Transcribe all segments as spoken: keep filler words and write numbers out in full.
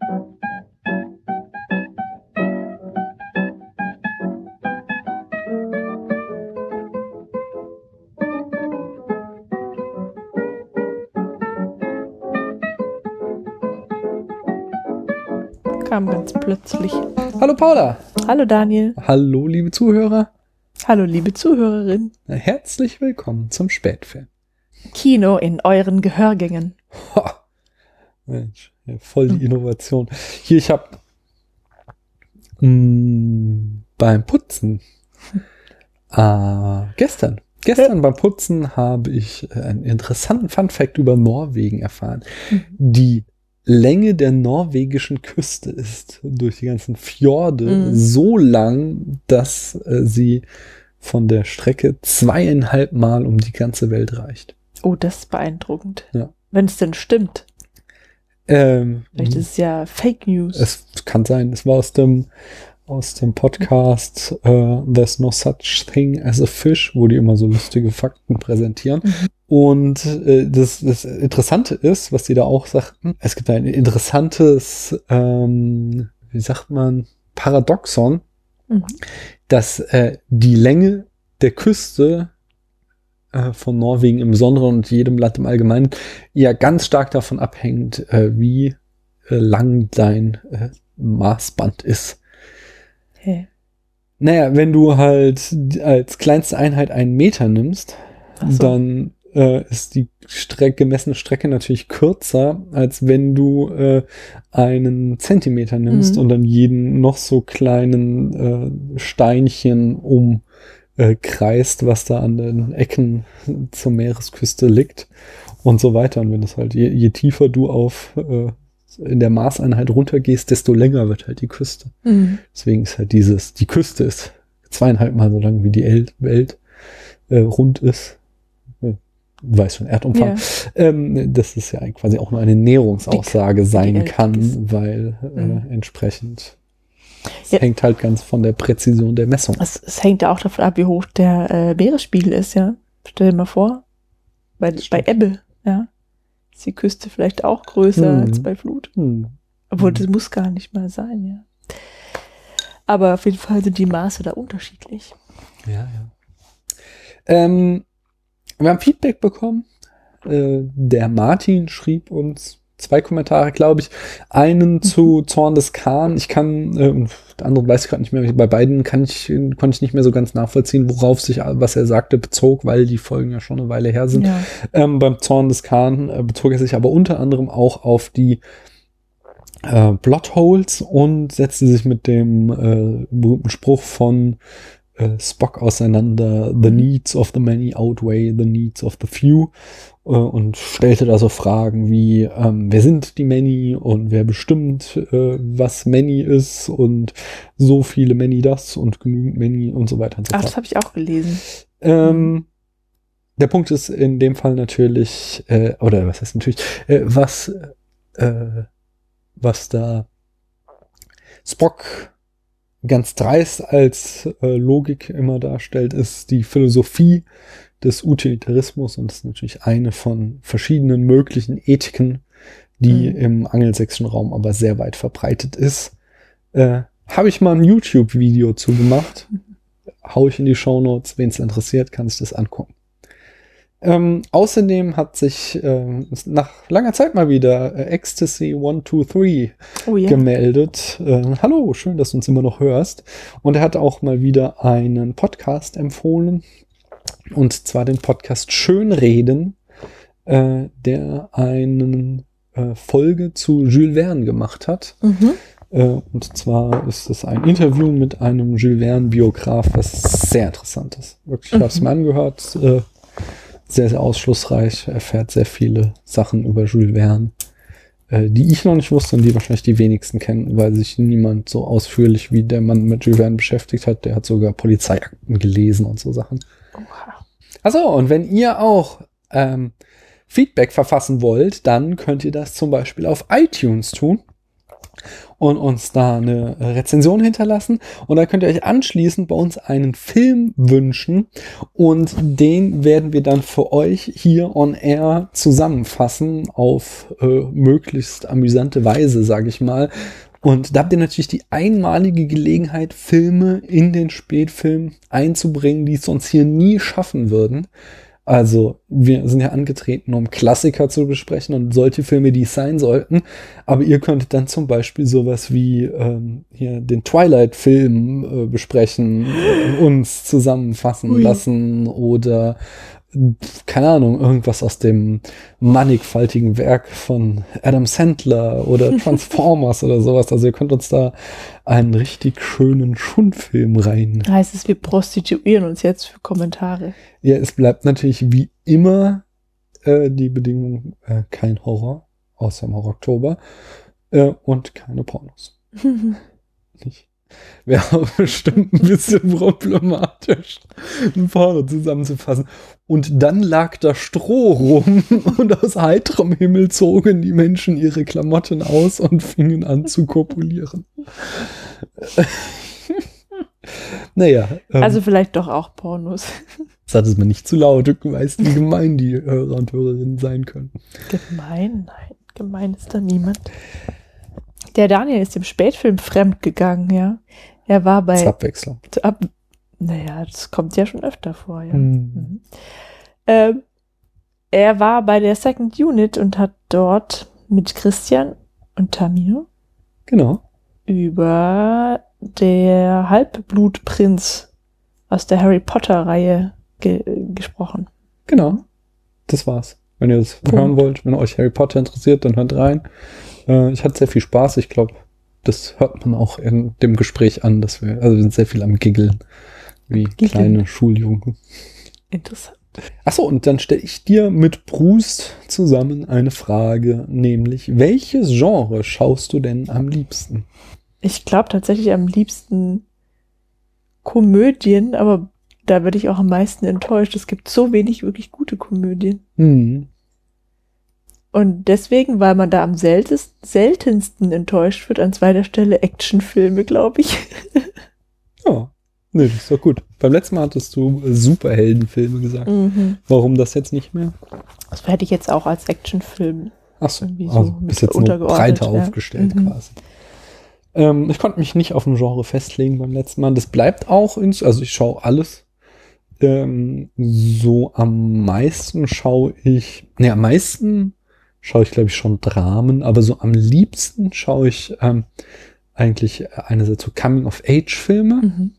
Kam ganz plötzlich. Hallo Paula. Hallo Daniel. Hallo liebe Zuhörer. Hallo liebe Zuhörerin. Herzlich willkommen zum Spätfilm. Kino in euren Gehörgängen. Ho. Mensch, voll die Innovation. Hier, ich habe beim Putzen äh, gestern Gestern ja. beim Putzen habe ich einen interessanten Funfact über Norwegen erfahren. Mhm. Die Länge der norwegischen Küste ist durch die ganzen Fjorde mhm. so lang, dass äh, sie von der Strecke zweieinhalb Mal um die ganze Welt reicht. Oh, das ist beeindruckend. Ja. Wenn es denn stimmt. Ähm, Vielleicht ist es ja Fake News. Es kann sein. Es war aus dem aus dem Podcast uh, There's No Such Thing as a Fish, wo die immer so lustige Fakten präsentieren. Mhm. Und äh, das, das Interessante ist, was die da auch sagten, es gibt ein interessantes, ähm, wie sagt man, Paradoxon, mhm. dass äh, die Länge der Küste äh, von Norwegen im Besonderen und jedem Land im Allgemeinen ja ganz stark davon abhängt, äh, wie äh, lang dein äh, Maßband ist. Okay. Naja, wenn du halt als kleinste Einheit einen Meter nimmst, so. dann äh, ist die Strecke, gemessene Strecke natürlich kürzer, als wenn du äh, einen Zentimeter nimmst mhm. und dann jeden noch so kleinen äh, Steinchen umkreist, äh, was da an den Ecken zur Meeresküste liegt und so weiter. Und wenn das halt, je, je tiefer du auf äh, in der Maßeinheit runtergehst, desto länger wird halt die Küste. Mhm. Deswegen ist halt dieses, die Küste ist zweieinhalb Mal so lang wie die El- Welt äh, rund ist. Äh, weiß schon, Erdumfang. Ja. Ähm, das ist ja quasi auch nur eine Näherungsaussage Dick, sein kann, ist. weil äh, mhm. entsprechend es ja. hängt halt ganz von der Präzision der Messung. Es, es hängt ja auch davon ab, wie hoch der äh, Meeresspiegel ist, ja. Stell dir mal vor, bei, bei Ebbe, ja. Ist die Küste vielleicht auch größer hm. als bei Flut. Hm. Obwohl, hm. das muss gar nicht mal sein, ja. Aber auf jeden Fall sind die Maße da unterschiedlich. Ja, ja. Ähm, wir haben Feedback bekommen. Äh, der Martin schrieb uns zwei Kommentare, glaube ich. Einen mhm. zu Zorn des Khan. Ich kann, äh, der andere weiß ich gerade nicht mehr. Bei beiden kann ich, konnte ich nicht mehr so ganz nachvollziehen, worauf sich, was er sagte, bezog, weil die Folgen ja schon eine Weile her sind. Ja. Ähm, beim Zorn des Khan äh, bezog er sich aber unter anderem auch auf die äh, Plotholes und setzte sich mit dem äh, berühmten Spruch von äh, Spock auseinander: The needs of the many outweigh the needs of the few. Und stellte da so Fragen wie, ähm, wer sind die Many und wer bestimmt, äh, was Many ist und so viele Many das und genügend Many und so weiter und so fort. Ach, das habe ich auch gelesen. Ähm, mhm. Der Punkt ist in dem Fall natürlich, äh, oder was heißt natürlich, äh, was, äh, was da Spock ganz dreist als äh, Logik immer darstellt, ist die Philosophie des Utilitarismus, und das ist natürlich eine von verschiedenen möglichen Ethiken, die mhm. im angelsächsischen Raum aber sehr weit verbreitet ist. Äh, habe ich mal ein YouTube-Video zu gemacht. Hau ich in die Shownotes. Wen es interessiert, kann sich das angucken. Ähm, außerdem hat sich äh, nach langer Zeit mal wieder äh, Ecstasy one two three oh, yeah. gemeldet. Äh, hallo, schön, dass du uns immer noch hörst. Und er hat auch mal wieder einen Podcast empfohlen. Und zwar den Podcast Schönreden, äh, der eine äh, Folge zu Jules Verne gemacht hat. Mhm. Äh, und zwar ist es ein Interview mit einem Jules Verne-Biograf, was sehr interessant ist. Wirklich, ich mhm. habe es mir angehört. Äh, sehr, sehr ausschlussreich. Er erfährt sehr viele Sachen über Jules Verne, äh, die ich noch nicht wusste und die wahrscheinlich die wenigsten kennen, weil sich niemand so ausführlich wie der Mann mit Jules Verne beschäftigt hat. Der hat sogar Polizeiakten gelesen und so Sachen. Oha. Achso, und wenn ihr auch ähm, Feedback verfassen wollt, dann könnt ihr das zum Beispiel auf iTunes tun. und uns da eine Rezension hinterlassen. Und dann könnt ihr euch anschließend bei uns einen Film wünschen und den werden wir dann für euch hier on air zusammenfassen auf äh, möglichst amüsante Weise, sage ich mal. Und da habt ihr natürlich die einmalige Gelegenheit, Filme in den Spätfilm einzubringen, die es sonst hier nie schaffen würden. Also wir sind ja angetreten, um Klassiker zu besprechen und solche Filme, die es sein sollten. Aber ihr könntet dann zum Beispiel sowas wie ähm, hier den Twilight-Film äh, besprechen, äh, uns zusammenfassen Ui. lassen oder keine Ahnung, irgendwas aus dem mannigfaltigen Werk von Adam Sandler oder Transformers oder sowas. Also ihr könnt uns da einen richtig schönen Schundfilm rein. Heißt es, wir prostituieren uns jetzt für Kommentare? Ja, es bleibt natürlich wie immer äh, die Bedingung, äh, kein Horror, außer im Horror-Oktober, äh, und keine Pornos. Nicht. Wäre bestimmt ein bisschen problematisch, ein Porno zusammenzufassen. Und dann lag da Stroh rum und aus heiterem Himmel zogen die Menschen ihre Klamotten aus und fingen an zu kopulieren. Naja. Ähm, also vielleicht doch auch Pornos. Sag es mir nicht zu laut, du weißt, wie gemein die Hörer und Hörerinnen sein können. Gemein? Nein, gemein ist da niemand. Der Daniel ist im Spätfilm fremd gegangen, ja. Er war bei... Zur Abwechslung. Zur Ab naja, das kommt ja schon öfter vor, ja. Mhm. Mhm. Ähm, er war bei der Second Unit und hat dort mit Christian und Tamino genau über der Halbblutprinz aus der Harry Potter-Reihe ge gesprochen. Genau, das war's. Wenn ihr das Punkt. hören wollt, wenn euch Harry Potter interessiert, dann hört rein. Äh, ich hatte sehr viel Spaß. Ich glaube, das hört man auch in dem Gespräch an, dass wir, also wir sind sehr viel am Giggeln, wie Giggeln. Kleine Schuljungen. Interessant. Achso, und dann stelle ich dir mit Bruce zusammen eine Frage, nämlich, welches Genre schaust du denn am liebsten? Ich glaube tatsächlich am liebsten Komödien, aber da werde ich auch am meisten enttäuscht. Es gibt so wenig wirklich gute Komödien. Mhm. Und deswegen, weil man da am seltensten, seltensten enttäuscht wird, an zweiter Stelle Actionfilme, glaube ich. Ja, nee, das ist doch gut. Beim letzten Mal hattest du Superheldenfilme gesagt. Mhm. Warum das jetzt nicht mehr? Das hätte ich jetzt auch als Actionfilm. Ach so, so also bist jetzt nur breiter ja. aufgestellt mhm. quasi. Ähm, ich konnte mich nicht auf ein Genre festlegen beim letzten Mal. Das bleibt auch, ins, also ich schaue alles. Ähm, so am meisten schaue ich, ne, am meisten schaue ich, glaube ich, schon Dramen, aber so am liebsten schaue ich ähm, eigentlich einerseits so Coming-of-Age-Filme mhm.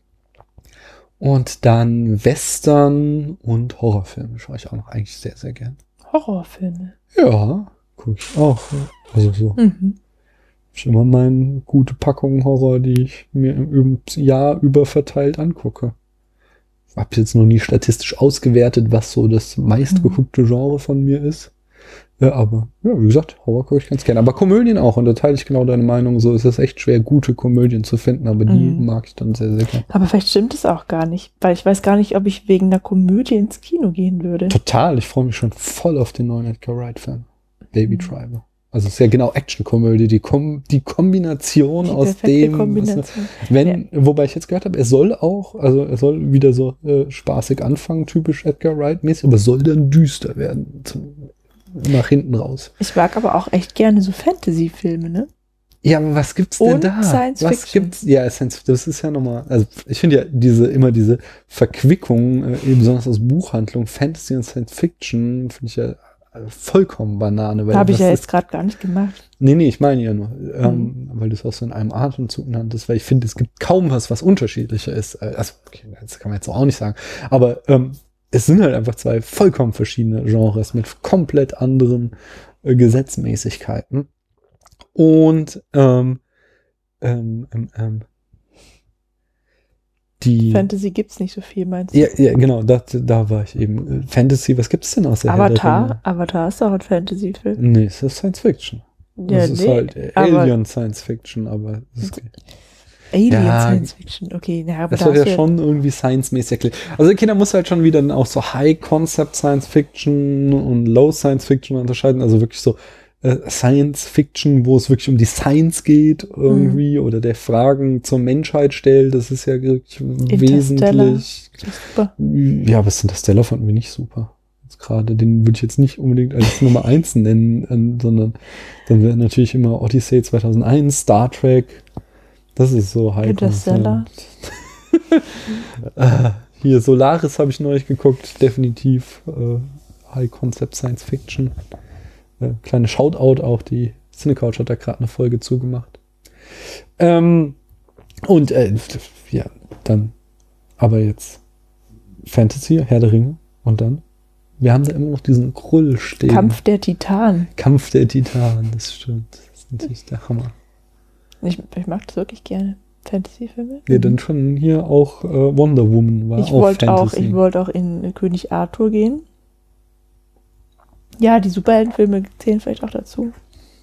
und dann Western und Horrorfilme schaue ich auch noch eigentlich sehr, sehr gern. Horrorfilme? Ja, gucke ich auch. Also so. Mhm. Ich immer meine gute Packung Horror, die ich mir im Jahr über verteilt angucke. Ich habe jetzt noch nie statistisch ausgewertet, was so das meistgeguckte Genre von mir ist. Ja, aber, ja, wie gesagt, Horror gucke ich ganz gerne. Aber Komödien auch, und da teile ich genau deine Meinung. So ist es echt schwer, gute Komödien zu finden, aber die mhm. mag ich dann sehr, sehr gerne. Aber vielleicht stimmt es auch gar nicht, weil ich weiß gar nicht, ob ich wegen einer Komödie ins Kino gehen würde. Total, ich freue mich schon voll auf den neuen Edgar Wright-Film. Baby mhm. Driver. Also es ist ja genau Actionkomödie, die, Kom die Kombination die aus dem, Kombination. Was, wenn, ja. Wobei ich jetzt gehört habe, er soll auch, also er soll wieder so äh, spaßig anfangen, typisch Edgar Wright-mäßig, aber es soll dann düster werden, zum, nach hinten raus. Ich mag aber auch echt gerne so Fantasy-Filme, ne? Ja, aber was gibt's denn Und da? Science was Fiction. gibt's? Ja, Science, das ist ja nochmal, also ich finde ja diese, immer diese Verquickung, äh, besonders aus Buchhandlung, Fantasy und Science Fiction, finde ich ja vollkommen Banane. Habe ich ja jetzt gerade gar nicht gemacht. Nee, nee, ich meine ja nur, ähm, mhm. weil du es auch so in einem Atemzug nanntest, weil ich finde, es gibt kaum was, was unterschiedlicher ist. Also, okay, das kann man jetzt auch nicht sagen. Aber ähm, es sind halt einfach zwei vollkommen verschiedene Genres mit komplett anderen äh, Gesetzmäßigkeiten. Und ähm, ähm, ähm, ähm, die Fantasy gibt's nicht so viel, meinst du? Ja, ja, genau, da, da war ich eben. Fantasy, was gibt's denn aus der Avatar? Avatar ist doch ein Fantasy-Film. Nee, es ist Science Fiction. Ja, das nee, ist halt Alien Science Fiction, aber das ist Alien ja, Science Fiction, okay. Na, aber das wird ja, ja schon irgendwie Science-mäßig erklärt. Also okay, da muss halt schon wieder auch so High-Concept Science Fiction und Low Science Fiction unterscheiden, also wirklich so äh, Science Fiction, wo es wirklich um die Science geht irgendwie mhm. oder der Fragen zur Menschheit stellt. Das ist ja wirklich wesentlich. Super. Ja, aber Interstellar fanden wir nicht super. Gerade den würde ich jetzt nicht unbedingt als Nummer eins nennen, äh, sondern dann wäre natürlich immer Odyssey zweitausendeins, Star Trek. Das ist so High Interstellar. äh, hier Solaris habe ich neulich geguckt, definitiv äh, High Concept Science Fiction. Äh, kleine Shoutout auch, die Cinecouch hat da gerade eine Folge zugemacht. Ähm, und äh, ja, dann aber jetzt Fantasy, Herr der Ringe und dann wir haben da immer noch diesen Krull stehen. Kampf der Titanen. Kampf der Titanen, das stimmt. Das ist natürlich der Hammer. Ich, ich mag das wirklich gerne. Fantasy-Filme. Ja, dann schon hier auch äh, Wonder Woman war ich auch wollte Fantasy. Auch, ich wollte auch in äh, König Arthur gehen. Ja, die Superheldenfilme zählen vielleicht auch dazu.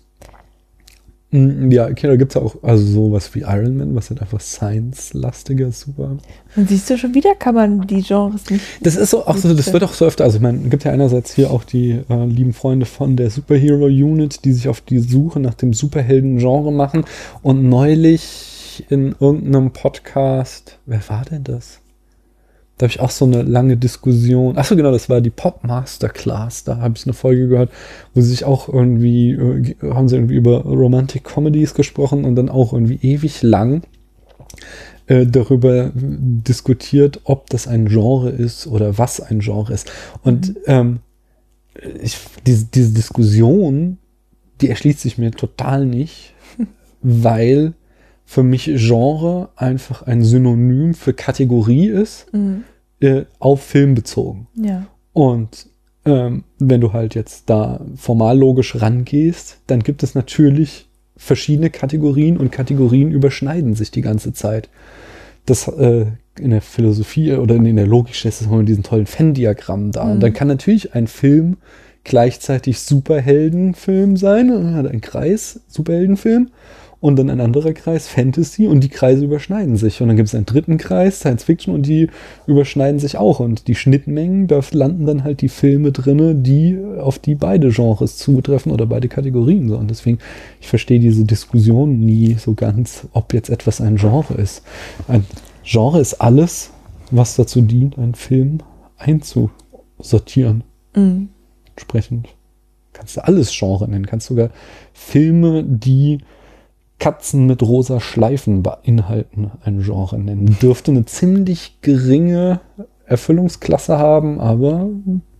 Ja, okay, da gibt es ja auch also sowas wie Iron Man, was halt einfach Science-lastiger ist, super. Und siehst du, schon wieder kann man die Genres nicht... Das ist so, auch so, das wird auch so öfter, also ich meine, es gibt ja einerseits hier auch die äh, lieben Freunde von der Superhero Unit, die sich auf die Suche nach dem Superhelden-Genre machen und neulich in irgendeinem Podcast, wer war denn das? Da habe ich auch so eine lange Diskussion. Achso, genau, das war die Pop Masterclass. Da habe ich eine Folge gehört, wo sie sich auch irgendwie, äh, haben sie irgendwie über Romantic Comedies gesprochen und dann auch irgendwie ewig lang äh, darüber diskutiert, ob das ein Genre ist oder was ein Genre ist. Und mhm. ähm, ich, diese, diese Diskussion, die erschließt sich mir total nicht, weil für mich Genre einfach ein Synonym für Kategorie ist, mhm. äh, auf Film bezogen. Ja. Und ähm, wenn du halt jetzt da formal logisch rangehst, dann gibt es natürlich verschiedene Kategorien und Kategorien überschneiden sich die ganze Zeit. Das äh, in der Philosophie oder in der Logik steht es mit diesen tollen Venn-Diagrammen da. Mhm. Und dann kann natürlich ein Film gleichzeitig Superheldenfilm sein, und hat einen Kreis, Superheldenfilm, und dann ein anderer Kreis, Fantasy, und die Kreise überschneiden sich. Und dann gibt es einen dritten Kreis, Science Fiction, und die überschneiden sich auch. Und die Schnittmengen, da landen dann halt die Filme drin, die auf die beide Genres zutreffen oder beide Kategorien. Und deswegen, ich verstehe diese Diskussion nie so ganz, ob jetzt etwas ein Genre ist. Ein Genre ist alles, was dazu dient, einen Film einzusortieren. Mhm. Entsprechend kannst du alles Genre nennen. Kannst sogar Filme, die Katzen mit rosa Schleifen beinhalten, ein Genre nennen. Dürfte eine ziemlich geringe Erfüllungsklasse haben, aber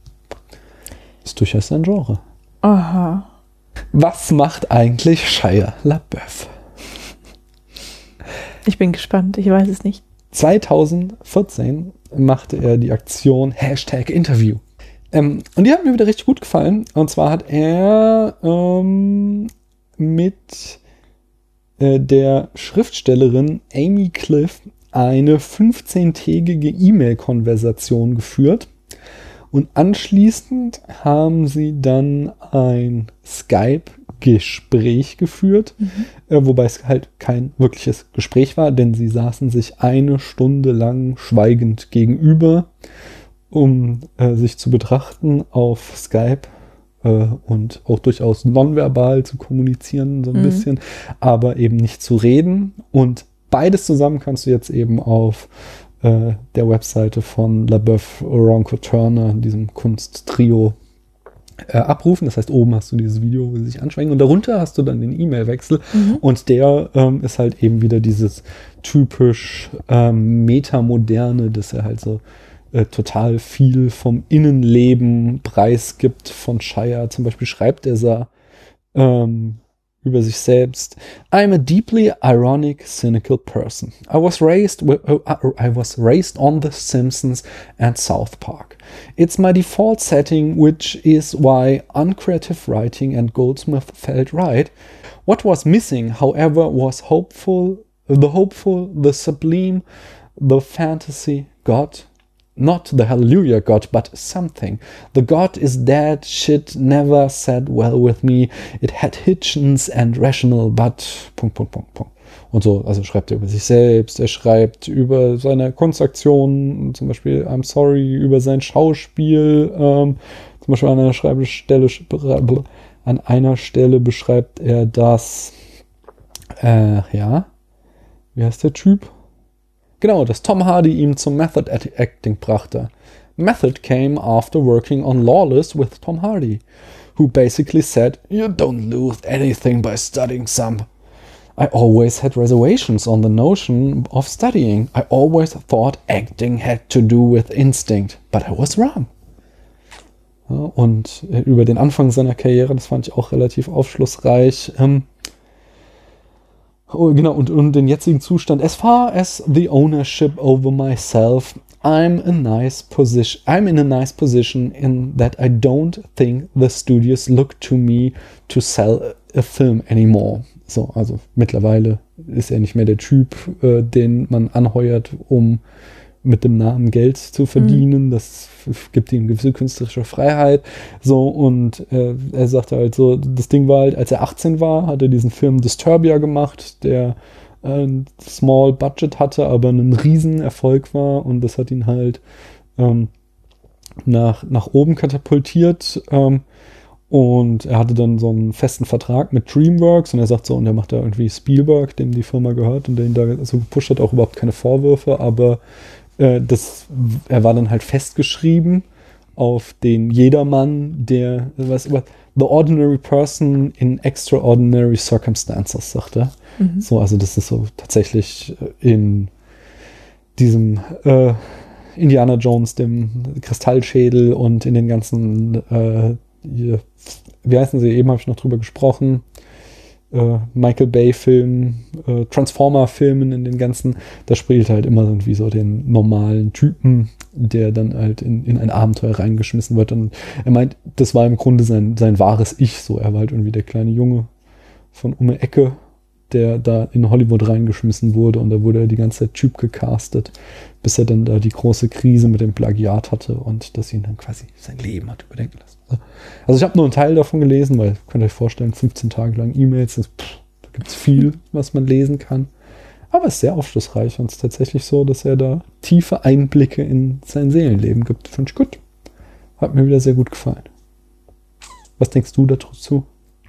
ist durchaus ein Genre. Aha. Was macht eigentlich Shia LaBeouf? Ich bin gespannt, ich weiß es nicht. zweitausendvierzehn machte er die Aktion Hashtag Interview. Ähm, und die hat mir wieder richtig gut gefallen. Und zwar hat er ähm, mit der Schriftstellerin Amy Cliff eine fünfzehntägige E-Mail-Konversation geführt und anschließend haben sie dann ein Skype-Gespräch geführt, mhm. äh, wobei es halt kein wirkliches Gespräch war, denn sie saßen sich eine Stunde lang schweigend gegenüber, um äh, sich zu betrachten auf Skype. Und auch durchaus nonverbal zu kommunizieren, so ein mhm. bisschen, aber eben nicht zu reden. Und beides zusammen kannst du jetzt eben auf äh, der Webseite von LaBeouf Ronco Turner, diesem Kunsttrio, äh, abrufen. Das heißt, oben hast du dieses Video, wo sie sich anschweigen, und darunter hast du dann den E-Mail-Wechsel. Mhm. Und der ähm, ist halt eben wieder dieses typisch ähm, metamoderne, dass er halt so Äh, total viel vom Innenleben preisgibt von Shia. Zum Beispiel schreibt er so, ähm, über sich selbst: I'm a deeply ironic, cynical person. I was raised with, uh, I was raised on The Simpsons and South Park. It's my default setting, which is why uncreative writing and Goldsmith felt right. What was missing, however, was hopeful, the hopeful, the sublime, the fantasy God. Not the Hallelujah God, but something. The God is dead, shit never sat well with me. It had Hitchens and rational, but... Punkt, Punkt, Punkt, Punkt. Und so, also schreibt er über sich selbst, er schreibt über seine Kunstaktionen, zum Beispiel I'm sorry, über sein Schauspiel, ähm, zum Beispiel an einer Schreibstelle, an einer Stelle beschreibt er, dass, äh, ja, wie heißt der Typ? Genau, dass Tom Hardy ihm zum Method Acting brachte. Method came after working on Lawless with Tom Hardy, who basically said, you don't lose anything by studying some. I always had reservations on the notion of studying. I always thought acting had to do with instinct, but I was wrong. Ja, und über den Anfang seiner Karriere, das fand ich auch relativ aufschlussreich, ähm, oh, genau, und, und den jetzigen Zustand. As far as the ownership over myself, I'm a nice position. I'm in a nice position in that I don't think the studios look to me to sell a film anymore. So, also mittlerweile ist er nicht mehr der Typ, äh, den man anheuert, um mit dem Namen Geld zu verdienen. Mhm. Das gibt ihm gewisse künstlerische Freiheit. So, und äh, er sagte halt so, das Ding war halt, als er achtzehn war, hat er diesen Film Disturbia gemacht, der äh, ein Small Budget hatte, aber ein Riesenerfolg war, und das hat ihn halt ähm, nach, nach oben katapultiert. Ähm, und er hatte dann so einen festen Vertrag mit DreamWorks, und er sagt so, und er macht da irgendwie Spielberg, dem die Firma gehört und der ihn da so gepusht hat, auch überhaupt keine Vorwürfe, aber äh, das, er war dann halt festgeschrieben auf den Jedermann, der, was über the ordinary person in extraordinary circumstances, sagt er. Mhm. So, also das ist so tatsächlich in diesem äh, Indiana Jones, dem Kristallschädel, und in den ganzen äh, hier, wie heißen sie, eben habe ich noch drüber gesprochen, äh, Michael Bay-Filmen, äh, Transformer-Filmen, in den ganzen, da spielt halt immer irgendwie so den normalen Typen, der dann halt in, in ein Abenteuer reingeschmissen wird, und er meint, das war im Grunde sein, sein wahres Ich, so, er war halt irgendwie der kleine Junge von um die Ecke, der da in Hollywood reingeschmissen wurde, und da wurde er die ganze Zeit Typ gecastet, bis er dann da die große Krise mit dem Plagiat hatte und das ihn dann quasi sein Leben hat überdenken lassen. Also ich habe nur einen Teil davon gelesen, weil, könnt ihr euch vorstellen, fünfzehn Tage lang E-Mails, das, pff, da gibt es viel, was man lesen kann. Aber es ist sehr aufschlussreich, und es ist tatsächlich so, dass er da tiefe Einblicke in sein Seelenleben gibt. Finde ich gut. Hat mir wieder sehr gut gefallen. Was denkst du dazu?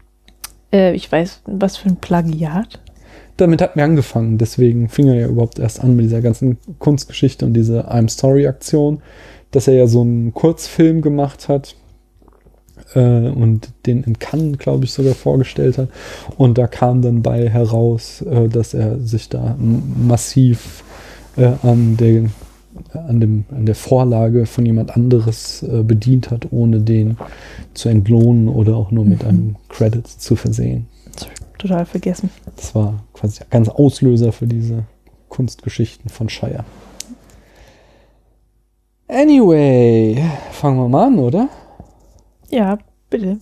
Äh, ich weiß, was für ein Plagiat. Damit hat mir angefangen, deswegen fing er ja überhaupt erst an mit dieser ganzen Kunstgeschichte und dieser I'm Sorry-Aktion, dass er ja so einen Kurzfilm gemacht hat äh, und den in Cannes, glaube ich, sogar vorgestellt hat. Und da kam dann bei heraus, äh, dass er sich da massiv äh, an, den, an, dem, an der Vorlage von jemand anderes äh, bedient hat, ohne den zu entlohnen oder auch nur mit mhm. einem Credit zu versehen. Total vergessen. Das war quasi der ganze Auslöser für diese Kunstgeschichten von Shire. Anyway, fangen wir mal an, oder? Ja, bitte.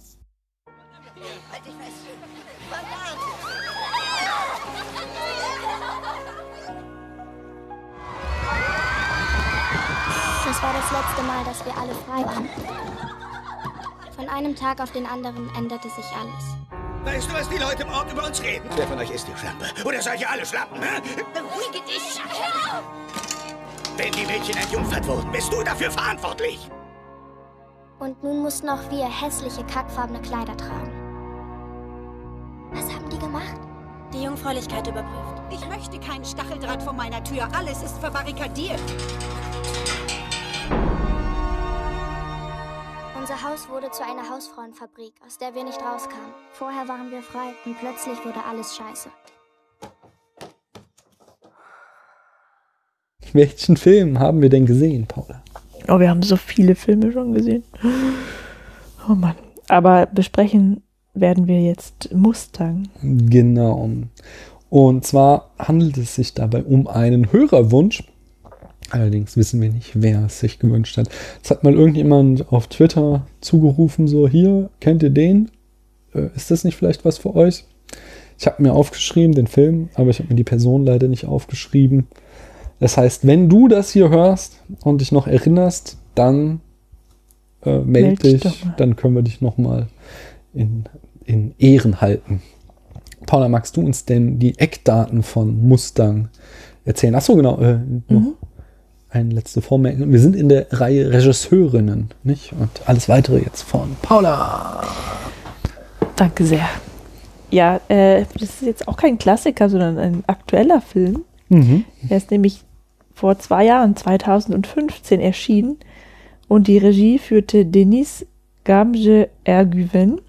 Das war das letzte Mal, dass wir alle frei waren. Von einem Tag auf den anderen änderte sich alles. Weißt du, was die Leute im Ort über uns reden? Wer von euch ist die Schlampe? Oder seid ihr alle Schlampen, hä? Beruhige dich! Wenn die Mädchen entjungfert wurden, bist du dafür verantwortlich. Und nun mussten auch wir hässliche, kackfarbene Kleider tragen. Was haben die gemacht? Die Jungfräulichkeit überprüft. Ich möchte keinen Stacheldraht vor meiner Tür. Alles ist verbarrikadiert. Unser Haus wurde zu einer Hausfrauenfabrik, aus der wir nicht rauskamen. Vorher waren wir frei und plötzlich wurde alles scheiße. Welchen Film haben wir denn gesehen, Paula? Oh, wir haben so viele Filme schon gesehen. Oh Mann. Aber besprechen werden wir jetzt Mustang. Genau. Und zwar handelt es sich dabei um einen Hörerwunsch. Allerdings wissen wir nicht, wer es sich gewünscht hat. Es hat mal irgendjemand auf Twitter zugerufen, so, hier, kennt ihr den? Äh, ist das nicht vielleicht was für euch? Ich habe mir aufgeschrieben, den Film, aber ich habe mir die Person leider nicht aufgeschrieben. Das heißt, wenn du das hier hörst und dich noch erinnerst, dann äh, meld, meld dich, dann können wir dich nochmal in, in Ehren halten. Paula, magst du uns denn die Eckdaten von Mustang erzählen? Achso, genau, äh, noch. Mhm. Eine letzte Vormerkung. Wir sind in der Reihe Regisseurinnen, nicht? Und alles weitere jetzt von Paula. Danke sehr. Ja, äh, das ist jetzt auch kein Klassiker, sondern ein aktueller Film. Mhm. Er ist nämlich vor zwei Jahren, zweitausendfünfzehn, erschienen und die Regie führte Denis Gamge-Ergüven.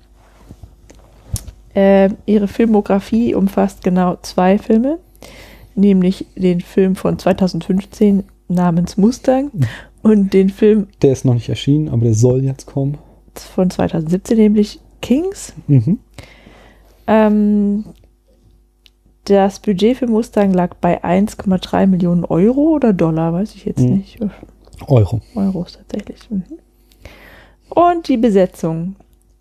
Äh, ihre Filmografie umfasst genau zwei Filme, nämlich den Film von zweitausendfünfzehn namens Mustang und den Film... Der ist noch nicht erschienen, aber der soll jetzt kommen. Von zweitausendsiebzehn, nämlich Kings. Mhm. Ähm, das Budget für Mustang lag bei eins Komma drei Millionen Euro oder Dollar, weiß ich jetzt mhm. nicht. Euro. Euros tatsächlich. Mhm. Und die Besetzung.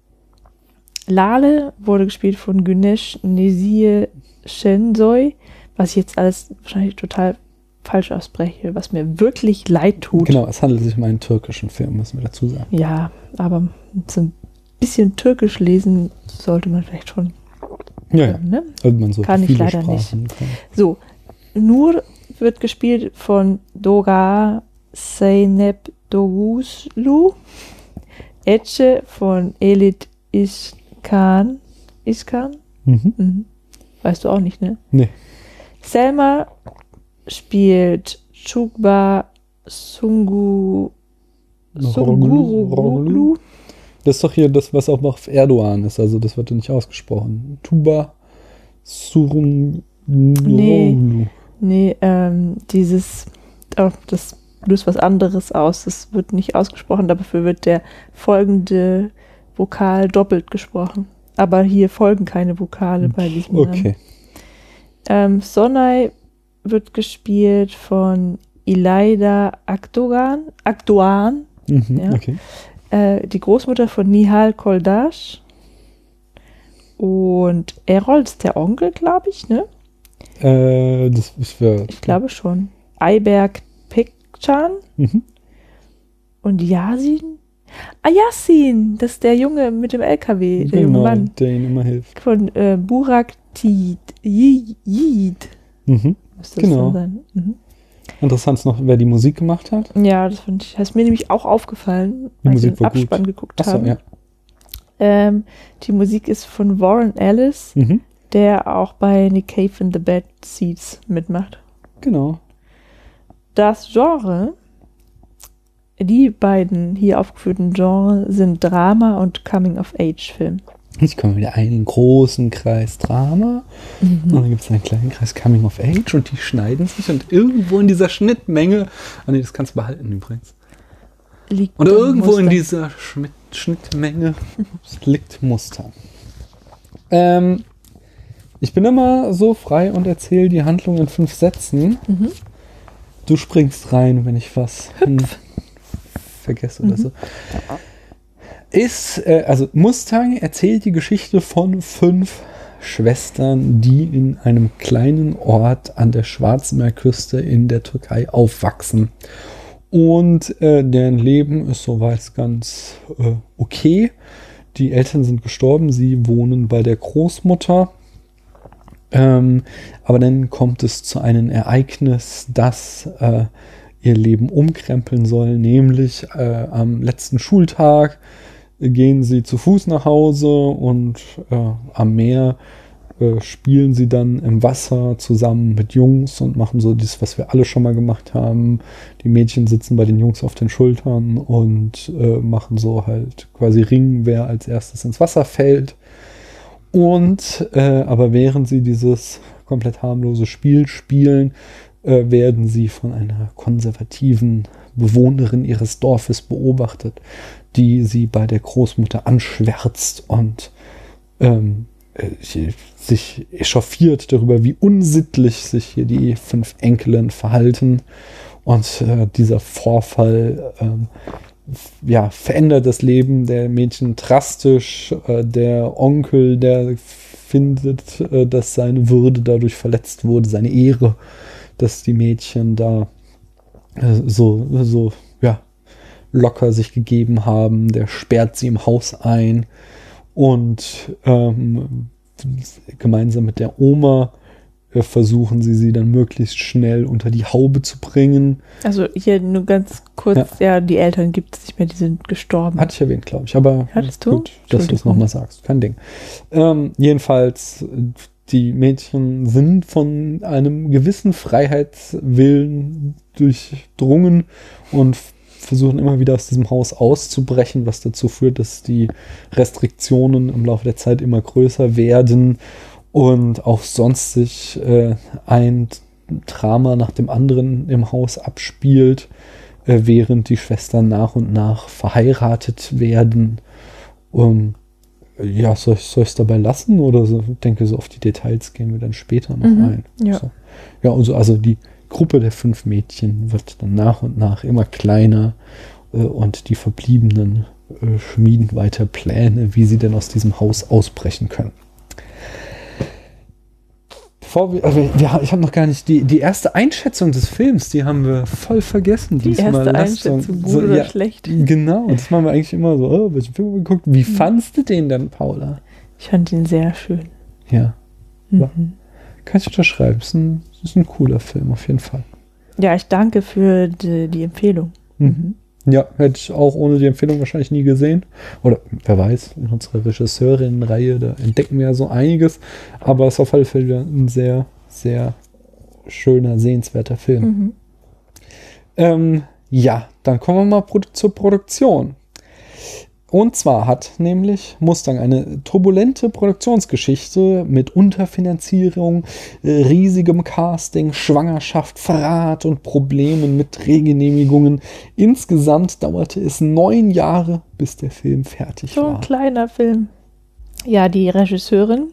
Lale wurde gespielt von Güneş Nezih Şensoy, was ich jetzt alles wahrscheinlich total falsch ausspreche, was mir wirklich leid tut. Genau, es handelt sich um einen türkischen Film, müssen wir dazu sagen. Ja, aber so ein bisschen türkisch lesen sollte man vielleicht schon. Ja, ja. Ne? Also man so kann ich leider Sprachen nicht. Kann. So, Nur wird gespielt von Dora Zeynep Doğuşlu, Ece von Elit İşkan. İşkan? Mhm. Mhm. Weißt du auch nicht, ne? Nee. Selma spielt Çuba Sungu Sunguroglu. Das ist doch hier das, was auch auf Erdogan ist, also das wird nicht ausgesprochen. Tuba Surunguroglu. Nee, nee ähm, dieses, oh, das löst was anderes aus, das wird nicht ausgesprochen, dafür wird der folgende Vokal doppelt gesprochen. Aber hier folgen keine Vokale bei diesem Namen. Okay. Ähm, Sonay wird gespielt von İlayda Akdogan. Akdoğan. Mhm, ja. Okay. Äh, die Großmutter von Nihal Koldaş. Und Erol ist der Onkel, glaube ich, ne? Äh, das ist für, Ich glaube schon. Ayberk Pekcan. Mhm. Und Yasin. Ah, Yasin, das ist der Junge mit dem L K W, der junge Genau, Mann. der ihnen immer hilft. Von äh, Burak Tid. Yid. Mhm. Müsste das Genau. dann sein. Mhm. Interessant ist noch, wer die Musik gemacht hat. Ja, das fand ich, das ist mir nämlich auch aufgefallen, Die als Musik wir den war gut. Abspann geguckt Achso, haben. ja. Ähm, die Musik ist von Warren Ellis, Mhm. der auch bei Nick Cave in the Bad Seeds mitmacht. Genau. Das Genre, die beiden hier aufgeführten Genres sind Drama und Coming-of-Age-Film. Jetzt kommen wir wieder einen großen Kreis Drama Mhm. und dann gibt es einen kleinen Kreis Coming of Age und die schneiden sich und irgendwo in dieser Schnittmenge, ah nee, das kannst du behalten übrigens. Liegt Oder ein irgendwo Muster. in dieser Schmidt Schnittmenge liegt Muster. Ähm, ich bin immer so frei und erzähle die Handlung in fünf Sätzen. Mhm. Du springst rein, wenn ich was hm, vergesse oder Mhm. so. Ist, äh, also Mustang erzählt die Geschichte von fünf Schwestern, die in einem kleinen Ort an der Schwarzmeerküste in der Türkei aufwachsen. Und äh, deren Leben ist soweit ganz äh, okay. Die Eltern sind gestorben, sie wohnen bei der Großmutter. Ähm, aber dann kommt es zu einem Ereignis, das äh, ihr Leben umkrempeln soll, nämlich äh, am letzten Schultag gehen sie zu Fuß nach Hause und äh, am Meer äh, spielen sie dann im Wasser zusammen mit Jungs und machen so das, was wir alle schon mal gemacht haben. Die Mädchen sitzen bei den Jungs auf den Schultern und äh, machen so halt quasi Ringen, wer als erstes ins Wasser fällt. Und äh, aber während sie dieses komplett harmlose Spiel spielen, äh, werden sie von einer konservativen Bewohnerin ihres Dorfes beobachtet, die sie bei der Großmutter anschwärzt und ähm, äh, sich echauffiert darüber, wie unsittlich sich hier die fünf Enkelinnen verhalten. Und äh, dieser Vorfall ähm, ja, verändert das Leben der Mädchen drastisch. Äh, der Onkel, der findet, äh, dass seine Würde dadurch verletzt wurde, seine Ehre, dass die Mädchen da äh, so, so, ja, locker sich gegeben haben. Der sperrt sie im Haus ein und ähm, gemeinsam mit der Oma äh, versuchen sie, sie dann möglichst schnell unter die Haube zu bringen. Also hier nur ganz kurz, ja, ja die Eltern gibt es nicht mehr, die sind gestorben. Hatte ich erwähnt, glaube ich, aber Hattest du? Gut, dass du es nochmal sagst, kein Ding. Ähm, jedenfalls, die Mädchen sind von einem gewissen Freiheitswillen durchdrungen und versuchen immer wieder aus diesem Haus auszubrechen, was dazu führt, dass die Restriktionen im Laufe der Zeit immer größer werden und auch sonst sich äh, ein Drama nach dem anderen im Haus abspielt, äh, während die Schwestern nach und nach verheiratet werden. Um, ja, soll ich es dabei lassen oder so? Ich denke, so auf die Details gehen wir dann später noch mhm, ein. Ja, so. Ja, also, also die Gruppe der fünf Mädchen wird dann nach und nach immer kleiner äh, und die Verbliebenen äh, schmieden weiter Pläne, wie sie denn aus diesem Haus ausbrechen können. Bevor wir, äh, wir, ich habe noch gar nicht die, die erste Einschätzung des Films, die haben wir voll vergessen. Die diesmal. erste Einschätzung, gut so, oder ja, schlecht. Genau, das machen wir eigentlich immer so, oh, welchen Film haben wir geguckt? Wie mhm. fandst du den denn, Paula? Ich fand ihn sehr schön. Ja. Mhm. Kann ich unterschreiben. Das ist, ein, das ist ein cooler Film, auf jeden Fall. Ja, ich danke für die, die Empfehlung. Mhm. Ja, hätte ich auch ohne die Empfehlung wahrscheinlich nie gesehen. Oder wer weiß, in unserer Regisseurinnen-Reihe, da entdecken wir ja so einiges. Aber es ist auf alle Fälle ein sehr, sehr schöner, sehenswerter Film. Mhm. Ähm, ja, dann kommen wir mal pro- zur Produktion. Und zwar hat nämlich Mustang eine turbulente Produktionsgeschichte mit Unterfinanzierung, riesigem Casting, Schwangerschaft, Verrat und Problemen mit Drehgenehmigungen. Insgesamt dauerte es neun Jahre, bis der Film fertig so war. So ein kleiner Film. Ja, die Regisseurin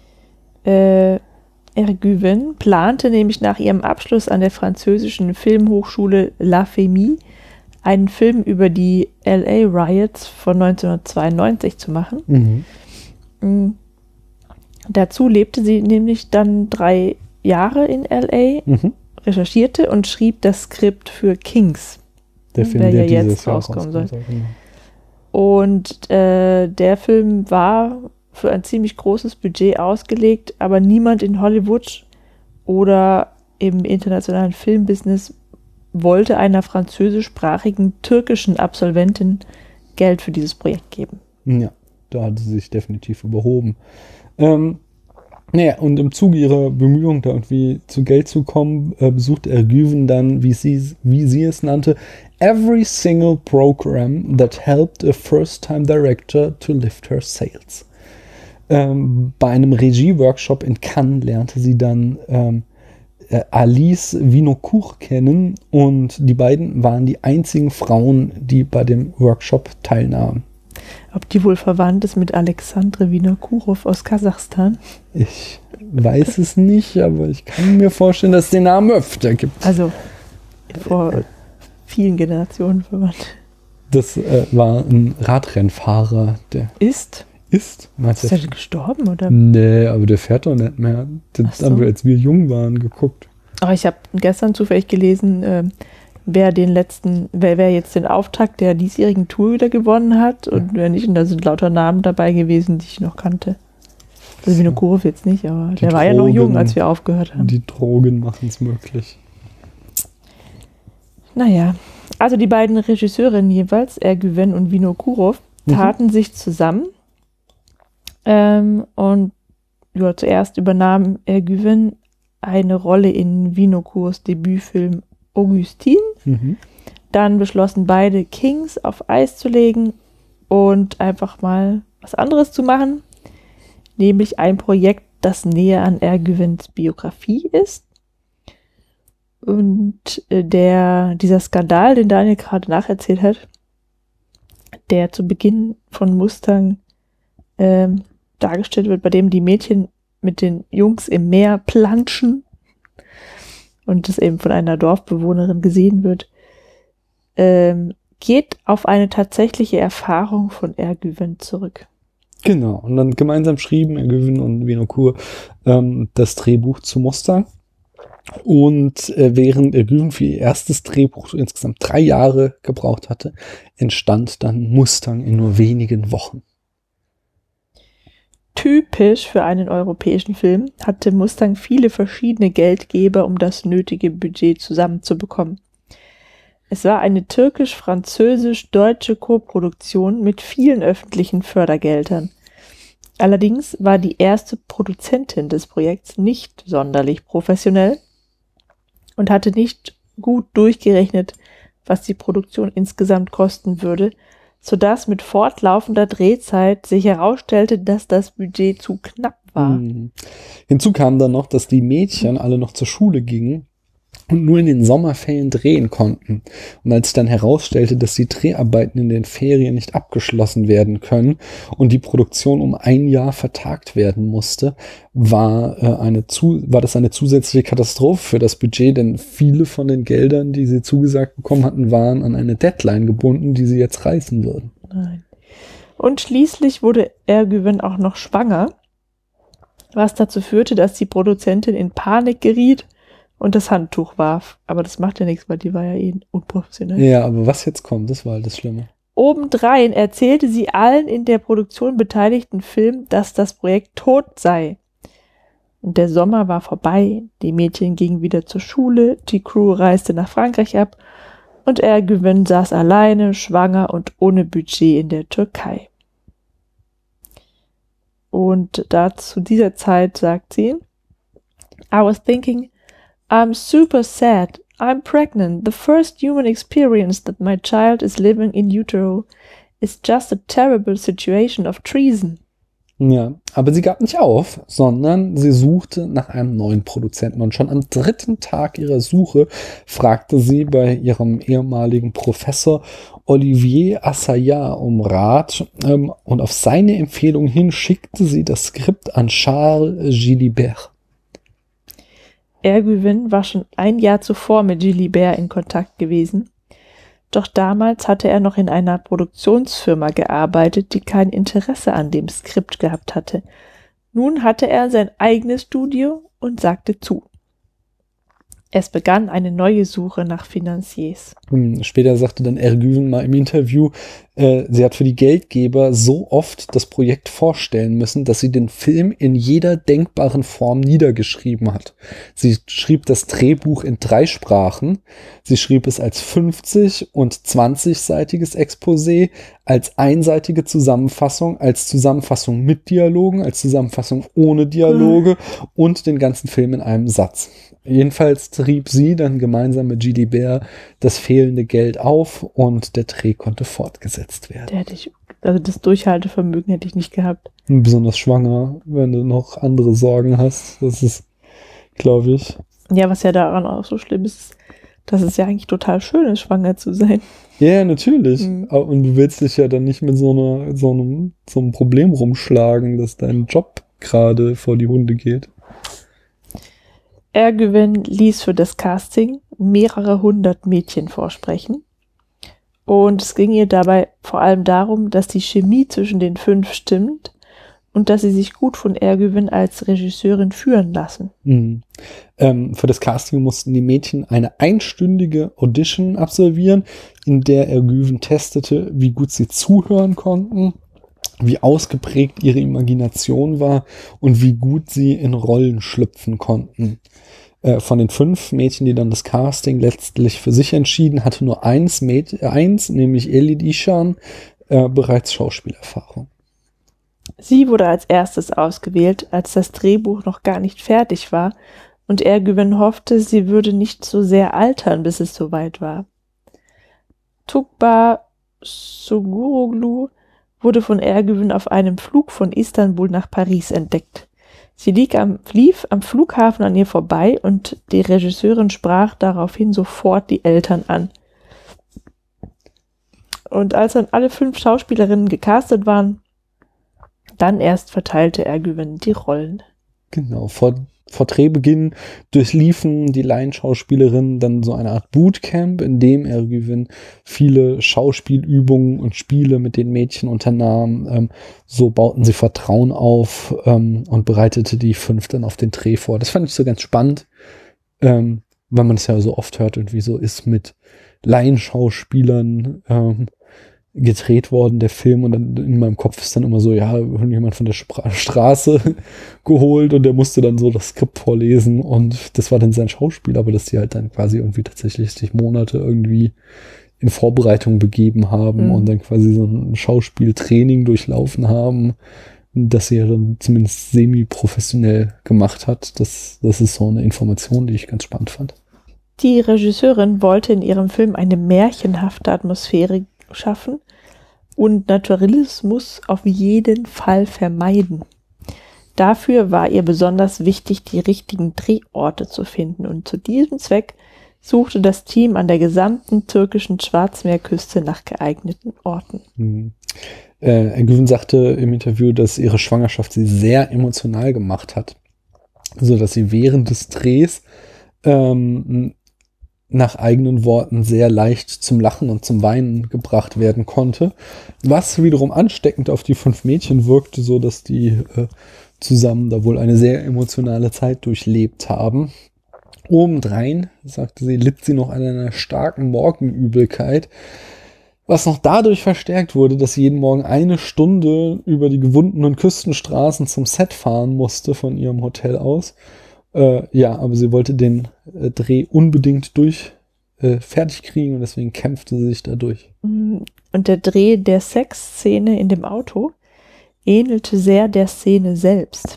äh, Erguven plante nämlich nach ihrem Abschluss an der französischen Filmhochschule La Fémis einen Film über die L A Riots von neunzehnhundertzweiundneunzig zu machen. Mhm. Mhm. Dazu lebte sie nämlich dann drei Jahre in L A, Mhm. recherchierte und schrieb das Skript für Kings, Der Film, der, der ja dieses jetzt Jahr rauskommen soll. soll genau. Und äh, der Film war für ein ziemlich großes Budget ausgelegt, aber niemand in Hollywood oder im internationalen Filmbusiness wollte einer französischsprachigen türkischen Absolventin Geld für dieses Projekt geben. Ja, da hat sie sich definitiv überhoben. Ähm, naja, und im Zuge ihrer Bemühungen, da irgendwie zu Geld zu kommen, äh, besucht Erguven dann, wie sie, wie sie es nannte, every single program that helped a first-time director to lift her sails. Ähm, bei einem Regie-Workshop in Cannes lernte sie dann ähm, Alice Vinocourt kennen und die beiden waren die einzigen Frauen, die bei dem Workshop teilnahmen. Ob die wohl verwandt ist mit Alexandre Vinokourov aus Kasachstan? Ich weiß es nicht, aber ich kann mir vorstellen, dass es den Namen öfter gibt. Also vor vielen Generationen verwandt. Das äh, war ein Radrennfahrer, der ist? Ist? Meinst ist er gestorben, oder? Nee, aber der fährt doch nicht mehr. Das so. haben wir, als wir jung waren, geguckt. Aber ich habe gestern zufällig gelesen, äh, wer den letzten, wer, wer jetzt den Auftakt der diesjährigen Tour wieder gewonnen hat und ja. wer nicht. Und da sind lauter Namen dabei gewesen, die ich noch kannte. Also Vinokourov jetzt nicht, aber die der Drogen, war ja noch jung, als wir aufgehört haben. Die Drogen machen es möglich. Naja, also die beiden Regisseurinnen jeweils, Erguven und Vinokourov, taten mhm. sich zusammen. Ähm, und ja, zuerst übernahm Erguven eine Rolle in Vinocourts Debütfilm Augustine. Mhm. Dann beschlossen beide, Kings auf Eis zu legen und einfach mal was anderes zu machen. Nämlich ein Projekt, das näher an Erguvens Biografie ist. Und äh, der, dieser Skandal, den Daniel gerade nacherzählt hat, der zu Beginn von Mustang ähm, dargestellt wird, bei dem die Mädchen mit den Jungs im Meer planschen und das eben von einer Dorfbewohnerin gesehen wird, ähm, geht auf eine tatsächliche Erfahrung von Erguven zurück. Genau, und dann gemeinsam schrieben Erguven und Vinocourt ähm, das Drehbuch zu Mustang. Und äh, während Erguven für ihr erstes Drehbuch insgesamt drei Jahre gebraucht hatte, entstand dann Mustang in nur wenigen Wochen. Typisch für einen europäischen Film hatte Mustang viele verschiedene Geldgeber, um das nötige Budget zusammenzubekommen. Es war eine türkisch-französisch-deutsche Koproduktion mit vielen öffentlichen Fördergeldern. Allerdings war die erste Produzentin des Projekts nicht sonderlich professionell und hatte nicht gut durchgerechnet, was die Produktion insgesamt kosten würde, sodass mit fortlaufender Drehzeit sich herausstellte, dass das Budget zu knapp war. Hm. Hinzu kam dann noch, dass die Mädchen alle noch zur Schule gingen und nur in den Sommerferien drehen konnten. Und als sich dann herausstellte, dass die Dreharbeiten in den Ferien nicht abgeschlossen werden können und die Produktion um ein Jahr vertagt werden musste, war, äh, eine zu, war das eine zusätzliche Katastrophe für das Budget, denn viele von den Geldern, die sie zugesagt bekommen hatten, waren an eine Deadline gebunden, die sie jetzt reißen würden. Nein. Und schließlich wurde Ergüven auch noch schwanger, was dazu führte, dass die Produzentin in Panik geriet und das Handtuch warf. Aber das macht ja nichts, weil die war ja eh unprofessionell. Ja, aber was jetzt kommt, das war halt das Schlimme. Obendrein erzählte sie allen in der Produktion beteiligten Filmen, dass das Projekt tot sei. Und der Sommer war vorbei, die Mädchen gingen wieder zur Schule, die Crew reiste nach Frankreich ab und Ergüven saß alleine, schwanger und ohne Budget in der Türkei. Und da zu dieser Zeit sagt sie, I was thinking, I'm super sad. I'm pregnant. The first human experience that my child is living in utero is just a terrible situation of treason. Ja, aber sie gab nicht auf, sondern sie suchte nach einem neuen Produzenten. Und schon am dritten Tag ihrer Suche fragte sie bei ihrem ehemaligen Professor Olivier Assayas um Rat. Ähm, und auf seine Empfehlung hin schickte sie das Skript an Charles Gilibert. Ergüven war schon ein Jahr zuvor mit Gilibert in Kontakt gewesen, doch damals hatte er noch in einer Produktionsfirma gearbeitet, die kein Interesse an dem Skript gehabt hatte. Nun hatte er sein eigenes Studio und sagte zu. Es begann eine neue Suche nach Financiers. Später sagte dann Ergüven mal im Interview, äh, sie hat für die Geldgeber so oft das Projekt vorstellen müssen, dass sie den Film in jeder denkbaren Form niedergeschrieben hat. Sie schrieb das Drehbuch in drei Sprachen. Sie schrieb es als fünfzig- und zwanzig-seitiges Exposé, als einseitige Zusammenfassung, als Zusammenfassung mit Dialogen, als Zusammenfassung ohne Dialoge mhm. und den ganzen Film in einem Satz. Jedenfalls trieb sie dann gemeinsam mit Gilibert das fehlende Geld auf und der Dreh konnte fortgesetzt werden. Der hätte ich, also das Durchhaltevermögen hätte ich nicht gehabt. Besonders schwanger, wenn du noch andere Sorgen hast. Das ist, glaube ich. Ja, was ja daran auch so schlimm ist, dass es ja eigentlich total schön ist, schwanger zu sein. Ja, natürlich. Mhm. Und du willst dich ja dann nicht mit so, einer, so, einem, so einem Problem rumschlagen, dass dein Job gerade vor die Hunde geht. Ergüven ließ für das Casting mehrere hundert Mädchen vorsprechen und es ging ihr dabei vor allem darum, dass die Chemie zwischen den fünf stimmt und dass sie sich gut von Ergüven als Regisseurin führen lassen. Mhm. Ähm, für das Casting mussten die Mädchen eine einstündige Audition absolvieren, in der Ergüven testete, wie gut sie zuhören konnten, wie ausgeprägt ihre Imagination war und wie gut sie in Rollen schlüpfen konnten. Äh, von den fünf Mädchen, die dann das Casting letztlich für sich entschieden, hatte nur eins, Mäd- eins nämlich Elid Ishan, äh, bereits Schauspielerfahrung. Sie wurde als erstes ausgewählt, als das Drehbuch noch gar nicht fertig war und Ergüven hoffte, sie würde nicht so sehr altern, bis es soweit war. Tukba Suguroglu wurde von Ergüven auf einem Flug von Istanbul nach Paris entdeckt. Sie lief am, lief am Flughafen an ihr vorbei und die Regisseurin sprach daraufhin sofort die Eltern an. Und als dann alle fünf Schauspielerinnen gecastet waren, dann erst verteilte Ergüven die Rollen. Genau, vor, vor Drehbeginn durchliefen die Laienschauspielerinnen dann so eine Art Bootcamp, in dem Ergüven viele Schauspielübungen und Spiele mit den Mädchen unternahm. Ähm, so bauten sie Vertrauen auf ähm, und bereitete die fünf dann auf den Dreh vor. Das fand ich so ganz spannend, ähm, weil man es ja so oft hört, irgendwie so ist mit Laienschauspielern, ähm, gedreht worden, der Film, und dann in meinem Kopf ist dann immer so, ja, jemand von der Spra- Straße geholt und der musste dann so das Skript vorlesen und das war dann sein Schauspiel, aber dass die halt dann quasi irgendwie tatsächlich sich Monate irgendwie in Vorbereitung begeben haben mhm. und dann quasi so ein Schauspieltraining durchlaufen haben, das sie ja dann zumindest semi-professionell gemacht hat. Das, das ist so eine Information, die ich ganz spannend fand. Die Regisseurin wollte in ihrem Film eine märchenhafte Atmosphäre schaffen und Naturalismus auf jeden Fall vermeiden. Dafür war ihr besonders wichtig, die richtigen Drehorte zu finden, und zu diesem Zweck suchte das Team an der gesamten türkischen Schwarzmeerküste nach geeigneten Orten. Mhm. Äh, Güven sagte im Interview, dass ihre Schwangerschaft sie sehr emotional gemacht hat, so dass sie während des Drehs ähm, nach eigenen Worten sehr leicht zum Lachen und zum Weinen gebracht werden konnte, was wiederum ansteckend auf die fünf Mädchen wirkte, so dass die äh, zusammen da wohl eine sehr emotionale Zeit durchlebt haben. Obendrein, sagte sie, litt sie noch an einer starken Morgenübelkeit, was noch dadurch verstärkt wurde, dass sie jeden Morgen eine Stunde über die gewundenen Küstenstraßen zum Set fahren musste von ihrem Hotel aus. Äh, ja, aber sie wollte den äh, Dreh unbedingt durch äh, fertig kriegen und deswegen kämpfte sie sich dadurch. Und der Dreh der Sexszene in dem Auto ähnelte sehr der Szene selbst.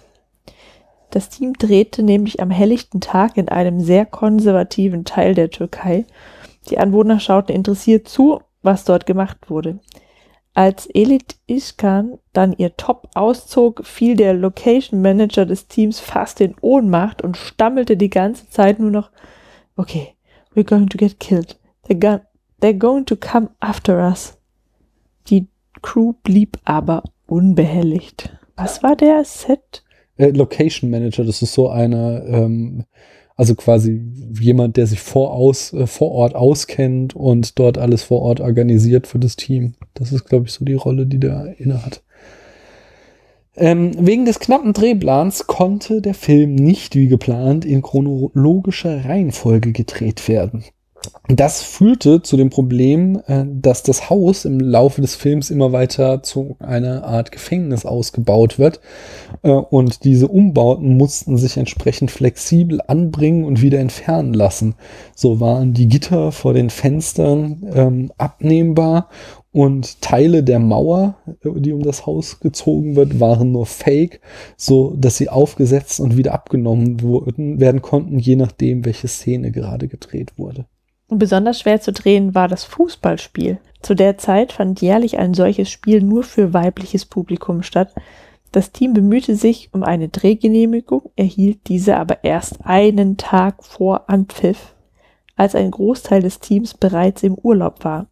Das Team drehte nämlich am helllichten Tag in einem sehr konservativen Teil der Türkei. Die Anwohner schauten interessiert zu, was dort gemacht wurde. Als Elit Işkan dann ihr Top auszog, fiel der Location Manager des Teams fast in Ohnmacht und stammelte die ganze Zeit nur noch: Okay, we're going to get killed. They're, go- they're going to come after us. Die Crew blieb aber unbehelligt. Was war der Set? Äh, Location Manager, das ist so einer, ähm, also quasi jemand, der sich voraus, äh, vor Ort auskennt und dort alles vor Ort organisiert für das Team. Das ist, glaube ich, so die Rolle, die der inne hat. Ähm, wegen des knappen Drehplans konnte der Film nicht wie geplant in chronologischer Reihenfolge gedreht werden. Das führte zu dem Problem, äh, dass das Haus im Laufe des Films immer weiter zu einer Art Gefängnis ausgebaut wird. Äh, und diese Umbauten mussten sich entsprechend flexibel anbringen und wieder entfernen lassen. So waren die Gitter vor den Fenstern ähm, abnehmbar und Teile der Mauer, die um das Haus gezogen wird, waren nur fake, so dass sie aufgesetzt und wieder abgenommen wurden, werden konnten, je nachdem, welche Szene gerade gedreht wurde. Besonders schwer zu drehen war das Fußballspiel. Zu der Zeit fand jährlich ein solches Spiel nur für weibliches Publikum statt. Das Team bemühte sich um eine Drehgenehmigung, erhielt diese aber erst einen Tag vor Anpfiff, als ein Großteil des Teams bereits im Urlaub war.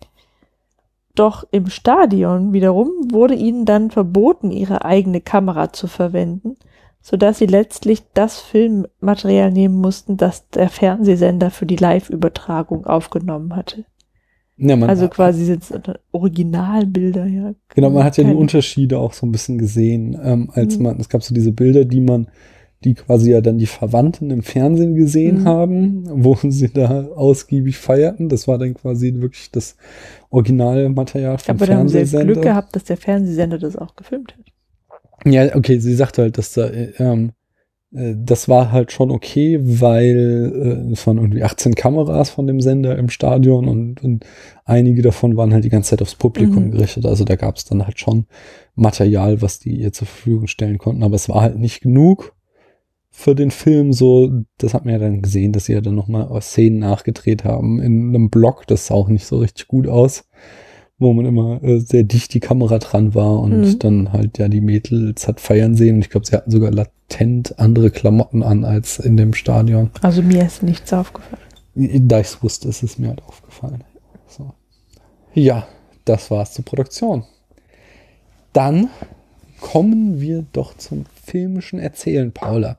Doch im Stadion wiederum wurde ihnen dann verboten, ihre eigene Kamera zu verwenden, sodass sie letztlich das Filmmaterial nehmen mussten, das der Fernsehsender für die Live-Übertragung aufgenommen hatte. Ja, man also quasi sind es Originalbilder, ja. Genau, man hat ja die Unterschiede auch so ein bisschen gesehen, ähm, als mhm. man, es gab so diese Bilder, die man, die quasi ja dann die Verwandten im Fernsehen gesehen mhm. haben, wo sie da ausgiebig feierten. Das war dann quasi wirklich das Originalmaterial vom Aber Fernsehsender. Aber da haben sie Glück gehabt, dass der Fernsehsender das auch gefilmt hat. Ja, okay, sie sagte halt, dass da, ähm, äh, das war halt schon okay, weil äh, es waren irgendwie achtzehn Kameras von dem Sender im Stadion und, und einige davon waren halt die ganze Zeit aufs Publikum mhm. gerichtet. Also da gab es dann halt schon Material, was die ihr zur Verfügung stellen konnten, aber es war halt nicht genug für den Film. So, das hat man ja dann gesehen, dass sie ja dann nochmal Szenen nachgedreht haben in einem Block, das sah auch nicht so richtig gut aus, wo man immer äh, sehr dicht die Kamera dran war und mhm. dann halt ja die Mädels hat feiern sehen. Und ich glaube, sie hatten sogar latent andere Klamotten an als in dem Stadion. Also mir ist nichts aufgefallen. Da ich es wusste, ist es mir halt aufgefallen. So. Ja, das war's zur Produktion. Dann kommen wir doch zum filmischen Erzählen, Paula.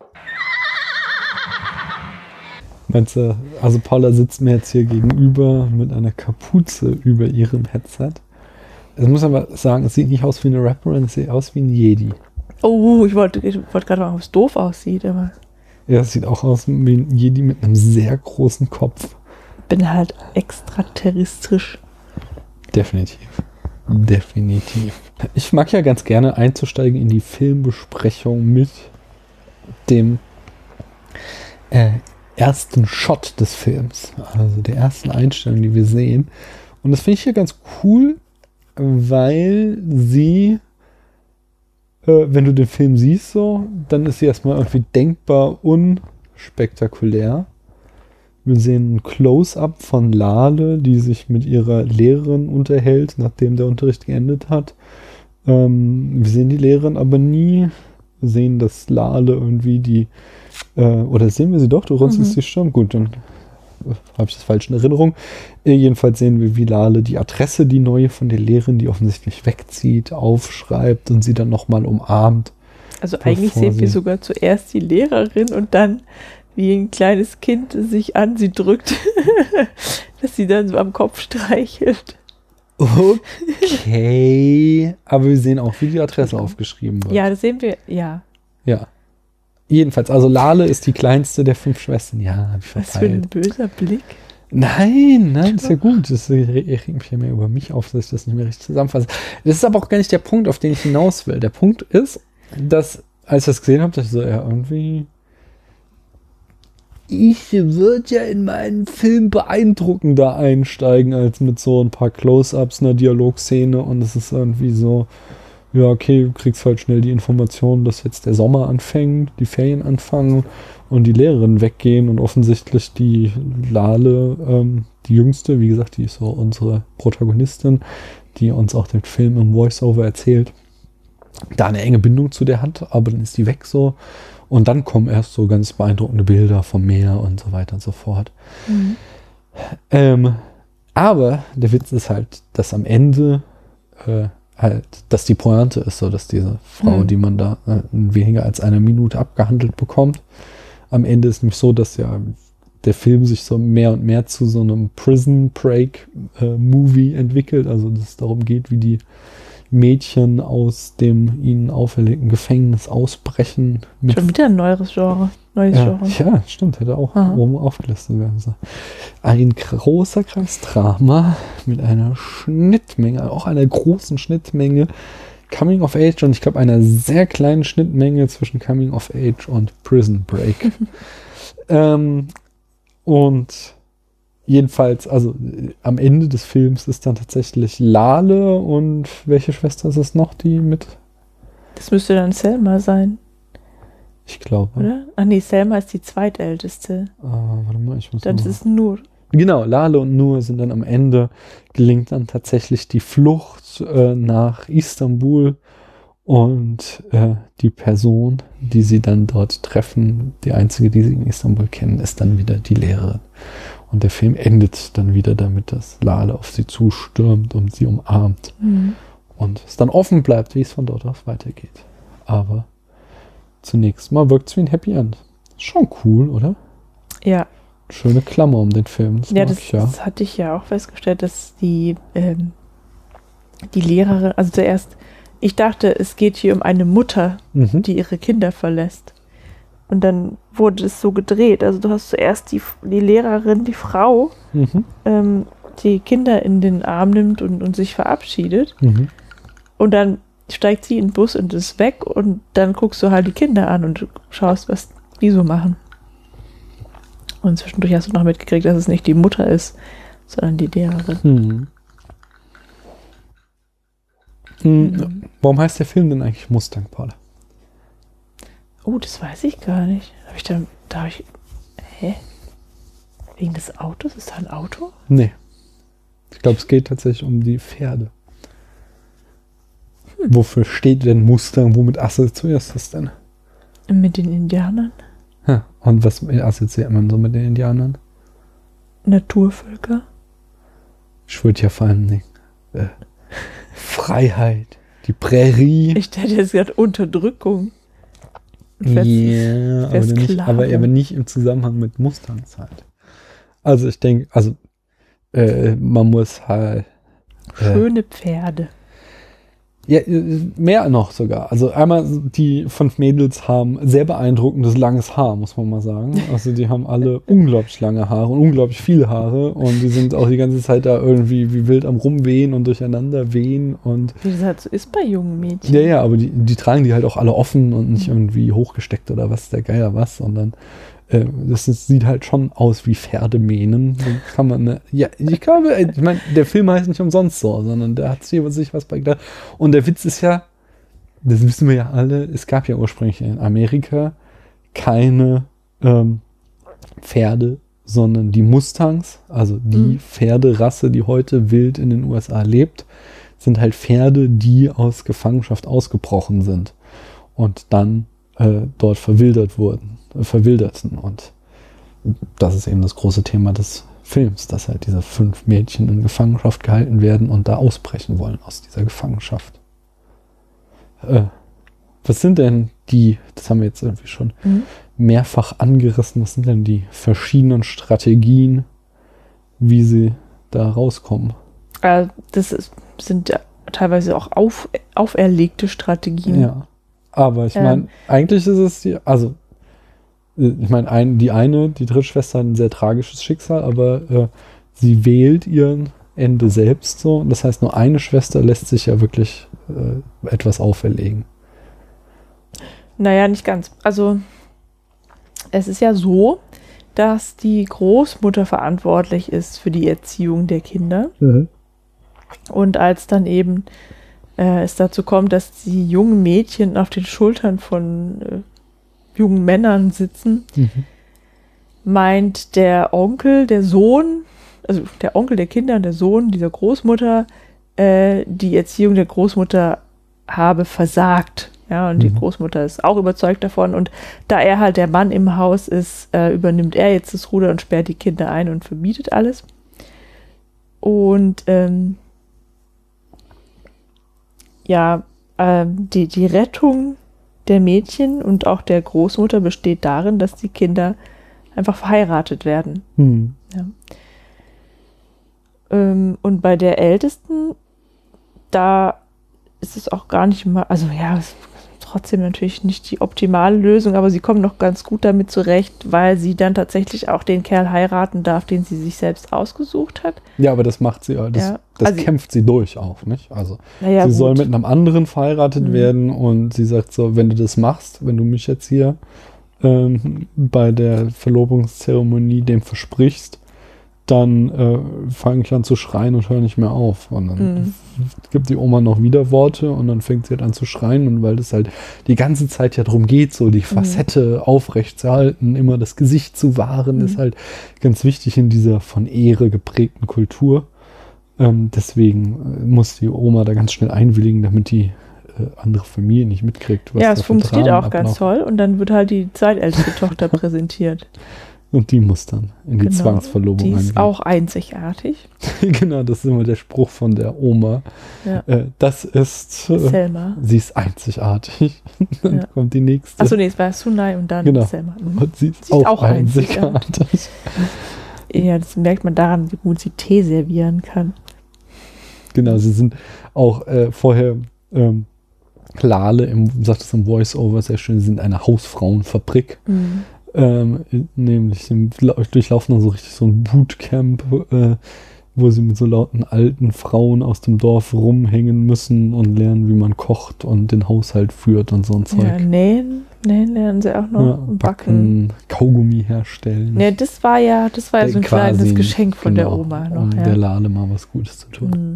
Meinst du, also Paula sitzt mir jetzt hier gegenüber mit einer Kapuze über ihrem Headset. Es muss aber sagen, es sieht nicht aus wie eine Rapperin, es sieht aus wie ein Jedi. Oh, ich wollte, ich wollte gerade mal, ob es doof aussieht, aber... Ja, es sieht auch aus wie ein Jedi mit einem sehr großen Kopf. Bin halt extraterrestrisch. Definitiv. Definitiv. Ich mag ja ganz gerne einzusteigen in die Filmbesprechung mit dem äh, ersten Shot des Films. Also der ersten Einstellung, die wir sehen. Und das finde ich hier ganz cool, weil sie, äh, wenn du den Film siehst so, dann ist sie erstmal irgendwie denkbar unspektakulär. Wir sehen ein Close-up von Lale, die sich mit ihrer Lehrerin unterhält, nachdem der Unterricht geendet hat. Ähm, wir sehen die Lehrerin aber nie. Wir sehen, dass Lale irgendwie die, äh, oder sehen wir sie doch, du runzelst mhm. die Stirn. Gut, dann habe ich das falsch in Erinnerung. Äh, jedenfalls sehen wir, wie Lale die Adresse, die neue von der Lehrerin, die offensichtlich wegzieht, aufschreibt und sie dann nochmal umarmt. Also eigentlich sehen wir sogar zuerst die Lehrerin und dann wie ein kleines Kind sich an sie drückt, dass sie dann so am Kopf streichelt. Okay, aber wir sehen auch, wie die Adresse aufgeschrieben wird. Ja, das sehen wir, ja. Ja. Jedenfalls, also Lale ist die kleinste der fünf Schwestern. Ja, hab ich verpeilt. Was für ein böser Blick. Nein, nein, ist ja gut. Das regt mich ja mehr über mich auf, dass ich das nicht mehr richtig zusammenfasse. Das ist aber auch gar nicht der Punkt, auf den ich hinaus will. Der Punkt ist, dass, als ich das gesehen habe, dachte ich so, ja, irgendwie ich würde ja in meinen Film beeindruckender einsteigen, als mit so ein paar Close-Ups, einer Dialogszene und es ist irgendwie so, ja, okay, du kriegst halt schnell die Information, dass jetzt der Sommer anfängt, die Ferien anfangen und die Lehrerinnen weggehen und offensichtlich die Lale, ähm, die Jüngste, wie gesagt, die ist so unsere Protagonistin, die uns auch den Film im Voice-Over erzählt, da eine enge Bindung zu der hat, aber dann ist die weg so. Und dann kommen erst so ganz beeindruckende Bilder vom Meer und so weiter und so fort. Mhm. Ähm, aber der Witz ist halt, dass am Ende äh, halt, dass die Pointe ist, so dass diese Frau, mhm. die man da äh, in weniger als einer Minute abgehandelt bekommt, am Ende ist nämlich so, dass ja der Film sich so mehr und mehr zu so einem Prison Break äh, Movie entwickelt. Also dass es darum geht, wie die Mädchen aus dem ihnen auferlegten Gefängnis ausbrechen. Mit Schon wieder ein neues Genre. Neues ja, Genre. Ja, stimmt, hätte auch Aha. oben aufgelistet werden sollen. Ein großer Kreisdrama mit einer Schnittmenge, auch einer großen Schnittmenge Coming of Age und ich glaube einer sehr kleinen Schnittmenge zwischen Coming of Age und Prison Break. ähm, und jedenfalls, also äh, am Ende des Films ist dann tatsächlich Lale und welche Schwester ist es noch, die mit? Das müsste dann Selma sein. Ich glaube. Oder? Ach nee, Selma ist die zweitälteste. Ah, warte mal, ich muss Dann ist es Nur. Genau, Lale und Nur sind dann am Ende, gelingt dann tatsächlich die Flucht äh, nach Istanbul und äh, die Person, die sie dann dort treffen, die einzige, die sie in Istanbul kennen, ist dann wieder die Lehrerin. Und der Film endet dann wieder damit, dass Lale auf sie zustürmt und sie umarmt. Mhm. Und es dann offen bleibt, wie es von dort aus weitergeht. Aber zunächst mal wirkt es wie ein Happy End. Schon cool, oder? Ja. Schöne Klammer um den Film. Das ja, mag das, ich, ja, das hatte ich ja auch festgestellt, dass die, ähm, die Lehrerin, also zuerst, ich dachte, es geht hier um eine Mutter, mhm. die ihre Kinder verlässt. Und dann wurde es so gedreht. Also du hast zuerst die, die Lehrerin, die Frau, mhm. ähm, die Kinder in den Arm nimmt und, und sich verabschiedet. Mhm. Und dann steigt sie in den Bus und ist weg. Und dann guckst du halt die Kinder an und schaust, was die so machen. Und zwischendurch hast du noch mitgekriegt, dass es nicht die Mutter ist, sondern die Lehrerin. Mhm. Mhm. Warum heißt der Film denn eigentlich Mustang, Paula? Oh, das weiß ich gar nicht. Hab ich da, da hab ich, hä? Wegen des Autos? Ist da ein Auto? Nee. Ich glaube, es geht tatsächlich um die Pferde. Hm. Wofür steht denn Mustang? Womit assoziierst du es denn? Mit den Indianern. Ja, und was assoziiert man so mit den Indianern? Naturvölker. Ich würde ja vor allem nicht. Äh, Freiheit. Die Prärie. Ich hätte jetzt gesagt Unterdrückung. Ja, yeah, aber, nicht, aber aber nicht im Zusammenhang mit Mustangs halt. Also ich denke, also äh, man muss halt äh, schöne Pferde. Ja, mehr noch sogar. Also einmal, die fünf Mädels haben sehr beeindruckendes langes Haar, muss man mal sagen. Also die haben alle unglaublich lange Haare und unglaublich viele Haare und die sind auch die ganze Zeit da irgendwie wie wild am Rumwehen und durcheinander wehen und... Wie das halt so ist bei jungen Mädchen. Ja, ja, aber die, die tragen die halt auch alle offen und nicht irgendwie hochgesteckt oder was, der Geier was, sondern äh, das ist, sieht halt schon aus wie Pferdemähnen. So kann man, ne, ja, ich glaube, ich meine, der Film heißt nicht umsonst so, sondern der hat sich was bei gedacht. Und der Witz ist ja, das wissen wir ja alle, es gab ja ursprünglich in Amerika keine ähm, Pferde, sondern die Mustangs, also die mhm. Pferderasse, die heute wild in den U S A lebt, sind halt Pferde, die aus Gefangenschaft ausgebrochen sind und dann äh, dort verwildert wurden, äh, verwilderten. Und das ist eben das große Thema des Films, dass halt diese fünf Mädchen in Gefangenschaft gehalten werden und da ausbrechen wollen aus dieser Gefangenschaft. Äh, was sind denn die, das haben wir jetzt irgendwie schon mhm. mehrfach angerissen, was sind denn die verschiedenen Strategien, wie sie da rauskommen? Äh, das ist, sind ja teilweise auch auf, auferlegte Strategien. Ja, aber ich meine, ähm. eigentlich ist es, die, also ich meine, ein, die eine, die Drittschwester hat ein sehr tragisches Schicksal, aber äh, sie wählt ihren Ende selbst so. Und das heißt, nur eine Schwester lässt sich ja wirklich äh, etwas auferlegen. Naja, nicht ganz. Also es ist ja so, dass die Großmutter verantwortlich ist für die Erziehung der Kinder. Mhm. Und als dann eben äh, es dazu kommt, dass die jungen Mädchen auf den Schultern von äh, jungen Männern sitzen, mhm. meint der Onkel, der Sohn, also der Onkel der Kinder und der Sohn dieser Großmutter, äh, die Erziehung der Großmutter habe versagt. Ja, und mhm. die Großmutter ist auch überzeugt davon. Und da er halt der Mann im Haus ist, äh, übernimmt er jetzt das Ruder und sperrt die Kinder ein und verbietet alles. Und ähm, ja, ähm, die, die Rettung der Mädchen und auch der Großmutter besteht darin, dass die Kinder einfach verheiratet werden. Mhm. Ja. Ähm, und bei der Ältesten, da ist es auch gar nicht mal, also ja, es ist trotzdem natürlich nicht die optimale Lösung, aber sie kommen noch ganz gut damit zurecht, weil sie dann tatsächlich auch den Kerl heiraten darf, den sie sich selbst ausgesucht hat. Ja, aber das macht sie, das, ja, das also, kämpft sie durch auch, nicht? Also ja, sie gut. soll mit einem anderen verheiratet mhm. werden und sie sagt so, wenn du das machst, wenn du mich jetzt hier ähm, bei der Verlobungszeremonie dem versprichst, dann äh, fange ich an zu schreien und höre nicht mehr auf. Und dann mhm. gibt die Oma noch Widerworte und dann fängt sie halt an zu schreien. Und weil das halt die ganze Zeit ja darum geht, so die Facette mhm. aufrecht zu halten, immer das Gesicht zu wahren, mhm. ist halt ganz wichtig in dieser von Ehre geprägten Kultur. Ähm, deswegen äh, muss die Oma da ganz schnell einwilligen, damit die äh, andere Familie nicht mitkriegt. Was ja, es funktioniert auch ganz ablaufen. Toll. Und dann wird halt die zweitälteste Tochter präsentiert. Und die muss dann in die genau, Zwangsverlobung die ist eingehen. Auch einzigartig. Genau, das ist immer der Spruch von der Oma. Ja. Äh, das ist... Äh, Selma. Sie ist einzigartig. Dann ja. kommt die nächste. Achso, nee, es war Sunai und dann genau. Selma. Mhm. Und sie ist, sie ist auch, auch einzigartig. einzigartig. Ja, das merkt man daran, wie gut sie Tee servieren kann. Genau, sie sind auch äh, vorher... Ähm, Lale, im, sagt es im Voice-Over sehr schön, sie sind eine Hausfrauenfabrik. Mhm. Ähm, nämlich im, durchlaufen dann so richtig so ein Bootcamp, äh, wo sie mit so lauten alten Frauen aus dem Dorf rumhängen müssen und lernen, wie man kocht und den Haushalt führt und so ein Zeug. Ja, nähen, nähen lernen sie auch noch. Ja, backen, backen, Kaugummi herstellen. Ja, das war ja, das war ja so ein quasi, kleines Geschenk von genau, der Oma noch. Um ja. der Lale mal was Gutes zu tun. Mhm.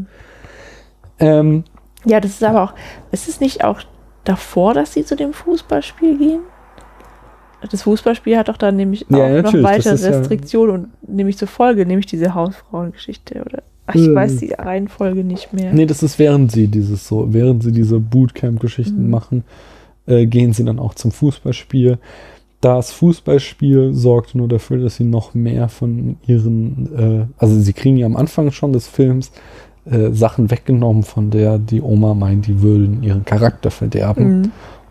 Ähm, ja, das ist aber auch, ist es nicht auch davor, dass sie zu dem Fußballspiel gehen? Das Fußballspiel hat doch dann nämlich auch ja, noch weitere Restriktionen ja und nämlich zur Folge, nämlich diese Hausfrauengeschichte, oder? Ach, ich äh, weiß die Reihenfolge nicht mehr. Nee, das ist während sie dieses so, während sie diese Bootcamp-Geschichten mhm. machen, äh, gehen sie dann auch zum Fußballspiel. Das Fußballspiel sorgt nur dafür, dass sie noch mehr von ihren, äh, also sie kriegen ja am Anfang schon des Films äh, Sachen weggenommen, von der die Oma meint, die würden ihren Charakter verderben. Mhm.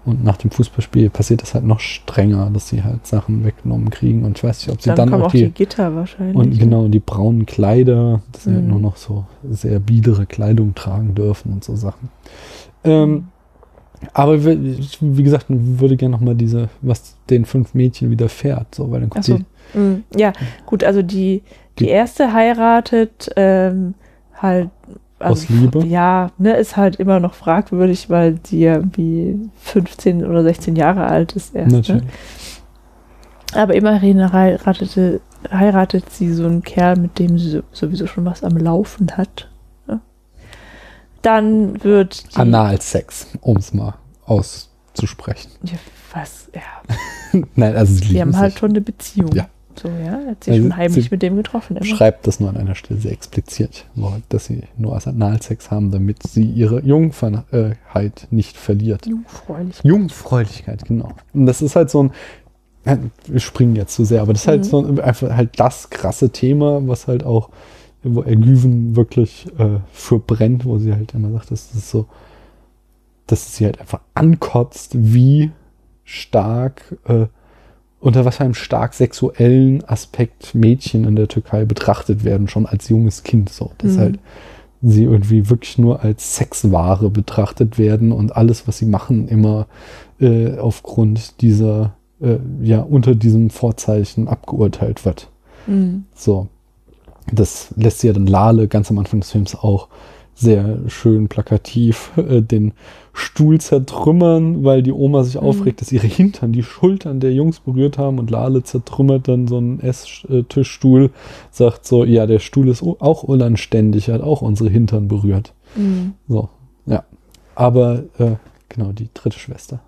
und nach dem Fußballspiel passiert das halt noch strenger, dass sie halt Sachen weggenommen kriegen und ich weiß nicht, ob sie dann, dann auch, auch die, die Gitter wahrscheinlich. Und genau, die braunen Kleider, dass sie mhm. halt nur noch so sehr biedere Kleidung tragen dürfen und so Sachen. Ähm, mhm. Aber wie gesagt, ich würde gerne nochmal diese, was den fünf Mädchen widerfährt, so, weil dann kommt so. die. Mhm. Ja, gut, also die, die, die erste heiratet ähm, halt also, aus Liebe? Ja, ne, ist halt immer noch fragwürdig, weil die ja wie fünfzehn oder sechzehn Jahre alt ist erst. Natürlich. Ne? Aber immerhin heiratete, heiratet sie so einen Kerl, mit dem sie sowieso schon was am Laufen hat. Ne? Dann wird die Analsex, um es mal auszusprechen. Ja, was? Ja. Nein, also sie Die haben sich. halt schon eine Beziehung. Ja. So, ja, hat sie also schon heimlich mit dem getroffen. Immer. Schreibt das nur an einer Stelle sehr explizit, dass sie nur als Analsex haben, damit sie ihre Jungfernheit nicht verliert. Jungfräulichkeit. Jungfräulichkeit, genau. Und das ist halt so ein, wir springen jetzt zu sehr, aber das ist halt mhm. so ein, einfach halt das krasse Thema, was halt auch, wo Ergüven wirklich äh, für brennt, wo sie halt immer sagt, das ist so, dass sie halt einfach ankotzt, wie stark äh, unter was für einem stark sexuellen Aspekt Mädchen in der Türkei betrachtet werden, schon als junges Kind. So, dass mhm. halt sie irgendwie wirklich nur als Sexware betrachtet werden und alles, was sie machen, immer äh, aufgrund dieser, äh, ja, unter diesem Vorzeichen abgeurteilt wird. Mhm. So. Das lässt sie ja dann Lale ganz am Anfang des Films auch sehr schön plakativ äh, den Stuhl zertrümmern, weil die Oma sich mhm. aufregt, dass ihre Hintern die Schultern der Jungs berührt haben und Lale zertrümmert dann so einen Esstischstuhl, sagt so, ja, der Stuhl ist auch unanständig, hat auch unsere Hintern berührt. Mhm. So, ja. Aber, äh, genau, die dritte Schwester.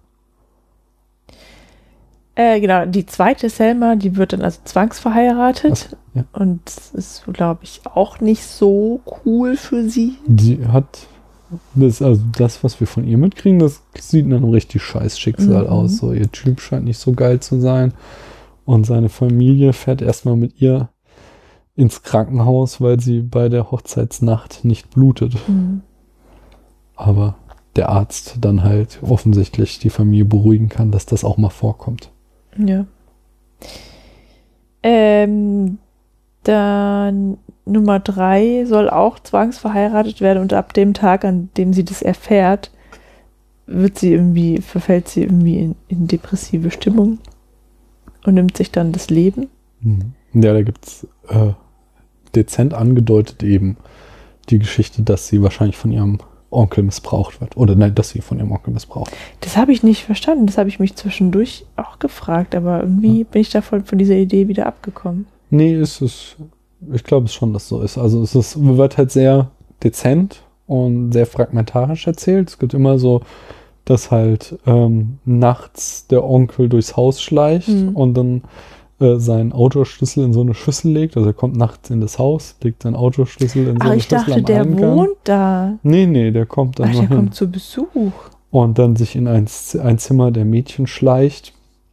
Äh, genau, die zweite Selma, die wird dann also zwangsverheiratet. Was? Ja. Und das ist, glaube ich, auch nicht so cool für sie. Die hat das, also das, was wir von ihr mitkriegen, das sieht nach einem richtig scheiß Schicksal mhm. aus. So, ihr Typ scheint nicht so geil zu sein. Und seine Familie fährt erstmal mit ihr ins Krankenhaus, weil sie bei der Hochzeitsnacht nicht blutet. Mhm. Aber der Arzt dann halt offensichtlich die Familie beruhigen kann, dass das auch mal vorkommt. Ja. Ähm, dann Nummer drei soll auch zwangsverheiratet werden und ab dem Tag, an dem sie das erfährt, wird sie irgendwie, verfällt sie irgendwie in, in depressive Stimmung und nimmt sich dann das Leben. Ja, da gibt es äh, dezent angedeutet eben die Geschichte, dass sie wahrscheinlich von ihrem Onkel missbraucht wird. Oder nein, dass sie von ihrem Onkel missbraucht. Das habe ich nicht verstanden. Das habe ich mich zwischendurch auch gefragt. Aber irgendwie ja. bin ich davon von dieser Idee wieder abgekommen. Nee, es ist, ich glaube schon, dass es so ist. Also es ist, wird halt sehr dezent und sehr fragmentarisch erzählt. Es gibt immer so, dass halt ähm, nachts der Onkel durchs Haus schleicht mhm. und dann äh, seinen Autoschlüssel in so eine Schüssel legt. Also er kommt nachts in das Haus, legt seinen Autoschlüssel in so Ach, eine ich Schüssel dachte, am der Eingang. wohnt da. Nee, nee, der kommt dann Ach, noch der hin. kommt zu Besuch. Und dann sich in ein, ein Zimmer der Mädchen schleicht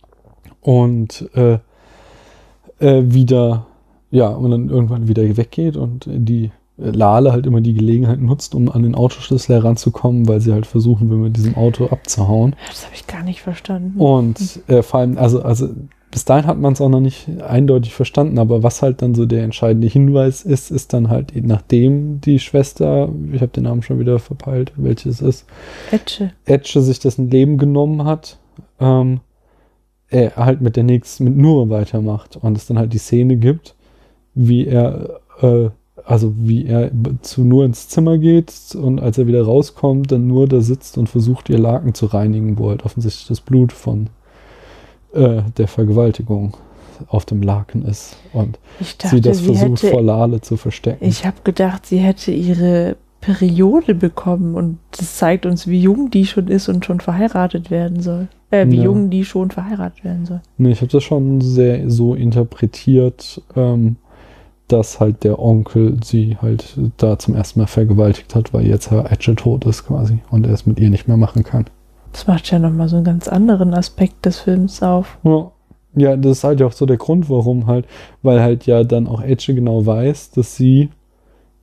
und äh, äh, wieder, ja, und dann irgendwann wieder weggeht und die Lale halt immer die Gelegenheit nutzt, um an den Autoschlüssel heranzukommen, weil sie halt versuchen will, mit diesem Auto abzuhauen. Das habe ich gar nicht verstanden. Und äh, vor allem, also, also bis dahin hat man es auch noch nicht eindeutig verstanden, aber was halt dann so der entscheidende Hinweis ist, ist dann halt, nachdem die Schwester, ich habe den Namen schon wieder verpeilt, welches ist, Ece. Ece sich das ein Leben genommen hat, ähm, er halt mit der nächsten, mit Nur weitermacht und es dann halt die Szene gibt, wie er, äh, also wie er zu Nur ins Zimmer geht und als er wieder rauskommt, dann Nur da sitzt und versucht, ihr Laken zu reinigen, wo halt offensichtlich das Blut von äh, der Vergewaltigung auf dem Laken ist und ich dachte, sie das sie versucht, hätte, vor Lale zu verstecken. Ich habe gedacht, sie hätte ihre Periode bekommen und das zeigt uns, wie jung die schon ist und schon verheiratet werden soll. Äh, wie ja. jung die schon verheiratet werden soll. Nee, ich habe das schon sehr so interpretiert, ähm, dass halt der Onkel sie halt da zum ersten Mal vergewaltigt hat, weil jetzt Herr Ece tot ist quasi und er es mit ihr nicht mehr machen kann. Das macht ja nochmal so einen ganz anderen Aspekt des Films auf. Ja. ja, das ist halt auch so der Grund, warum halt, weil halt ja dann auch Ece genau weiß, dass sie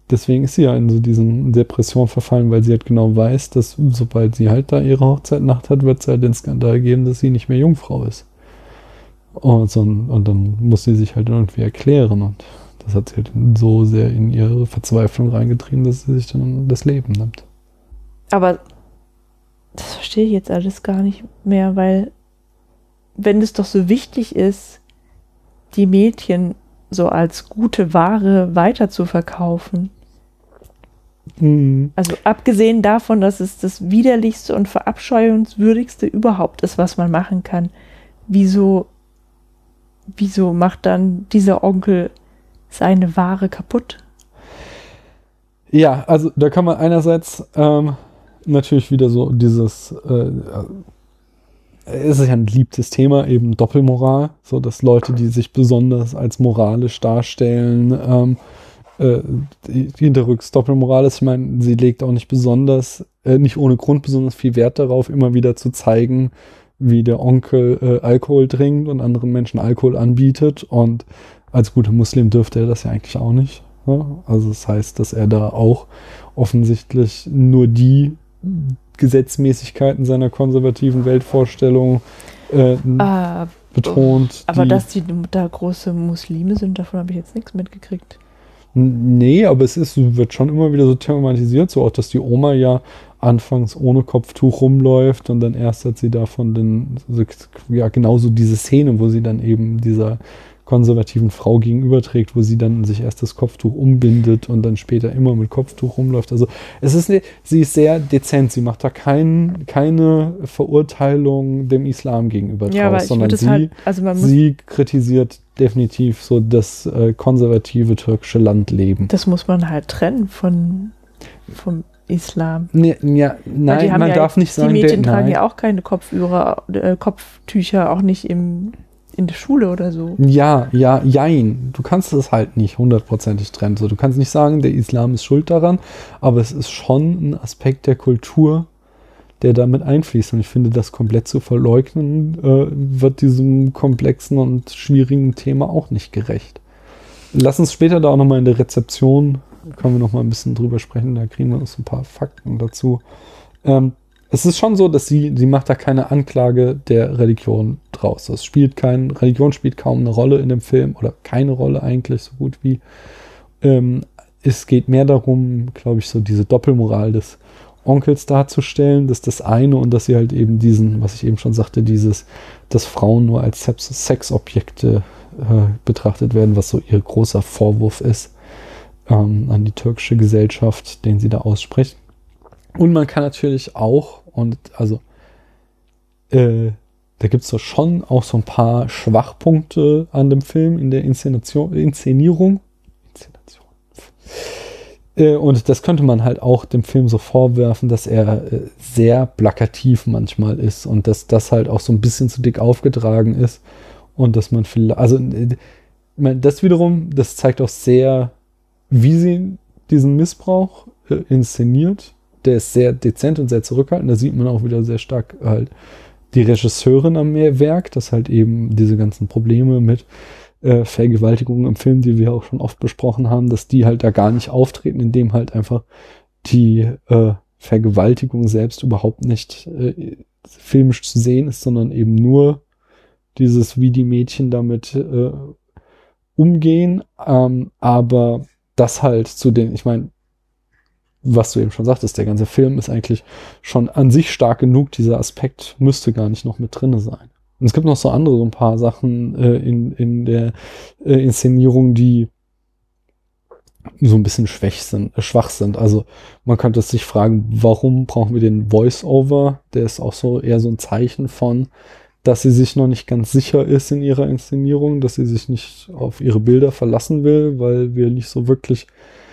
deswegen ist sie ja in so diesen Depression verfallen, weil sie halt genau weiß, dass sobald sie halt da ihre Hochzeitnacht hat, wird es halt den Skandal geben, dass sie nicht mehr Jungfrau ist. Und, so, und dann muss sie sich halt irgendwie erklären und das hat sie halt so sehr in ihre Verzweiflung reingetrieben, dass sie sich dann das Leben nimmt. Aber das verstehe ich jetzt alles gar nicht mehr, weil wenn es doch so wichtig ist, die Mädchen so als gute Ware weiter zu verkaufen. Mhm. Also abgesehen davon, dass es das widerlichste und verabscheuungswürdigste überhaupt ist, was man machen kann, wieso, wieso macht dann dieser Onkel seine Ware kaputt? Ja, also da kann man einerseits ähm, natürlich wieder so dieses äh, es ist ja ein beliebtes Thema, eben Doppelmoral, so dass Leute, die sich besonders als moralisch darstellen, ähm, äh, die hinterrücks Doppelmoral ist. Ich meine, sie legt auch nicht besonders, äh, nicht ohne Grund besonders viel Wert darauf, immer wieder zu zeigen, wie der Onkel äh, Alkohol trinkt und anderen Menschen Alkohol anbietet. Und als guter Muslim dürfte er das ja eigentlich auch nicht. Ja? Also das heißt, dass er da auch offensichtlich nur die Gesetzmäßigkeiten seiner konservativen Weltvorstellung äh, uh, betont. Aber dass die da große Muslime sind, davon habe ich jetzt nichts mitgekriegt. Nee, aber es ist, wird schon immer wieder so thematisiert, so auch, dass die Oma ja anfangs ohne Kopftuch rumläuft und dann erst hat sie davon den, ja genauso diese Szene, wo sie dann eben dieser konservativen Frau gegenüberträgt, wo sie dann sich erst das Kopftuch umbindet und dann später immer mit Kopftuch rumläuft. Also es ist, sie ist sehr dezent, sie macht da kein, keine Verurteilung dem Islam gegenüber ja, draus, sondern sie, halt, also man sie kritisiert definitiv so das äh, konservative türkische Landleben. Das muss man halt trennen von vom Islam. Nee, ja, nein, man ja darf nicht sagen, die Mädchen der, tragen nein. ja auch keine Kopführer, äh, Kopftücher, auch nicht im in der Schule oder so. Ja, ja, jein. Du kannst es halt nicht hundertprozentig trennen. So, du kannst nicht sagen, der Islam ist schuld daran, aber es ist schon ein Aspekt der Kultur, der damit einfließt. Und ich finde, das komplett zu verleugnen, äh, wird diesem komplexen und schwierigen Thema auch nicht gerecht. Lass uns später da auch nochmal in der Rezeption, können wir nochmal ein bisschen drüber sprechen, da kriegen wir uns ein paar Fakten dazu. Ähm, Es ist schon so, dass sie, sie macht da keine Anklage der Religion draus. Es spielt kein, Religion spielt kaum eine Rolle in dem Film oder keine Rolle eigentlich so gut wie. Ähm, es geht mehr darum, glaube ich, so diese Doppelmoral des Onkels darzustellen, dass das eine und dass sie halt eben diesen, was ich eben schon sagte, dieses, dass Frauen nur als Sexobjekte äh, betrachtet werden, was so ihr großer Vorwurf ist ähm, an die türkische Gesellschaft, den sie da ausspricht. Und man kann natürlich auch, und also äh, da gibt es doch schon auch so ein paar Schwachpunkte an dem Film in der Inszenation, Inszenierung. Inszenation. Äh, und das könnte man halt auch dem Film so vorwerfen, dass er äh, sehr plakativ manchmal ist und dass das halt auch so ein bisschen zu dick aufgetragen ist und dass man vielleicht, also äh, das wiederum, das zeigt auch sehr, wie sie diesen Missbrauch äh, inszeniert. Der ist sehr dezent und sehr zurückhaltend. Da sieht man auch wieder sehr stark halt die Regisseurin am Werk, dass halt eben diese ganzen Probleme mit äh, Vergewaltigungen im Film, die wir auch schon oft besprochen haben, dass die halt da gar nicht auftreten, indem halt einfach die äh, Vergewaltigung selbst überhaupt nicht äh, filmisch zu sehen ist, sondern eben nur dieses, wie die Mädchen damit äh, umgehen. Ähm, aber das halt zu den, ich meine, was du eben schon sagtest, der ganze Film ist eigentlich schon an sich stark genug. Dieser Aspekt müsste gar nicht noch mit drin sein. Und es gibt noch so andere, so ein paar Sachen äh, in, in der äh, Inszenierung, die so ein bisschen schwach sind, äh, schwach sind. Also man könnte sich fragen, warum brauchen wir den Voice-Over? Der ist auch so eher so ein Zeichen von, dass sie sich noch nicht ganz sicher ist in ihrer Inszenierung, dass sie sich nicht auf ihre Bilder verlassen will, weil wir nicht so wirklich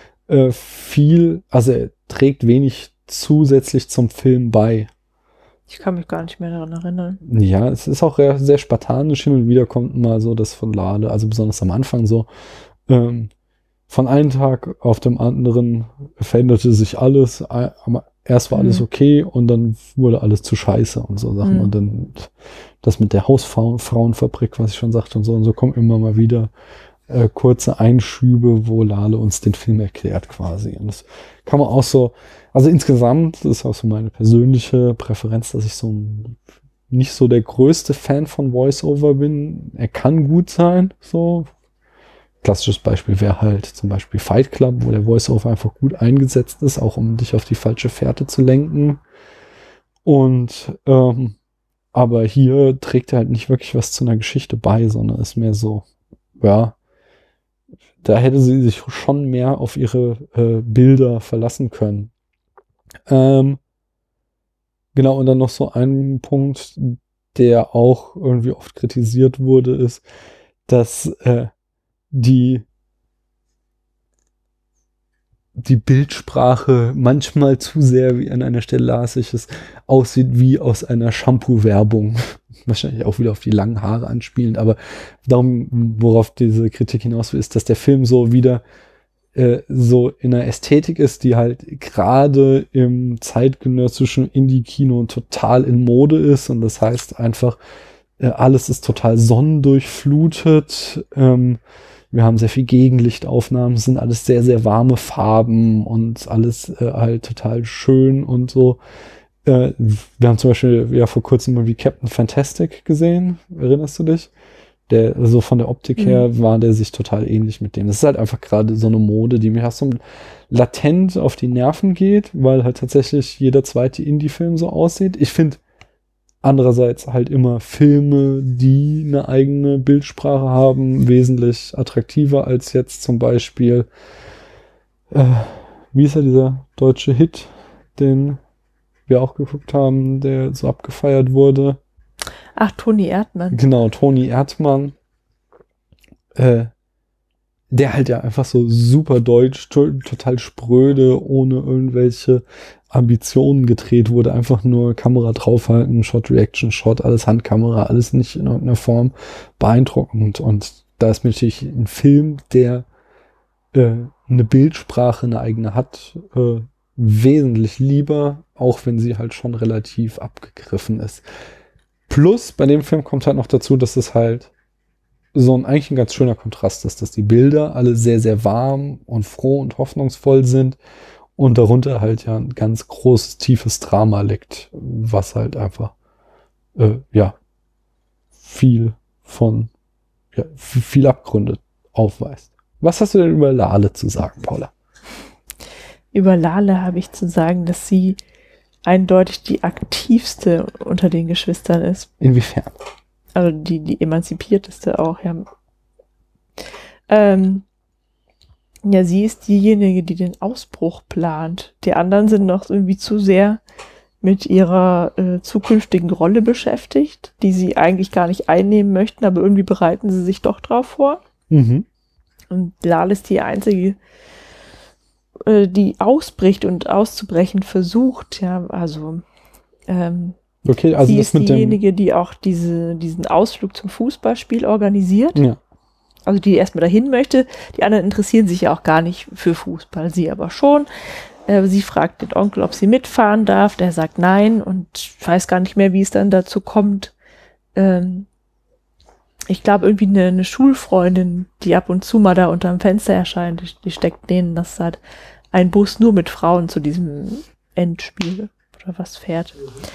viel, also er trägt wenig zusätzlich zum Film bei. Ich kann mich gar nicht mehr daran erinnern. Ja, es ist auch sehr, sehr spartanisch. Hin und wieder kommt mal so das von Lade, also besonders am Anfang so, ähm, von einem Tag auf dem anderen veränderte sich alles. Erst war alles okay und dann wurde alles zu scheiße und so Sachen. Mhm. Und dann das mit der Hausfrauenfabrik, was ich schon sagte und so, und so kommt immer mal wieder. äh, kurze Einschübe, wo Lale uns den Film erklärt quasi. Und das kann man auch so, also insgesamt, das ist auch so meine persönliche Präferenz, dass ich so nicht so der größte Fan von Voice-Over bin. Er kann gut sein, so. Klassisches Beispiel wäre halt zum Beispiel Fight Club, wo der Voice-Over einfach gut eingesetzt ist, auch um dich auf die falsche Fährte zu lenken. Und ähm, aber hier trägt er halt nicht wirklich was zu einer Geschichte bei, sondern ist mehr so, ja, da hätte sie sich schon mehr auf ihre äh, Bilder verlassen können. Ähm, genau, und dann noch so ein Punkt, der auch irgendwie oft kritisiert wurde, ist, dass äh, die die Bildsprache manchmal zu sehr, wie an einer Stelle las ich es, aussieht wie aus einer Shampoo-Werbung. Wahrscheinlich auch wieder auf die langen Haare anspielend, aber darum, worauf diese Kritik hinaus will, ist, dass der Film so wieder äh, so in einer Ästhetik ist, die halt gerade im zeitgenössischen Indie-Kino total in Mode ist, und das heißt einfach, äh, alles ist total sonnendurchflutet, ähm, wir haben sehr viel Gegenlichtaufnahmen, es sind alles sehr, sehr warme Farben und alles äh, halt total schön und so. Äh, wir haben zum Beispiel ja vor kurzem mal wie Captain Fantastic gesehen, erinnerst du dich? Der, so also von der Optik her mhm. war der sich total ähnlich mit dem. Das ist halt einfach gerade so eine Mode, die mir auch so latent auf die Nerven geht, weil halt tatsächlich jeder zweite Indie-Film so aussieht. Ich finde andererseits halt immer Filme, die eine eigene Bildsprache haben, wesentlich attraktiver als jetzt zum Beispiel, äh, wie ist ja dieser deutsche Hit, den wir auch geguckt haben, der so abgefeiert wurde. Ach, Toni Erdmann. Genau, Toni Erdmann. Äh, der halt ja einfach so super deutsch, to- total spröde, ohne irgendwelche Ambitionen gedreht wurde. Einfach nur Kamera draufhalten, Shot, Reaction, Shot, alles Handkamera, alles nicht in irgendeiner Form beeindruckend. Und da ist mir natürlich ein Film, der äh, eine Bildsprache, eine eigene hat, äh, wesentlich lieber, auch wenn sie halt schon relativ abgegriffen ist. Plus, bei dem Film kommt halt noch dazu, dass es halt so ein eigentlich ein ganz schöner Kontrast ist, dass die Bilder alle sehr, sehr warm und froh und hoffnungsvoll sind und darunter halt ja ein ganz großes, tiefes Drama liegt, was halt einfach, äh, ja, viel von, ja, viel Abgründe aufweist. Was hast du denn über Lale zu sagen, Paula? Über Lale habe ich zu sagen, dass sie eindeutig die aktivste unter den Geschwistern ist. Inwiefern? Also die, die emanzipierteste auch, ja. Ähm, ja, sie ist diejenige, die den Ausbruch plant. Die anderen sind noch irgendwie zu sehr mit ihrer äh, zukünftigen Rolle beschäftigt, die sie eigentlich gar nicht einnehmen möchten, aber irgendwie bereiten sie sich doch drauf vor. Mhm. Und Lale ist die einzige, äh, die ausbricht und auszubrechen versucht, ja, also ähm, okay, also sie das ist mit diejenige, dem die auch diese, diesen Ausflug zum Fußballspiel organisiert. Ja. Also die erstmal dahin möchte. Die anderen interessieren sich ja auch gar nicht für Fußball. Sie aber schon. Äh, sie fragt den Onkel, ob sie mitfahren darf. Der sagt nein und weiß gar nicht mehr, wie es dann dazu kommt. Ähm, ich glaube, irgendwie eine, eine Schulfreundin, die ab und zu mal da unterm Fenster erscheint, die, die steckt denen, dass halt ein Bus nur mit Frauen zu diesem Endspiel oder was fährt.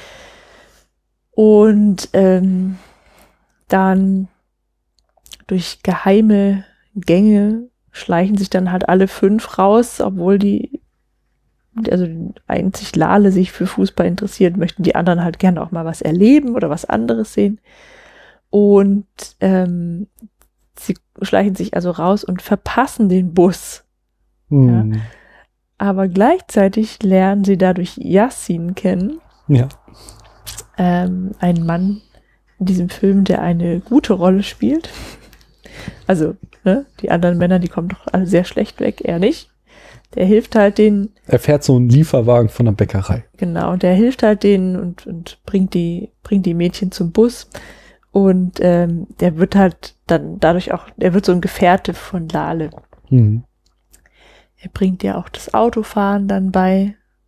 Und ähm, dann durch geheime Gänge schleichen sich dann halt alle fünf raus, obwohl die, also einzig Lale sich für Fußball interessiert, möchten die anderen halt gerne auch mal was erleben oder was anderes sehen. Und ähm, sie schleichen sich also raus und verpassen den Bus. Hm. Ja. Aber gleichzeitig lernen sie dadurch Yassin kennen. Ja. Ähm, ein Mann in diesem Film, der eine gute Rolle spielt. Also, ne, die anderen Männer, die kommen doch alle sehr schlecht weg, er nicht. Der hilft halt denen. Er fährt so einen Lieferwagen von der Bäckerei. Genau, der hilft halt denen und, und bringt die, bringt die Mädchen zum Bus. Und ähm, der wird halt dann dadurch auch, er wird so ein Gefährte von Lale. Mhm. Er bringt ja auch das Autofahren dann bei.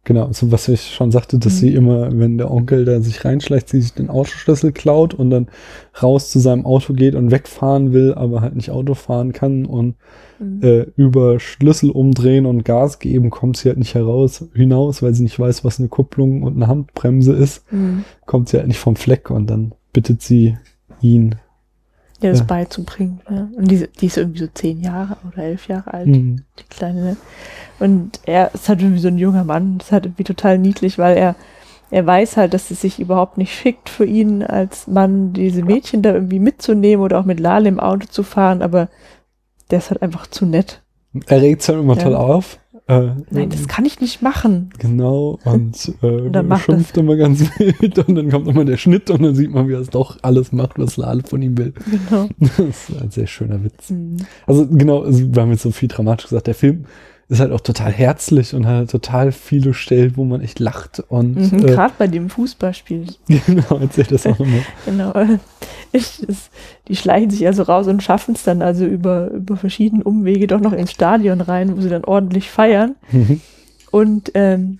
Genau, so was ich schon sagte, dass mhm. sie immer, wenn der Onkel da sich reinschleicht, sie sich den Autoschlüssel klaut und dann raus zu seinem Auto geht und wegfahren will, aber halt nicht Auto fahren kann und mhm. äh, über Schlüssel umdrehen und Gas geben, kommt sie halt nicht heraus, hinaus, weil sie nicht weiß, was eine Kupplung und eine Handbremse ist, mhm. kommt sie halt nicht vom Fleck und dann bittet sie ihn, ja, das ja. beizubringen. Ja. Und die, die ist irgendwie so zehn Jahre oder elf Jahre alt, mhm. die Kleine. Ne? Und er ist halt irgendwie so ein junger Mann. Das ist halt irgendwie total niedlich, weil er, er weiß halt, dass es sich überhaupt nicht schickt für ihn als Mann, diese Mädchen da irgendwie mitzunehmen oder auch mit Lale im Auto zu fahren, aber der ist halt einfach zu nett. Er regt es halt immer ja. toll auf. Äh, Nein, das kann ich nicht machen. Genau, und, äh, und dann macht schimpft immer ganz wild und dann kommt immer der Schnitt und dann sieht man, wie er es doch alles macht, was Lale von ihm will. Genau. Das ist ein sehr schöner Witz. Mhm. Also genau, also wir haben jetzt so viel dramatisch gesagt, der Film ist halt auch total herzlich und hat total viele Stellen, wo man echt lacht. Und mhm, äh, gerade bei dem Fußballspiel. Genau, erzähl das auch immer. Genau. Ich, das, die schleichen sich also raus und schaffen es dann also über, über verschiedene Umwege doch noch ins Stadion rein, wo sie dann ordentlich feiern. Mhm. Und ähm,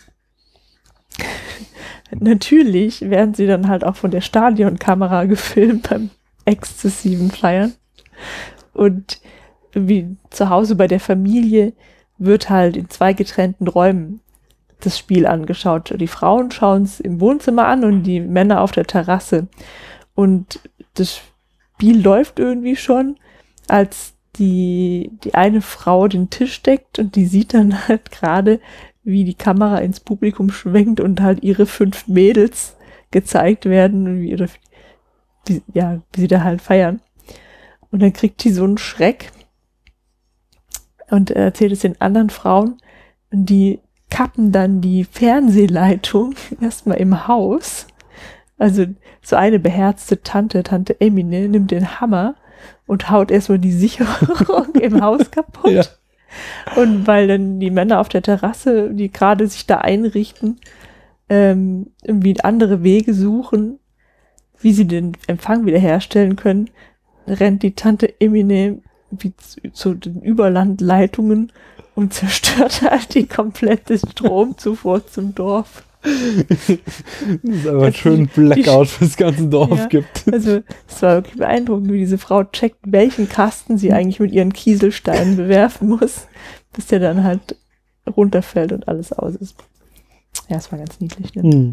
natürlich werden sie dann halt auch von der Stadionkamera gefilmt beim exzessiven Feiern. Und wie zu Hause bei der Familie wird halt in zwei getrennten Räumen das Spiel angeschaut. Die Frauen schauen es im Wohnzimmer an und die Männer auf der Terrasse. Und das Spiel läuft irgendwie schon, als die, die eine Frau den Tisch deckt und die sieht dann halt gerade, wie die Kamera ins Publikum schwenkt und halt ihre fünf Mädels gezeigt werden und wie, ihre, wie, ja, wie sie da halt feiern. Und dann kriegt die so einen Schreck und er erzählt es den anderen Frauen und die kappen dann die Fernsehleitung erstmal im Haus. Also so eine beherzte Tante, Tante Emine, nimmt den Hammer und haut erstmal die Sicherung im Haus kaputt. Ja. Und weil dann die Männer auf der Terrasse, die gerade sich da einrichten, ähm, irgendwie andere Wege suchen, wie sie den Empfang wiederherstellen können, rennt die Tante Emine wie zu, zu den Überlandleitungen und zerstört halt die komplette Stromzufuhr zum Dorf. Das ist aber also schön Blackout für das ganze Dorf ja, gibt. Also es war wirklich beeindruckend, wie diese Frau checkt, welchen Kasten sie eigentlich mit ihren Kieselsteinen bewerfen muss, bis der dann halt runterfällt und alles aus ist. Ja, es war ganz niedlich. Ne? Hm.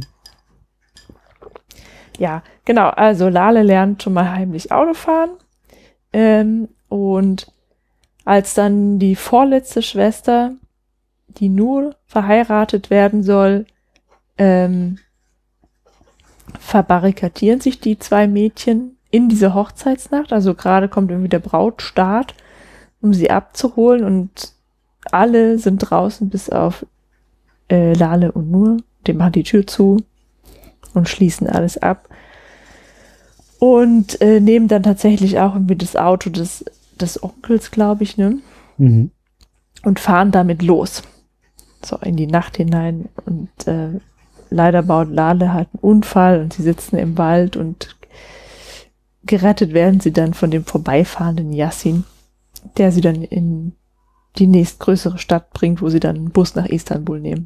Ja, genau. Also Lale lernt schon mal heimlich Auto fahren. Ähm, und als dann die vorletzte Schwester, die Nur, verheiratet werden soll, ähm, verbarrikadieren sich die zwei Mädchen in diese Hochzeitsnacht. Also gerade kommt irgendwie der Brautstaat, um sie abzuholen und alle sind draußen bis auf äh, Lale und Nur. Dem machen die Tür zu und schließen alles ab. Und äh, nehmen dann tatsächlich auch irgendwie das Auto des, des Onkels, glaube ich, ne? Mhm. Und fahren damit los. So in die Nacht hinein. Und äh, leider baut Lale halt einen Unfall und sie sitzen im Wald und gerettet werden sie dann von dem vorbeifahrenden Yassin, der sie dann in die nächstgrößere Stadt bringt, wo sie dann einen Bus nach Istanbul nehmen.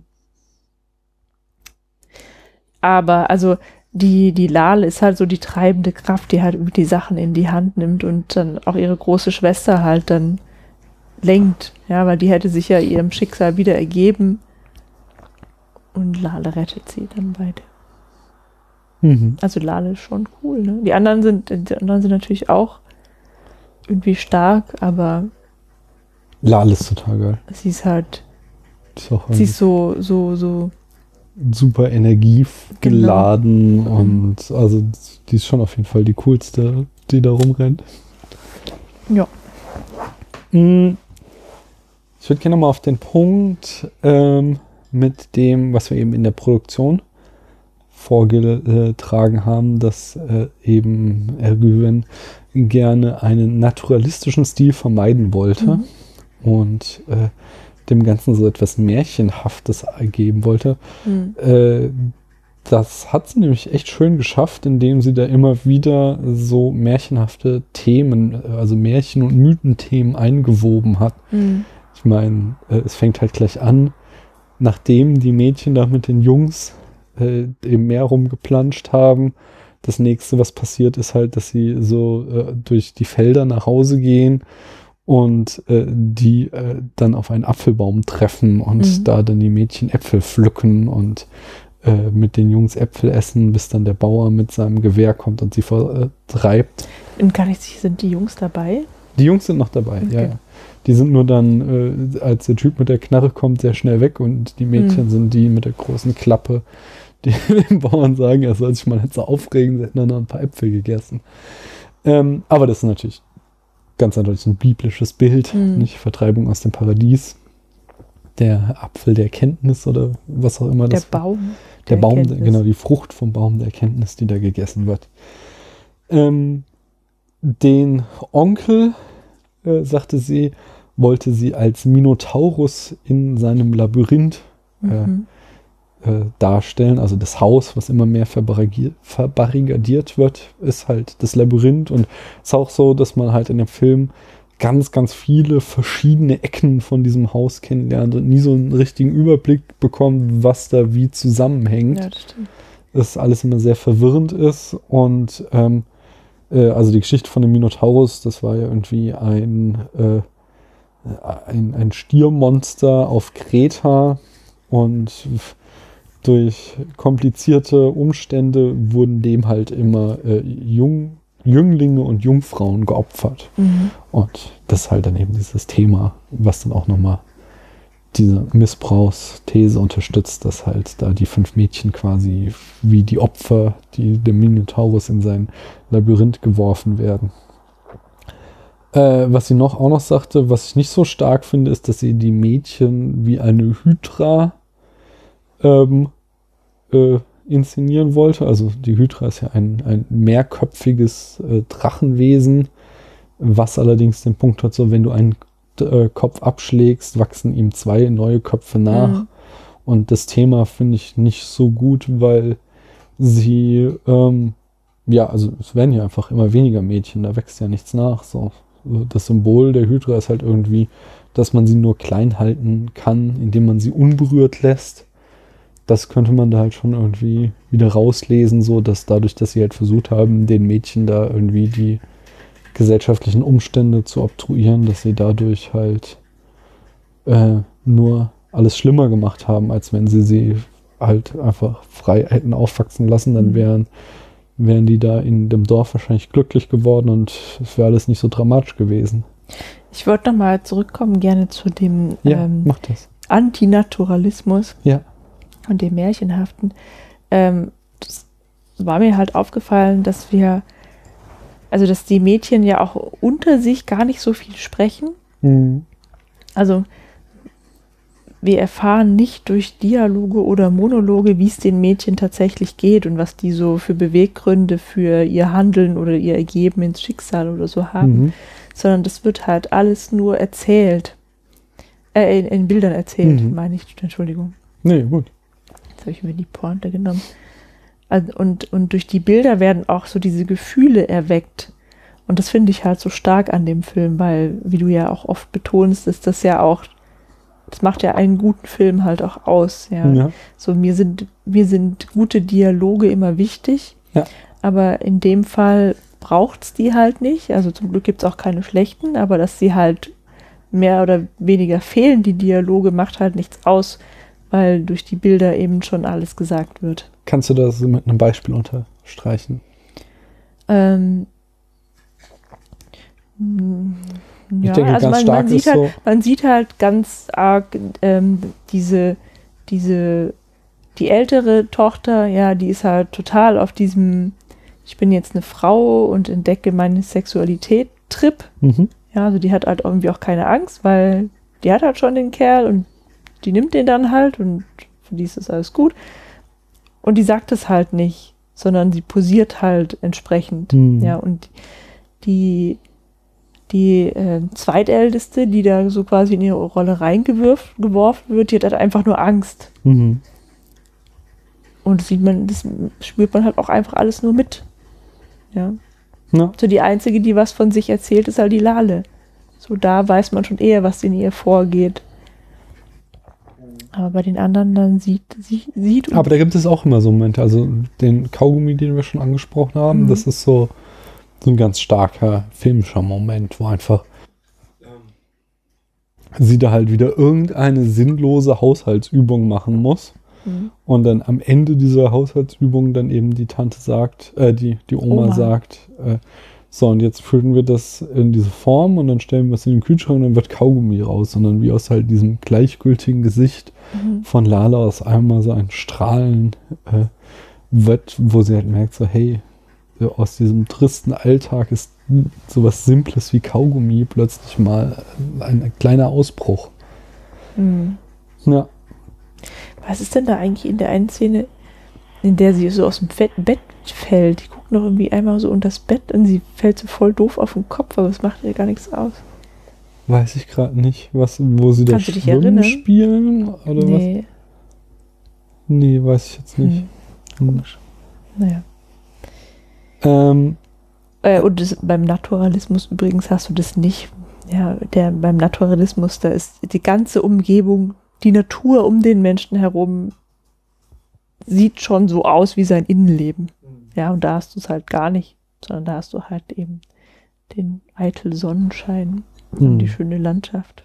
Aber also die, die Lale ist halt so die treibende Kraft, die halt die Sachen in die Hand nimmt und dann auch ihre große Schwester halt dann lenkt, ja, weil die hätte sich ja ihrem Schicksal wieder ergeben und Lale rettet sie dann beide. Mhm. Also Lale ist schon cool, ne? Die anderen sind, die anderen sind natürlich auch irgendwie stark, aber Lale ist total geil. Sie ist halt, ist auch sie ist so, so, so super energiegeladen, genau. Und also die ist schon auf jeden Fall die coolste, die da rumrennt. Ja. Ich würde gerne mal auf den Punkt ähm, mit dem, was wir eben in der Produktion vorgetragen haben, dass äh, eben Ergüven gerne einen naturalistischen Stil vermeiden wollte, mhm. und äh, dem Ganzen so etwas Märchenhaftes geben wollte. Mhm. Äh, das hat sie nämlich echt schön geschafft, indem sie da immer wieder so märchenhafte Themen, also Märchen- und Mythenthemen eingewoben hat. Mhm. Ich meine, äh, es fängt halt gleich an nachdem die Mädchen da mit den Jungs äh, im Meer rumgeplanscht haben, das nächste, was passiert, ist halt, dass sie so äh, durch die Felder nach Hause gehen und äh, die äh, dann auf einen Apfelbaum treffen und mhm. da dann die Mädchen Äpfel pflücken und äh, mit den Jungs Äpfel essen, bis dann der Bauer mit seinem Gewehr kommt und sie vertreibt. Und gar nicht sicher, sind die Jungs dabei? Die Jungs sind noch dabei, okay. ja, ja. Die sind nur dann, äh, als der Typ mit der Knarre kommt, sehr schnell weg und die Mädchen mhm. sind die mit der großen Klappe, die dem Bauern sagen, er soll sich mal nicht so aufregen, sie hätten dann noch ein paar Äpfel gegessen. Ähm, aber das ist natürlich ganz eindeutig ein biblisches Bild, mhm. nicht? Vertreibung aus dem Paradies, der Apfel der Erkenntnis oder was auch immer. Der das Baum. Der, der Baum, Erkenntnis. Genau, die Frucht vom Baum der Erkenntnis, die da gegessen wird. Ähm, den Onkel, äh, sagte sie, wollte sie als Minotaurus in seinem Labyrinth mhm. äh, äh, darstellen. Also das Haus, was immer mehr verbarrigi- verbarrikadiert wird, ist halt das Labyrinth. Und es ist auch so, dass man halt in dem Film ganz, ganz viele verschiedene Ecken von diesem Haus kennenlernt und nie so einen richtigen Überblick bekommt, was da wie zusammenhängt. Ja, das stimmt. Dass alles immer sehr verwirrend ist. Und ähm, äh, also die Geschichte von dem Minotaurus, das war ja irgendwie ein äh, Ein, ein Stiermonster auf Kreta und durch komplizierte Umstände wurden dem halt immer äh, Jung, Jünglinge und Jungfrauen geopfert. Mhm. Und das ist halt dann eben dieses Thema, was dann auch nochmal diese Missbrauchsthese unterstützt, dass halt da die fünf Mädchen quasi wie die Opfer, die dem Minotaurus in sein Labyrinth geworfen werden. Äh, was sie noch auch noch sagte, was ich nicht so stark finde, ist, dass sie die Mädchen wie eine Hydra ähm, äh, inszenieren wollte. Also die Hydra ist ja ein, ein mehrköpfiges äh, Drachenwesen, was allerdings den Punkt hat, so wenn du einen äh, Kopf abschlägst, wachsen ihm zwei neue Köpfe nach. Mhm. Und das Thema finde ich nicht so gut, weil sie, ähm, ja, also es werden ja einfach immer weniger Mädchen, da wächst ja nichts nach, so. Das Symbol der Hydra ist halt irgendwie, dass man sie nur klein halten kann, indem man sie unberührt lässt. Das könnte man da halt schon irgendwie wieder rauslesen, so dass dadurch, dass sie halt versucht haben, den Mädchen da irgendwie die gesellschaftlichen Umstände zu obtruieren, dass sie dadurch halt äh, nur alles schlimmer gemacht haben, als wenn sie sie halt einfach frei hätten aufwachsen lassen, dann wären wären die da in dem Dorf wahrscheinlich glücklich geworden und es wäre alles nicht so dramatisch gewesen. Ich wollte nochmal zurückkommen, gerne zu dem ja, ähm, mach das. Antinaturalismus ja. und dem Märchenhaften. Ähm, das war mir halt aufgefallen, dass wir, also dass die Mädchen ja auch unter sich gar nicht so viel sprechen. Mhm. Also wir erfahren nicht durch Dialoge oder Monologe, wie es den Mädchen tatsächlich geht und was die so für Beweggründe für ihr Handeln oder ihr Ergeben ins Schicksal oder so haben, mhm. sondern das wird halt alles nur erzählt. Äh, in, in Bildern erzählt, mhm. meine ich, Entschuldigung. Nee, gut. Jetzt habe ich mir die Pointe genommen. Also, und, und durch die Bilder werden auch so diese Gefühle erweckt. Und das finde ich halt so stark an dem Film, weil, wie du ja auch oft betonst, ist das ja auch das macht ja einen guten Film halt auch aus, ja. ja. So, mir sind, mir sind gute Dialoge immer wichtig, ja. aber in dem Fall braucht es die halt nicht. Also zum Glück gibt es auch keine schlechten, aber dass sie halt mehr oder weniger fehlen, die Dialoge, macht halt nichts aus, weil durch die Bilder eben schon alles gesagt wird. Kannst du das mit einem Beispiel unterstreichen? Ähm, Ich ja, denke, also ganz man, stark man, sieht ist halt, so man sieht halt ganz arg ähm, diese, diese, die ältere Tochter, ja, die ist halt total auf diesem, ich bin jetzt eine Frau und entdecke meine Sexualität-Trip. Mhm. Ja, also die hat halt irgendwie auch keine Angst, weil die hat halt schon den Kerl und die nimmt den dann halt und für die ist das alles gut. Und die sagt es halt nicht, sondern sie posiert halt entsprechend. Mhm. Ja, und die Die äh, Zweitälteste, die da so quasi in ihre Rolle reingeworfen wird, die hat halt einfach nur Angst. Mhm. Und das sieht man, das spürt man halt auch einfach alles nur mit. Ja. ja. So die Einzige, die was von sich erzählt, ist halt die Lale. So da weiß man schon eher, was in ihr vorgeht. Aber bei den anderen dann sieht, sieht, sieht Aber da gibt es auch immer so Momente. Also den Kaugummi, den wir schon angesprochen haben, mhm. das ist so, so ein ganz starker filmischer Moment, wo einfach sie da halt wieder irgendeine sinnlose Haushaltsübung machen muss. Mhm. Und dann am Ende dieser Haushaltsübung dann eben die Tante sagt, äh, die, die Oma, Oma. sagt, äh, so, und jetzt füllen wir das in diese Form und dann stellen wir es in den Kühlschrank und dann wird Kaugummi raus. Und dann wie aus halt diesem gleichgültigen Gesicht mhm. von Lala aus einmal so ein Strahlen äh, wird, wo sie halt merkt, so, hey, aus diesem tristen Alltag ist sowas Simples wie Kaugummi plötzlich mal ein, ein kleiner Ausbruch. Mhm. Ja. Was ist denn da eigentlich in der einen Szene, in der sie so aus dem Bett fällt? Die guckt noch irgendwie einmal so unter das Bett und sie fällt so voll doof auf den Kopf, aber es macht ihr gar nichts aus. Weiß ich gerade nicht, was, wo sie da Schwimmen spielen oder nee. was? Nee, weiß ich jetzt nicht. Hm. Komisch. Naja. Ähm, äh, und das, beim Naturalismus übrigens hast du das nicht. Ja, der, beim Naturalismus, da ist die ganze Umgebung, die Natur um den Menschen herum sieht schon so aus wie sein Innenleben. Ja, und da hast du es halt gar nicht, sondern da hast du halt eben den eitel Sonnenschein mhm. und die schöne Landschaft.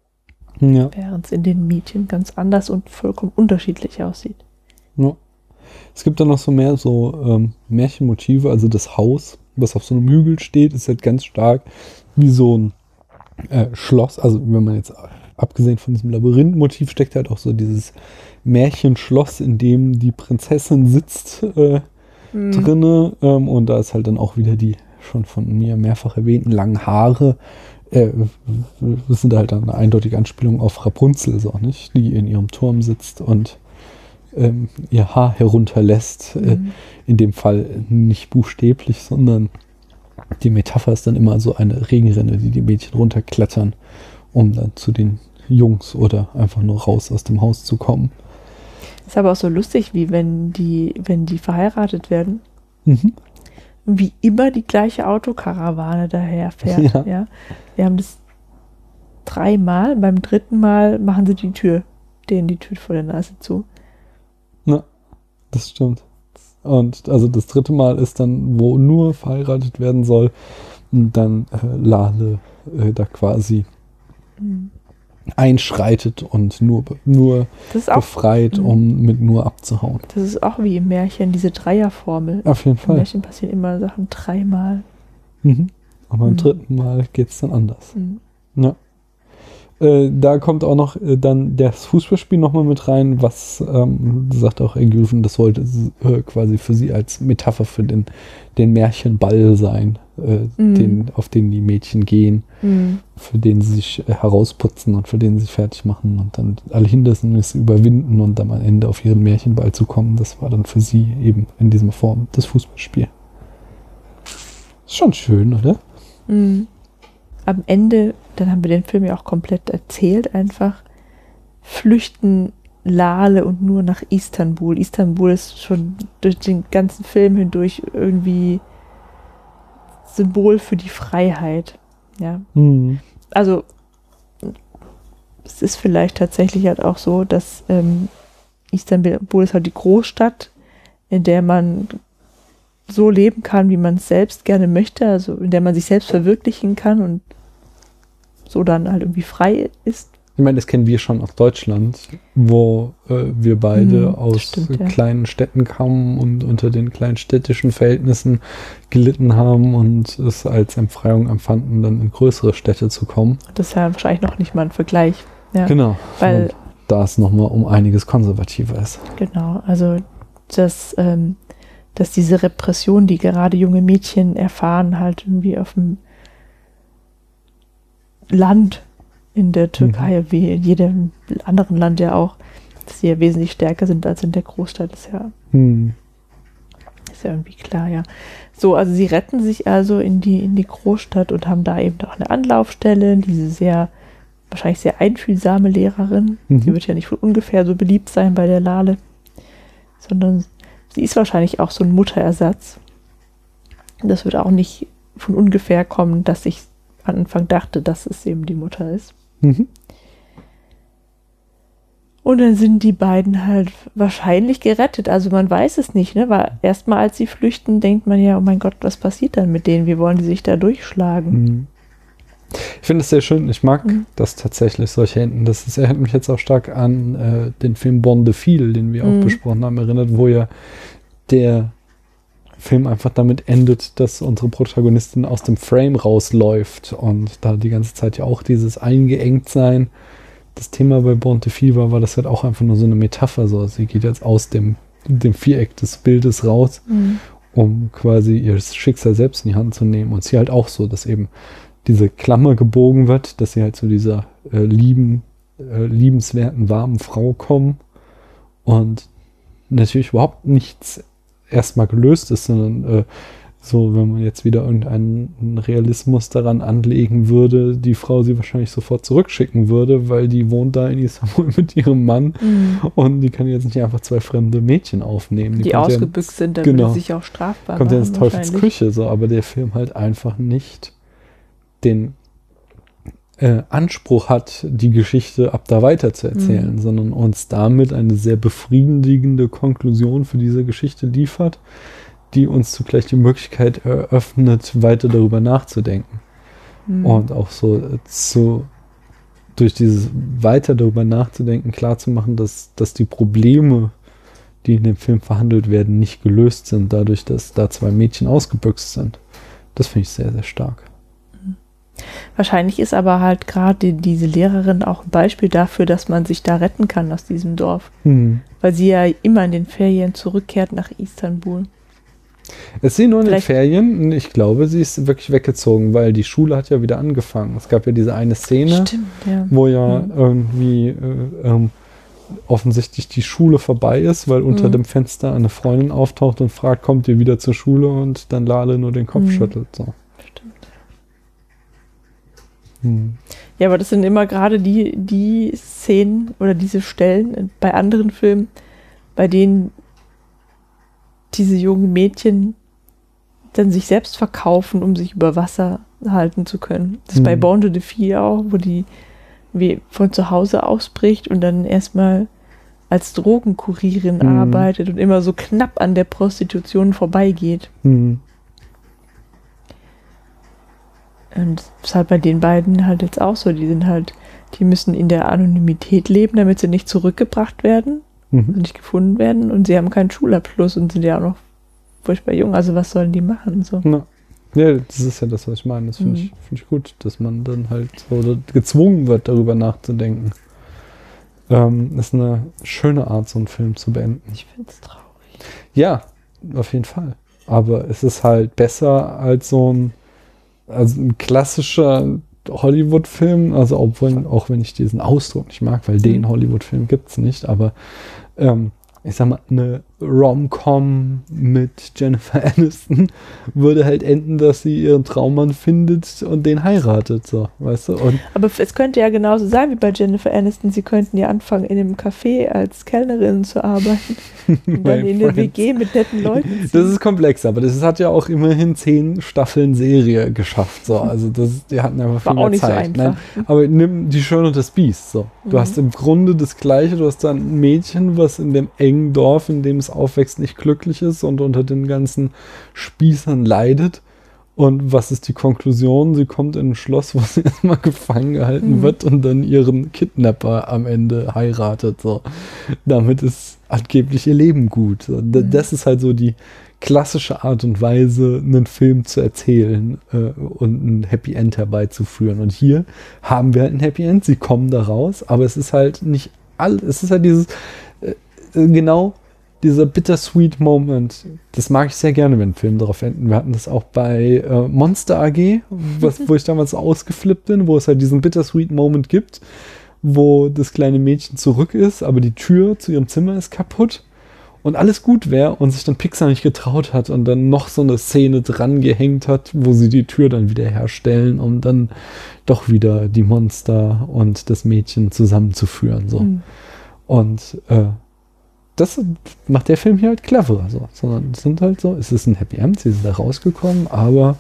Ja. Während es in den Mädchen ganz anders und vollkommen unterschiedlich aussieht. Ja. Es gibt dann noch so mehr so ähm, Märchenmotive, also das Haus, was auf so einem Hügel steht, ist halt ganz stark wie so ein äh, Schloss, also wenn man jetzt abgesehen von diesem Labyrinth-Motiv steckt halt auch so dieses Märchenschloss, in dem die Prinzessin sitzt äh, mhm. drinne ähm, und da ist halt dann auch wieder die schon von mir mehrfach erwähnten langen Haare. Äh, das sind halt dann eine eindeutige Anspielung auf Rapunzel, so nicht, die in ihrem Turm sitzt und ähm, ihr Haar herunterlässt. Mhm. Äh, in dem Fall nicht buchstäblich, sondern die Metapher ist dann immer so eine Regenrinne, die die Mädchen runterklettern, um dann zu den Jungs oder einfach nur raus aus dem Haus zu kommen. Ist aber auch so lustig, wie wenn die, wenn die verheiratet werden, mhm. wie immer die gleiche Autokarawane daherfährt. Ja. Ja. Wir haben das dreimal, beim dritten Mal machen sie die Tür, denen die Tür vor der Nase zu. Na, das stimmt. Und also das dritte Mal ist dann, wo nur verheiratet werden soll, und dann äh, Lale äh, da quasi mhm. einschreitet und nur, nur befreit, auch, um mit nur abzuhauen. Das ist auch wie im Märchen, diese Dreierformel. Auf jeden Fall. Im Märchen passieren immer Sachen dreimal. Mhm. Aber beim mhm. dritten Mal geht es dann anders. Mhm. Ja. Äh, da kommt auch noch äh, dann das Fußballspiel nochmal mit rein, was, ähm, sagt auch Egilfen, das sollte äh, quasi für sie als Metapher für den, den Märchenball sein, äh, mhm. den, auf den die Mädchen gehen, mhm. für den sie sich äh, herausputzen und für den sie sich fertig machen und dann alle Hindernisse überwinden und dann am Ende auf ihren Märchenball zu kommen. Das war dann für sie eben in dieser Form das Fußballspiel. Ist schon schön, oder? Mhm. Am Ende, dann haben wir den Film ja auch komplett erzählt, einfach flüchten Lale und Nur nach Istanbul. Istanbul ist schon durch den ganzen Film hindurch irgendwie Symbol für die Freiheit. Ja. Mhm. Also es ist vielleicht tatsächlich halt auch so, dass ähm, Istanbul ist halt die Großstadt, in der man so leben kann, wie man es selbst gerne möchte, also in der man sich selbst verwirklichen kann und so dann halt irgendwie frei ist. Ich meine, das kennen wir schon aus Deutschland, wo äh, wir beide hm, aus stimmt, ja. kleinen Städten kamen und unter den kleinen städtischen Verhältnissen gelitten haben und es als Empfreiung empfanden, dann in größere Städte zu kommen. Das ist ja wahrscheinlich noch nicht mal ein Vergleich. Ja, genau, weil da es nochmal um einiges konservativer ist. Genau, also dass, ähm, dass diese Repression, die gerade junge Mädchen erfahren, halt irgendwie auf dem Land in der Türkei, mhm. wie in jedem anderen Land ja auch, dass sie ja wesentlich stärker sind als in der Großstadt, ist ja, mhm. ist ja irgendwie klar, ja. So, also sie retten sich also in die, in die Großstadt und haben da eben auch eine Anlaufstelle, diese sehr, wahrscheinlich sehr einfühlsame Lehrerin, mhm. die wird ja nicht von ungefähr so beliebt sein bei der Lale, sondern sie ist wahrscheinlich auch so ein Mutterersatz. Das wird auch nicht von ungefähr kommen, dass ich am Anfang dachte, dass es eben die Mutter ist. Mhm. Und dann sind die beiden halt wahrscheinlich gerettet. Also man weiß es nicht, ne? Weil erstmal als sie flüchten, denkt man ja, oh mein Gott, was passiert dann mit denen? Wie wollen die sich da durchschlagen? Mhm. Ich finde es sehr schön. Ich mag mhm. das tatsächlich, solche Enden. Das ist, erinnert mich jetzt auch stark an äh, den Film Bon de Fil, den wir mhm. auch besprochen haben, erinnert, wo ja der Film einfach damit endet, dass unsere Protagonistin aus dem Frame rausläuft und da die ganze Zeit ja auch dieses Eingeengtsein. Das Thema bei Bon de Fil war, war das halt auch einfach nur so eine Metapher. So. Sie geht jetzt aus dem, dem Viereck des Bildes raus, mhm. um quasi ihr Schicksal selbst in die Hand zu nehmen. Und sie halt auch so, dass eben diese Klammer gebogen wird, dass sie halt zu dieser äh, lieben, äh, liebenswerten, warmen Frau kommen und natürlich überhaupt nichts erstmal gelöst ist, sondern äh, so, wenn man jetzt wieder irgendeinen Realismus daran anlegen würde, die Frau sie wahrscheinlich sofort zurückschicken würde, weil die wohnt da in Istanbul mit ihrem Mann mhm. und die kann jetzt nicht einfach zwei fremde Mädchen aufnehmen. Die, die ausgebüxt ja, sind, dann genau, würde sich auch strafbar kommt ja ins Teufels Küche, so, aber der Film halt einfach nicht den äh, Anspruch hat, die Geschichte ab da weiter zu erzählen, mhm. sondern uns damit eine sehr befriedigende Konklusion für diese Geschichte liefert, die uns zugleich die Möglichkeit eröffnet, weiter darüber nachzudenken. Mhm. Und auch so zu, durch dieses weiter darüber nachzudenken, klarzumachen, dass, dass die Probleme, die in dem Film verhandelt werden, nicht gelöst sind, dadurch, dass da zwei Mädchen ausgebüxt sind. Das finde ich sehr, sehr stark. Wahrscheinlich ist aber halt gerade diese Lehrerin auch ein Beispiel dafür, dass man sich da retten kann aus diesem Dorf. Mhm. Weil sie ja immer in den Ferien zurückkehrt nach Istanbul. Es ist sie nur in Vielleicht den Ferien. Ich glaube, sie ist wirklich weggezogen, weil die Schule hat ja wieder angefangen. Es gab ja diese eine Szene, Stimmt, ja. wo ja mhm. irgendwie äh, ähm, offensichtlich die Schule vorbei ist, weil unter mhm. dem Fenster eine Freundin auftaucht und fragt, kommt ihr wieder zur Schule? Und dann Lale nur den Kopf mhm. schüttelt. So. Stimmt. Hm. Ja, aber das sind immer gerade die, die Szenen oder diese Stellen bei anderen Filmen, bei denen diese jungen Mädchen dann sich selbst verkaufen, um sich über Wasser halten zu können. Das ist hm. bei Bon de Fil auch, wo die wie von zu Hause ausbricht und dann erstmal als Drogenkurierin hm. arbeitet und immer so knapp an der Prostitution vorbeigeht. Hm. Und das ist halt bei den beiden halt jetzt auch so. Die sind halt, die müssen in der Anonymität leben, damit sie nicht zurückgebracht werden, mhm. nicht gefunden werden. Und sie haben keinen Schulabschluss und sind ja auch noch furchtbar jung. Also was sollen die machen? So. Na. Ja, das ist ja das, was ich meine. Das finde mhm. ich, find ich gut, dass man dann halt so gezwungen wird, darüber nachzudenken. Ähm, ist eine schöne Art, so einen Film zu beenden. Ich finde es traurig. Ja, auf jeden Fall. Aber es ist halt besser als so ein Also ein klassischer Hollywood-Film, also obwohl, auch wenn ich diesen Ausdruck nicht mag, weil mhm. den Hollywood-Film gibt es nicht, aber ähm, ich sag mal, eine Rom-Com mit Jennifer Aniston würde halt enden, dass sie ihren Traummann findet und den heiratet, so, weißt du? Und aber es könnte ja genauso sein wie bei Jennifer Aniston, sie könnten ja anfangen, in einem Café als Kellnerin zu arbeiten und dann in der W G mit netten Leuten ziehen. Das ist komplex, aber das hat ja auch immerhin zehn Staffeln Serie geschafft, so, also das, die hatten einfach viel War mehr auch nicht Zeit. So einfach. Nein, aber nimm Die Schöne und das Biest, so. Du mhm. hast im Grunde das Gleiche, du hast dann ein Mädchen, was in dem engen Dorf, in dem es aufwächst, nicht glücklich ist und unter den ganzen Spießern leidet. Und was ist die Konklusion? Sie kommt in ein Schloss, wo sie erstmal gefangen gehalten mhm. wird und dann ihren Kidnapper am Ende heiratet. So. Damit ist angeblich ihr Leben gut. So. Mhm. Das ist halt so die klassische Art und Weise, einen Film zu erzählen äh, und ein Happy End herbeizuführen. Und hier haben wir halt ein Happy End. Sie kommen da raus, aber es ist halt nicht all. Es ist halt dieses äh, genau dieser bittersweet Moment, das mag ich sehr gerne, wenn Filme darauf enden. Wir hatten das auch bei äh, Monster A G, was, wo ich damals ausgeflippt bin, wo es halt diesen bittersweet Moment gibt, wo das kleine Mädchen zurück ist, aber die Tür zu ihrem Zimmer ist kaputt und alles gut wäre und sich dann Pixar nicht getraut hat und dann noch so eine Szene dran gehängt hat, wo sie die Tür dann wieder herstellen, um dann doch wieder die Monster und das Mädchen zusammenzuführen. So. Mhm. Und äh, das macht der Film hier halt cleverer, so. Sondern es sind halt so, es ist ein Happy End, sie sind da rausgekommen, aber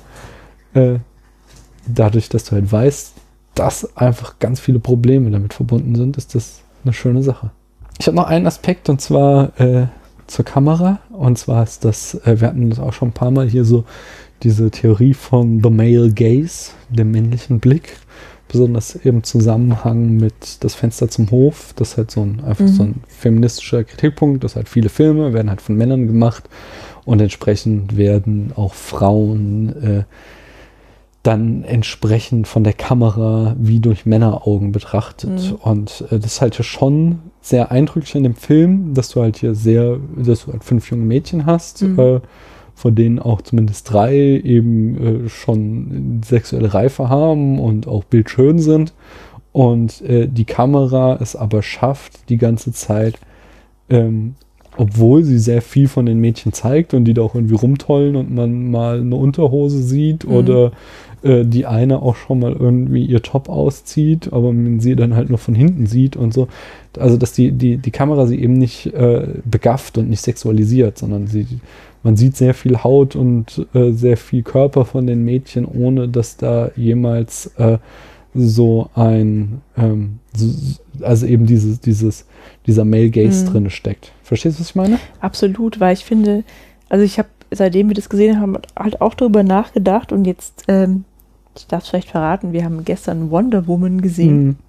äh, dadurch, dass du halt weißt, dass einfach ganz viele Probleme damit verbunden sind, ist das eine schöne Sache. ich habe noch einen Aspekt, und zwar äh, zur Kamera. Und zwar ist das, äh, wir hatten das auch schon ein paar Mal hier so, diese Theorie von The Male Gaze, dem männlichen Blick. Besonders im Zusammenhang mit Das Fenster zum Hof. Das ist halt so ein, einfach mhm. so ein feministischer Kritikpunkt. Das halt viele Filme werden halt von Männern gemacht. Und entsprechend werden auch Frauen äh, dann entsprechend von der Kamera wie durch Männeraugen betrachtet. Mhm. Und äh, das ist halt schon sehr eindrücklich in dem Film, dass du halt hier sehr, dass du halt fünf junge Mädchen hast, mhm. äh, von denen auch zumindest drei eben äh, schon sexuelle Reife haben und auch bildschön sind. Und äh, die Kamera es aber schafft, die ganze Zeit, ähm, obwohl sie sehr viel von den Mädchen zeigt und die da auch irgendwie rumtollen und man mal eine Unterhose sieht mhm. oder äh, die eine auch schon mal irgendwie ihr Top auszieht, aber man sie dann halt nur von hinten sieht und so. Also, dass die, die, die Kamera sie eben nicht äh, begafft und nicht sexualisiert, sondern sie, man sieht sehr viel Haut und äh, sehr viel Körper von den Mädchen, ohne dass da jemals äh, so ein, ähm, so, also eben dieses, dieses, dieser Male Gaze mhm. drin steckt. Verstehst du, was ich meine? Absolut, weil ich finde, also ich habe, seitdem wir das gesehen haben, halt auch darüber nachgedacht und jetzt, ähm, ich darf es vielleicht verraten, wir haben gestern Wonder Woman gesehen. Mhm.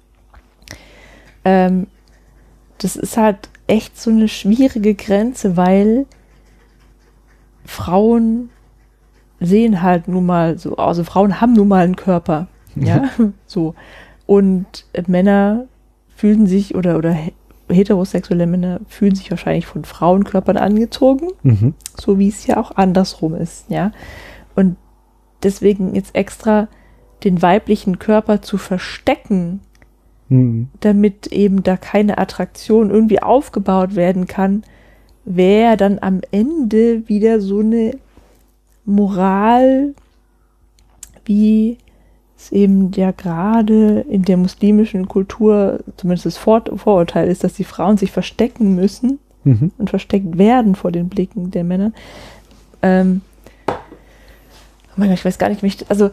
Ähm, das ist halt echt so eine schwierige Grenze, weil Frauen sehen halt nun mal so, also Frauen haben nun mal einen Körper, ja, so. Und äh, Männer fühlen sich, oder, oder heterosexuelle Männer fühlen sich wahrscheinlich von Frauenkörpern angezogen, mhm. so wie es ja auch andersrum ist, ja. Und deswegen jetzt extra den weiblichen Körper zu verstecken, mhm. damit eben da keine Attraktion irgendwie aufgebaut werden kann, wäre dann am Ende wieder so eine Moral, wie es eben ja gerade in der muslimischen Kultur zumindest das Vor- Vorurteil ist, dass die Frauen sich verstecken müssen mhm. und versteckt werden vor den Blicken der Männer. Ähm, oh mein Gott, ich weiß gar nicht, mich, also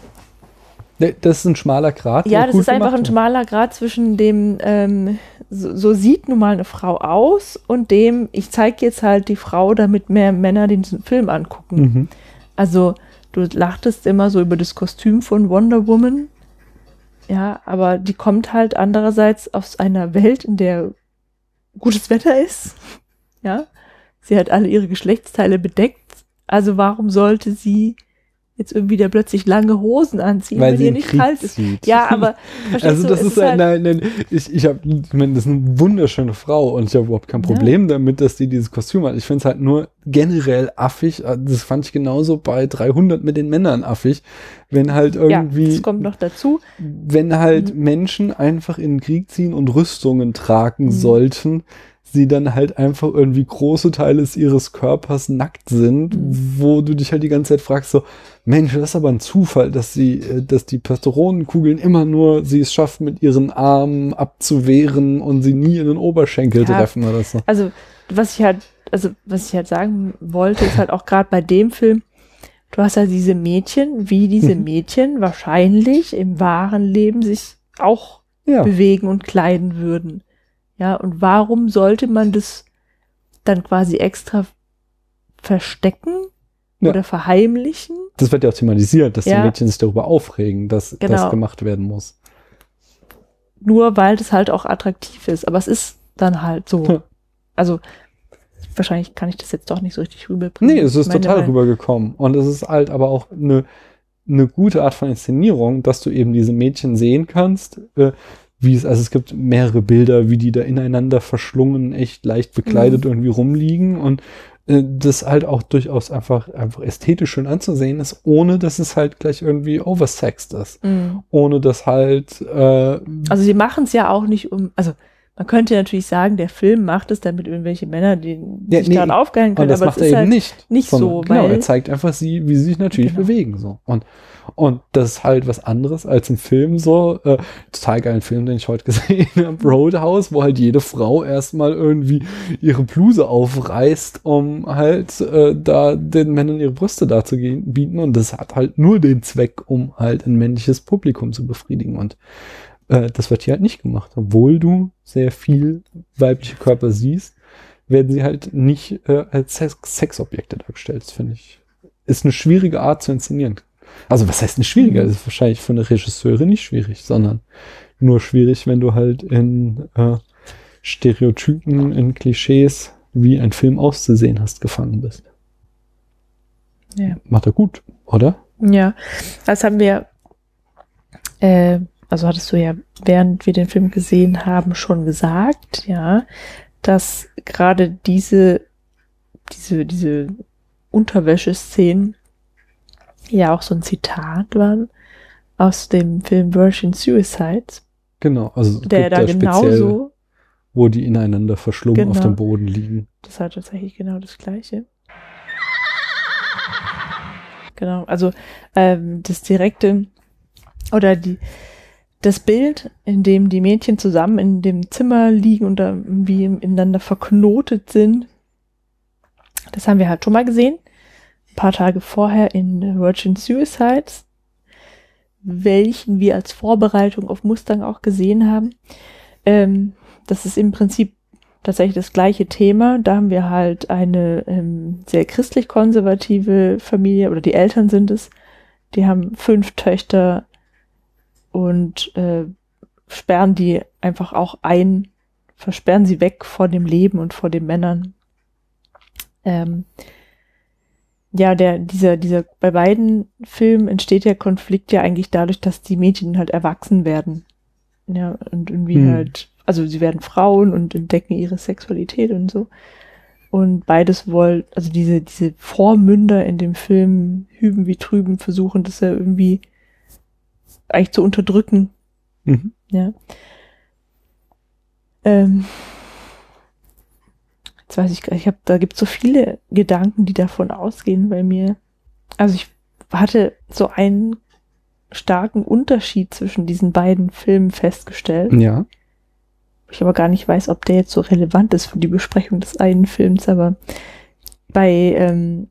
das ist ein schmaler Grat. Ja, das ist einfach ein schmaler Grat zwischen dem, ähm, so, so sieht nun mal eine Frau aus und dem, ich zeige jetzt halt die Frau, damit mehr Männer den Film angucken. Mhm. Also du lachtest immer so über das Kostüm von Wonder Woman, ja, aber die kommt halt andererseits aus einer Welt, in der gutes Wetter ist, ja. Sie hat alle ihre Geschlechtsteile bedeckt, also warum sollte sie jetzt irgendwie da plötzlich lange Hosen anziehen, weil sie ihr nicht Krieg kalt ist. Zieht. Ja, aber verstehst also das du, ist, ist halt, nein, nein, ich, ich habe, ich meine, das ist eine wunderschöne Frau und ich habe überhaupt kein Problem ja. damit, dass die dieses Kostüm hat. Ich finde es halt nur generell affig. Das fand ich genauso bei dreihundert mit den Männern affig, wenn halt irgendwie. Ja, das kommt noch dazu. Wenn halt mhm. Menschen einfach in den Krieg ziehen und Rüstungen tragen mhm. sollten, sie dann halt einfach irgendwie große Teile ihres Körpers nackt sind, mhm. wo du dich halt die ganze Zeit fragst, so, Mensch, das ist aber ein Zufall, dass sie, dass die Pasteronenkugeln immer nur sie es schafft, mit ihren Armen abzuwehren und sie nie in den Oberschenkel ja, treffen oder so. Also, was ich halt, also, was ich halt sagen wollte, ist halt auch gerade bei dem Film, du hast ja diese Mädchen, wie diese Mädchen wahrscheinlich im wahren Leben sich auch ja. bewegen und kleiden würden. Ja, und warum sollte man das dann quasi extra verstecken ja. oder verheimlichen? Das wird ja auch thematisiert, dass ja. die Mädchen sich darüber aufregen, dass genau. das gemacht werden muss. Nur weil das halt auch attraktiv ist. Aber es ist dann halt so. Ja. Also, wahrscheinlich kann ich das jetzt doch nicht so richtig rüberbringen. Nee, es ist total Meinung. rübergekommen. Und es ist halt aber auch eine, eine gute Art von Inszenierung, dass du eben diese Mädchen sehen kannst, äh, wie es, also es gibt mehrere Bilder, wie die da ineinander verschlungen, echt leicht bekleidet mhm. irgendwie rumliegen und äh, das halt auch durchaus einfach, einfach ästhetisch schön anzusehen ist, ohne dass es halt gleich irgendwie oversexed ist. Mhm. Ohne dass halt äh, also sie machen es ja auch nicht um, also man könnte natürlich sagen, der Film macht es, damit irgendwelche Männer die ja, sich nee, daran aufgeilen können, das aber macht das er ist eben halt nicht, nicht sondern, so. Genau, weil er zeigt einfach sie, wie sie sich natürlich genau. bewegen. So. Und Und das ist halt was anderes als ein Film so, äh, total geilen Film, den ich heute gesehen habe, Roadhouse, wo halt jede Frau erstmal irgendwie ihre Bluse aufreißt, um halt äh, da den Männern ihre Brüste darzubieten und das hat halt nur den Zweck, um halt ein männliches Publikum zu befriedigen und Äh, das wird hier halt nicht gemacht. Obwohl du sehr viel weibliche Körper siehst, werden sie halt nicht äh, als Sex Sexobjekte dargestellt. Das finde ich, ist eine schwierige Art zu inszenieren. Also was heißt eine schwierige? Das ist wahrscheinlich für eine Regisseurin nicht schwierig, sondern nur schwierig, wenn du halt in äh, Stereotypen, in Klischees, wie ein Film auszusehen hast, gefangen bist. Ja. Macht er gut, oder? Ja, das haben wir, äh, also hattest du ja, während wir den Film gesehen haben, schon gesagt, ja, dass gerade diese, diese, diese Unterwäscheszenen ja auch so ein Zitat waren aus dem Film Virgin Suicides. Genau, also der da genauso, wo die ineinander verschlungen genau, auf dem Boden liegen. Das hat tatsächlich genau das Gleiche. Genau, also ähm, das direkte oder die das Bild, in dem die Mädchen zusammen in dem Zimmer liegen und da irgendwie ineinander verknotet sind, das haben wir halt schon mal gesehen. Ein paar Tage vorher in Virgin Suicides, welchen wir als Vorbereitung auf Mustang auch gesehen haben. Ähm, das ist im Prinzip tatsächlich das gleiche Thema. Da haben wir halt eine ähm, sehr christlich-konservative Familie, oder die Eltern sind es. Die haben fünf Töchter und äh, sperren die einfach auch ein, versperren sie weg vor dem Leben und vor den Männern. Ähm, ja, der, dieser, dieser, bei beiden Filmen entsteht der Konflikt ja eigentlich dadurch, dass die Mädchen halt erwachsen werden. Ja, und irgendwie hm. halt, also sie werden Frauen und entdecken ihre Sexualität und so. Und beides wollen, also diese, diese Vormünder in dem Film hüben wie drüben versuchen, das ja irgendwie eigentlich zu unterdrücken. Mhm. Ja. Ähm, jetzt weiß ich gar nicht, ich hab, da gibt es so viele Gedanken, die davon ausgehen bei mir. Also ich hatte so einen starken Unterschied zwischen diesen beiden Filmen festgestellt. Ja. Ich aber gar nicht weiß, ob der jetzt so relevant ist für die Besprechung des einen Films, aber bei, ähm,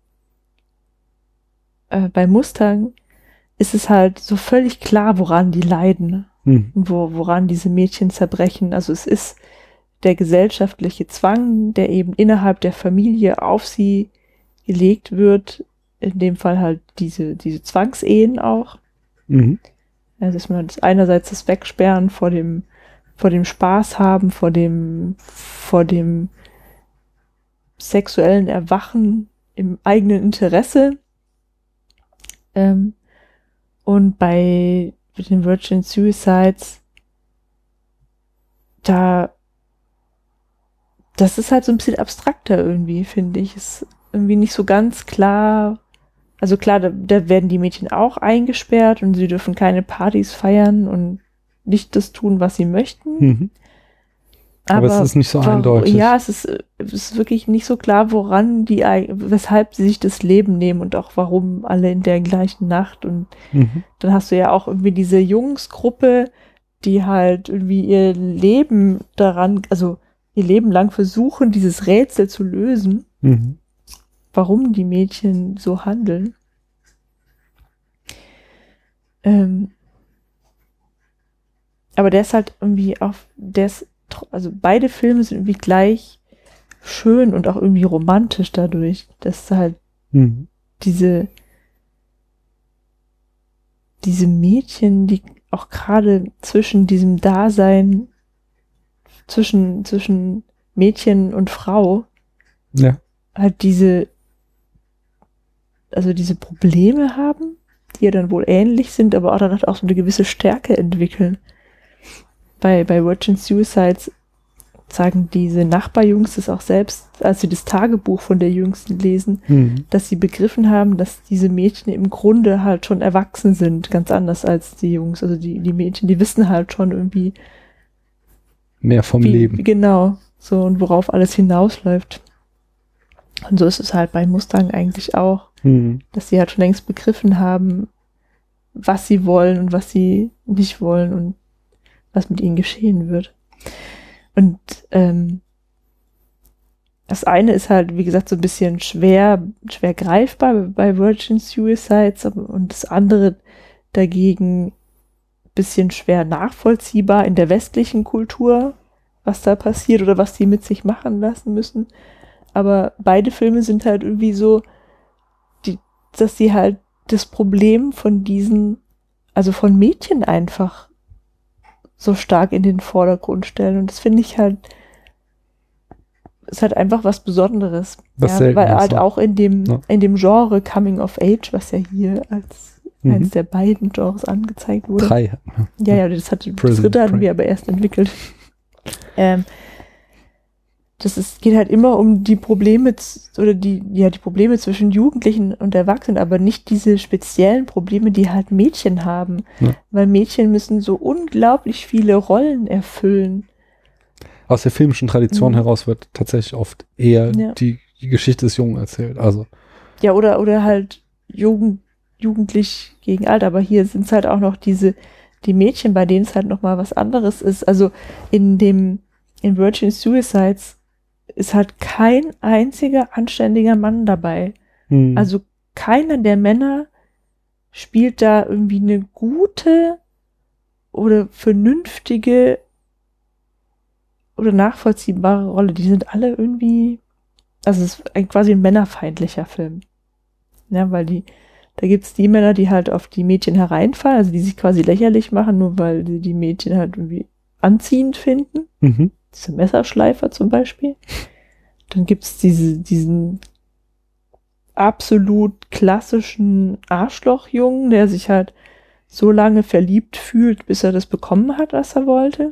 äh, bei Mustang ist es halt so völlig klar, woran die leiden, hm. und wo, woran diese Mädchen zerbrechen. Also es ist der gesellschaftliche Zwang, der eben innerhalb der Familie auf sie gelegt wird, in dem Fall halt diese, diese Zwangsehen auch. Mhm. Also ist man das einerseits das Wegsperren vor dem, vor dem Spaß haben, vor dem, vor dem sexuellen Erwachen im eigenen Interesse. Ähm, und bei den Virgin Suicides, da, das ist halt so ein bisschen abstrakter irgendwie, finde ich. Ist irgendwie nicht so ganz klar. Also klar, da, da werden die Mädchen auch eingesperrt und sie dürfen keine Partys feiern und nicht das tun, was sie möchten. Mhm. Aber, Aber es ist nicht so warum, eindeutig. Ja, es ist, es ist wirklich nicht so klar, woran die, weshalb sie sich das Leben nehmen und auch warum alle in der gleichen Nacht. Und mhm. dann hast du ja auch irgendwie diese Jungsgruppe, die halt irgendwie ihr Leben daran, also ihr Leben lang versuchen, dieses Rätsel zu lösen, mhm. warum die Mädchen so handeln. Ähm, aber der ist halt irgendwie auch, der ist, also beide Filme sind irgendwie gleich schön und auch irgendwie romantisch dadurch, dass halt mhm. diese diese Mädchen, die auch gerade zwischen diesem Dasein zwischen zwischen Mädchen und Frau ja. halt diese also diese Probleme haben, die ja dann wohl ähnlich sind, aber auch dann halt auch so eine gewisse Stärke entwickeln. Bei, bei Virgin Suicides sagen diese Nachbarjungs das auch selbst, als sie das Tagebuch von der Jüngsten lesen, mhm. dass sie begriffen haben, dass diese Mädchen im Grunde halt schon erwachsen sind, ganz anders als die Jungs. Also die, die Mädchen, die wissen halt schon irgendwie mehr vom wie, Leben. Genau, so und worauf alles hinausläuft. Und so ist es halt bei Mustang eigentlich auch, mhm. dass sie halt schon längst begriffen haben, was sie wollen und was sie nicht wollen und was mit ihnen geschehen wird. Und ähm, das eine ist halt, wie gesagt, so ein bisschen schwer, schwer greifbar bei Virgin Suicides und das andere dagegen bisschen schwer nachvollziehbar in der westlichen Kultur, was da passiert oder was die mit sich machen lassen müssen. Aber beide Filme sind halt irgendwie so, die, dass sie halt das Problem von diesen, also von Mädchen einfach so stark in den Vordergrund stellen. Und das finde ich halt, ist halt einfach was Besonderes. Was ja, weil halt ist, auch in dem, ja. in dem Genre Coming of Age, was ja hier als mhm. eines der beiden Genres angezeigt wurde. Drei. Ja, ja, das, hat, das dritte hatten wir aber erst entwickelt. Ähm, das ist, geht halt immer um die Probleme z- oder die, ja, die Probleme zwischen Jugendlichen und Erwachsenen, aber nicht diese speziellen Probleme, die halt Mädchen haben. Ja. Weil Mädchen müssen so unglaublich viele Rollen erfüllen. Aus der filmischen Tradition Mhm. heraus wird tatsächlich oft eher Ja. die, die Geschichte des Jungen erzählt. Also, Ja, oder, oder halt Jugend, jugendlich gegen alt, aber hier sind es halt auch noch diese, die Mädchen, bei denen es halt nochmal was anderes ist. Also in dem, in Virgin Suicides ist halt kein einziger anständiger Mann dabei. hm. Also keiner der Männer spielt da irgendwie eine gute oder vernünftige oder nachvollziehbare Rolle. Die sind alle irgendwie, also es ist ein, quasi ein männerfeindlicher Film. Ja, weil die, da gibt's die Männer, die halt auf die Mädchen hereinfallen, also die sich quasi lächerlich machen, nur weil sie die Mädchen halt irgendwie anziehend finden. Mhm. Diese Messerschleifer zum Beispiel. Dann gibt's diese, diesen absolut klassischen Arschlochjungen, der sich halt so lange verliebt fühlt, bis er das bekommen hat, was er wollte.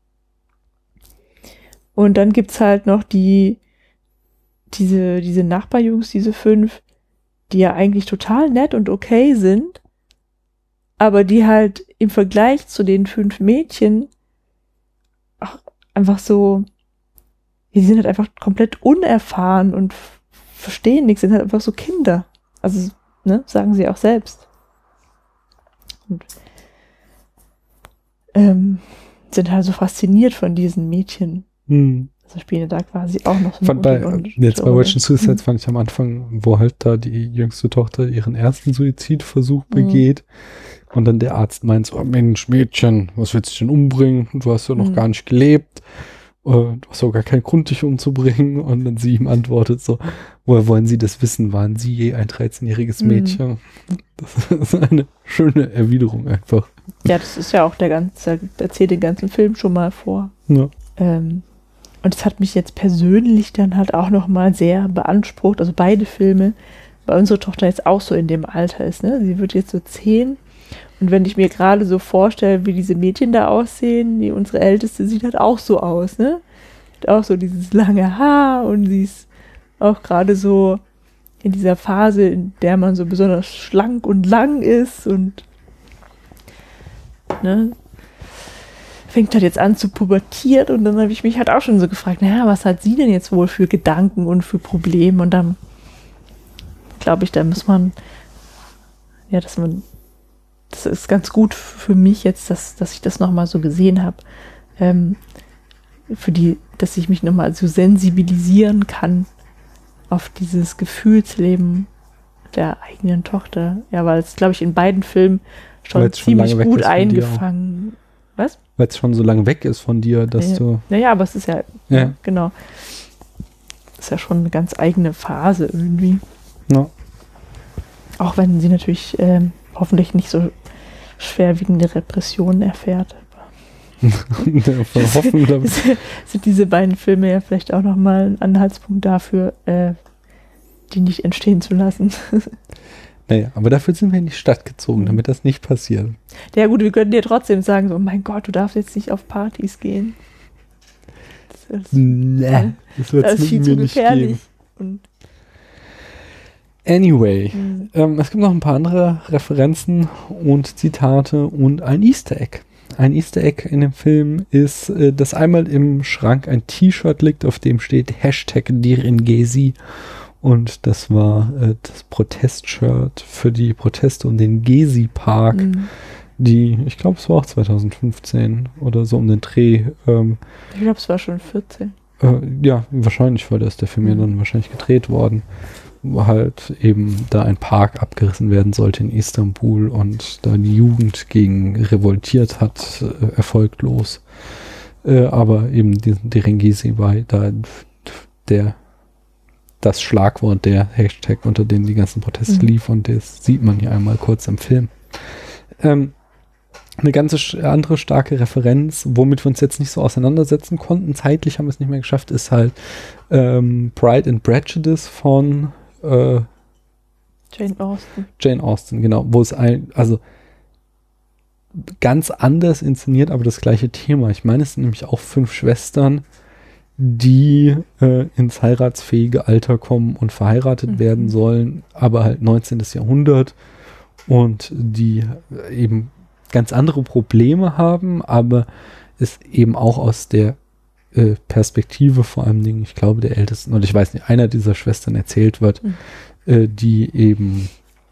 Und dann gibt's halt noch die, diese, diese Nachbarjungs, diese fünf, die ja eigentlich total nett und okay sind, aber die halt im Vergleich zu den fünf Mädchen ach, einfach so, die sind halt einfach komplett unerfahren und f- verstehen nichts, sind halt einfach so Kinder. Also, ne, sagen sie auch selbst. Und ähm, sind halt so fasziniert von diesen Mädchen. Hm. Also spielen da quasi auch noch so Fand bei, und jetzt bei Virgin Suicides Mhm. fand ich am Anfang, wo halt da die jüngste Tochter ihren ersten Suizidversuch begeht und dann der Arzt meint so, Mensch, Mädchen, was willst du denn umbringen? Du hast ja noch Mhm. gar nicht gelebt. Äh, Du hast ja gar keinen Grund, dich umzubringen. Und dann sie ihm antwortet so, woher wollen Sie das wissen? Waren Sie je ein dreizehnjähriges Mhm. Mädchen? Das ist eine schöne Erwiderung einfach. Ja, das ist ja auch der ganze, erzählt den ganzen Film schon mal vor. Ja. Ähm, und es hat mich jetzt persönlich dann halt auch noch mal sehr beansprucht, also beide Filme, weil unsere Tochter jetzt auch so in dem Alter ist, ne? Sie wird jetzt so zehn. Und wenn ich mir gerade so vorstelle, wie diese Mädchen da aussehen, die unsere Älteste sieht halt auch so aus, ne? Hat auch so dieses lange Haar und sie ist auch gerade so in dieser Phase, in der man so besonders schlank und lang ist und ne, fängt halt jetzt an zu pubertieren und dann habe ich mich halt auch schon so gefragt, naja, was hat sie denn jetzt wohl für Gedanken und für Probleme? Und dann glaube ich, da muss man, ja, dass man, das ist ganz gut für mich jetzt, dass, dass ich das nochmal so gesehen habe, ähm, für die, dass ich mich nochmal so sensibilisieren kann auf dieses Gefühlsleben der eigenen Tochter. Ja, weil es, glaube ich, in beiden Filmen schon Weil es schon ziemlich lange weg gut ist von dir eingefangen. Was? Weil es schon so lange weg ist von dir, dass Ja. du... Naja, aber es ist ja, Ja. genau. Ist ja schon eine ganz eigene Phase irgendwie. Ja. Auch wenn sie natürlich ähm, hoffentlich nicht so schwerwiegende Repressionen erfährt. Von Hoffen, glaub ich. Sind diese beiden Filme ja vielleicht auch nochmal ein Anhaltspunkt dafür, äh, die nicht entstehen zu lassen. Naja, aber dafür sind wir in die Stadt gezogen, damit das nicht passiert. Ja gut, wir könnten dir trotzdem sagen, so, oh mein Gott, du darfst jetzt nicht auf Partys gehen. Das ist, Nee, das wird das es ist viel mit zu mir nicht gefährlich. geben. Und, Anyway, mh, ähm, es gibt noch ein paar andere Referenzen und Zitate und ein Easter Egg. Ein Easter Egg in dem Film ist, äh, dass einmal im Schrank ein T-Shirt liegt, auf dem steht Hashtag Dir in Gezi. Und das war äh, das Protestshirt für die Proteste um den Gezi-Park, mh. die, ich glaube, es war auch zwanzig fünfzehn oder so um den Dreh. Ähm, Ich glaube, es war schon vierzehn. äh, ja, wahrscheinlich, weil da ist der Film ja Mhm. dann wahrscheinlich gedreht worden. halt eben da ein Park abgerissen werden sollte in Istanbul und da die Jugend gegen revoltiert hat, äh, erfolglos. Äh, aber eben die, die Rengisi war da der das Schlagwort, der Hashtag, unter dem die ganzen Proteste mhm. lief, und das sieht man hier einmal kurz im Film. Ähm, eine ganz andere starke Referenz, womit wir uns jetzt nicht so auseinandersetzen konnten, zeitlich haben wir es nicht mehr geschafft, ist halt ähm, Pride and Prejudice von äh, Jane Austen. Jane Austen, genau, wo es ein, also ganz anders inszeniert, aber das gleiche Thema. Ich meine, es sind nämlich auch fünf Schwestern, die äh, ins heiratsfähige Alter kommen und verheiratet mhm. werden sollen, aber halt neunzehntes Jahrhundert und die eben ganz andere Probleme haben, aber es eben auch aus der äh, Perspektive vor allem Dingen, ich glaube, der Ältesten, oder ich weiß nicht, einer dieser Schwestern erzählt wird, mhm. äh, die eben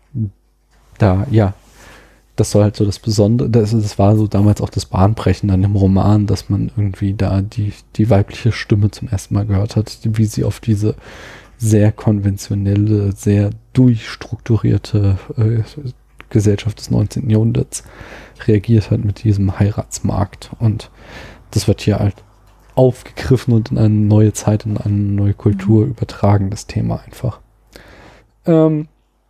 da, ja, das soll halt so das Besondere, das, das war so damals auch das Bahnbrechen an dem Roman, dass man irgendwie da die, die weibliche Stimme zum ersten Mal gehört hat, wie sie auf diese sehr konventionelle, sehr durchstrukturierte äh, Gesellschaft des neunzehnten Jahrhunderts reagiert hat mit diesem Heiratsmarkt. Und das wird hier halt aufgegriffen und in eine neue Zeit, in eine neue Kultur mhm. übertragen, das Thema einfach. Ähm,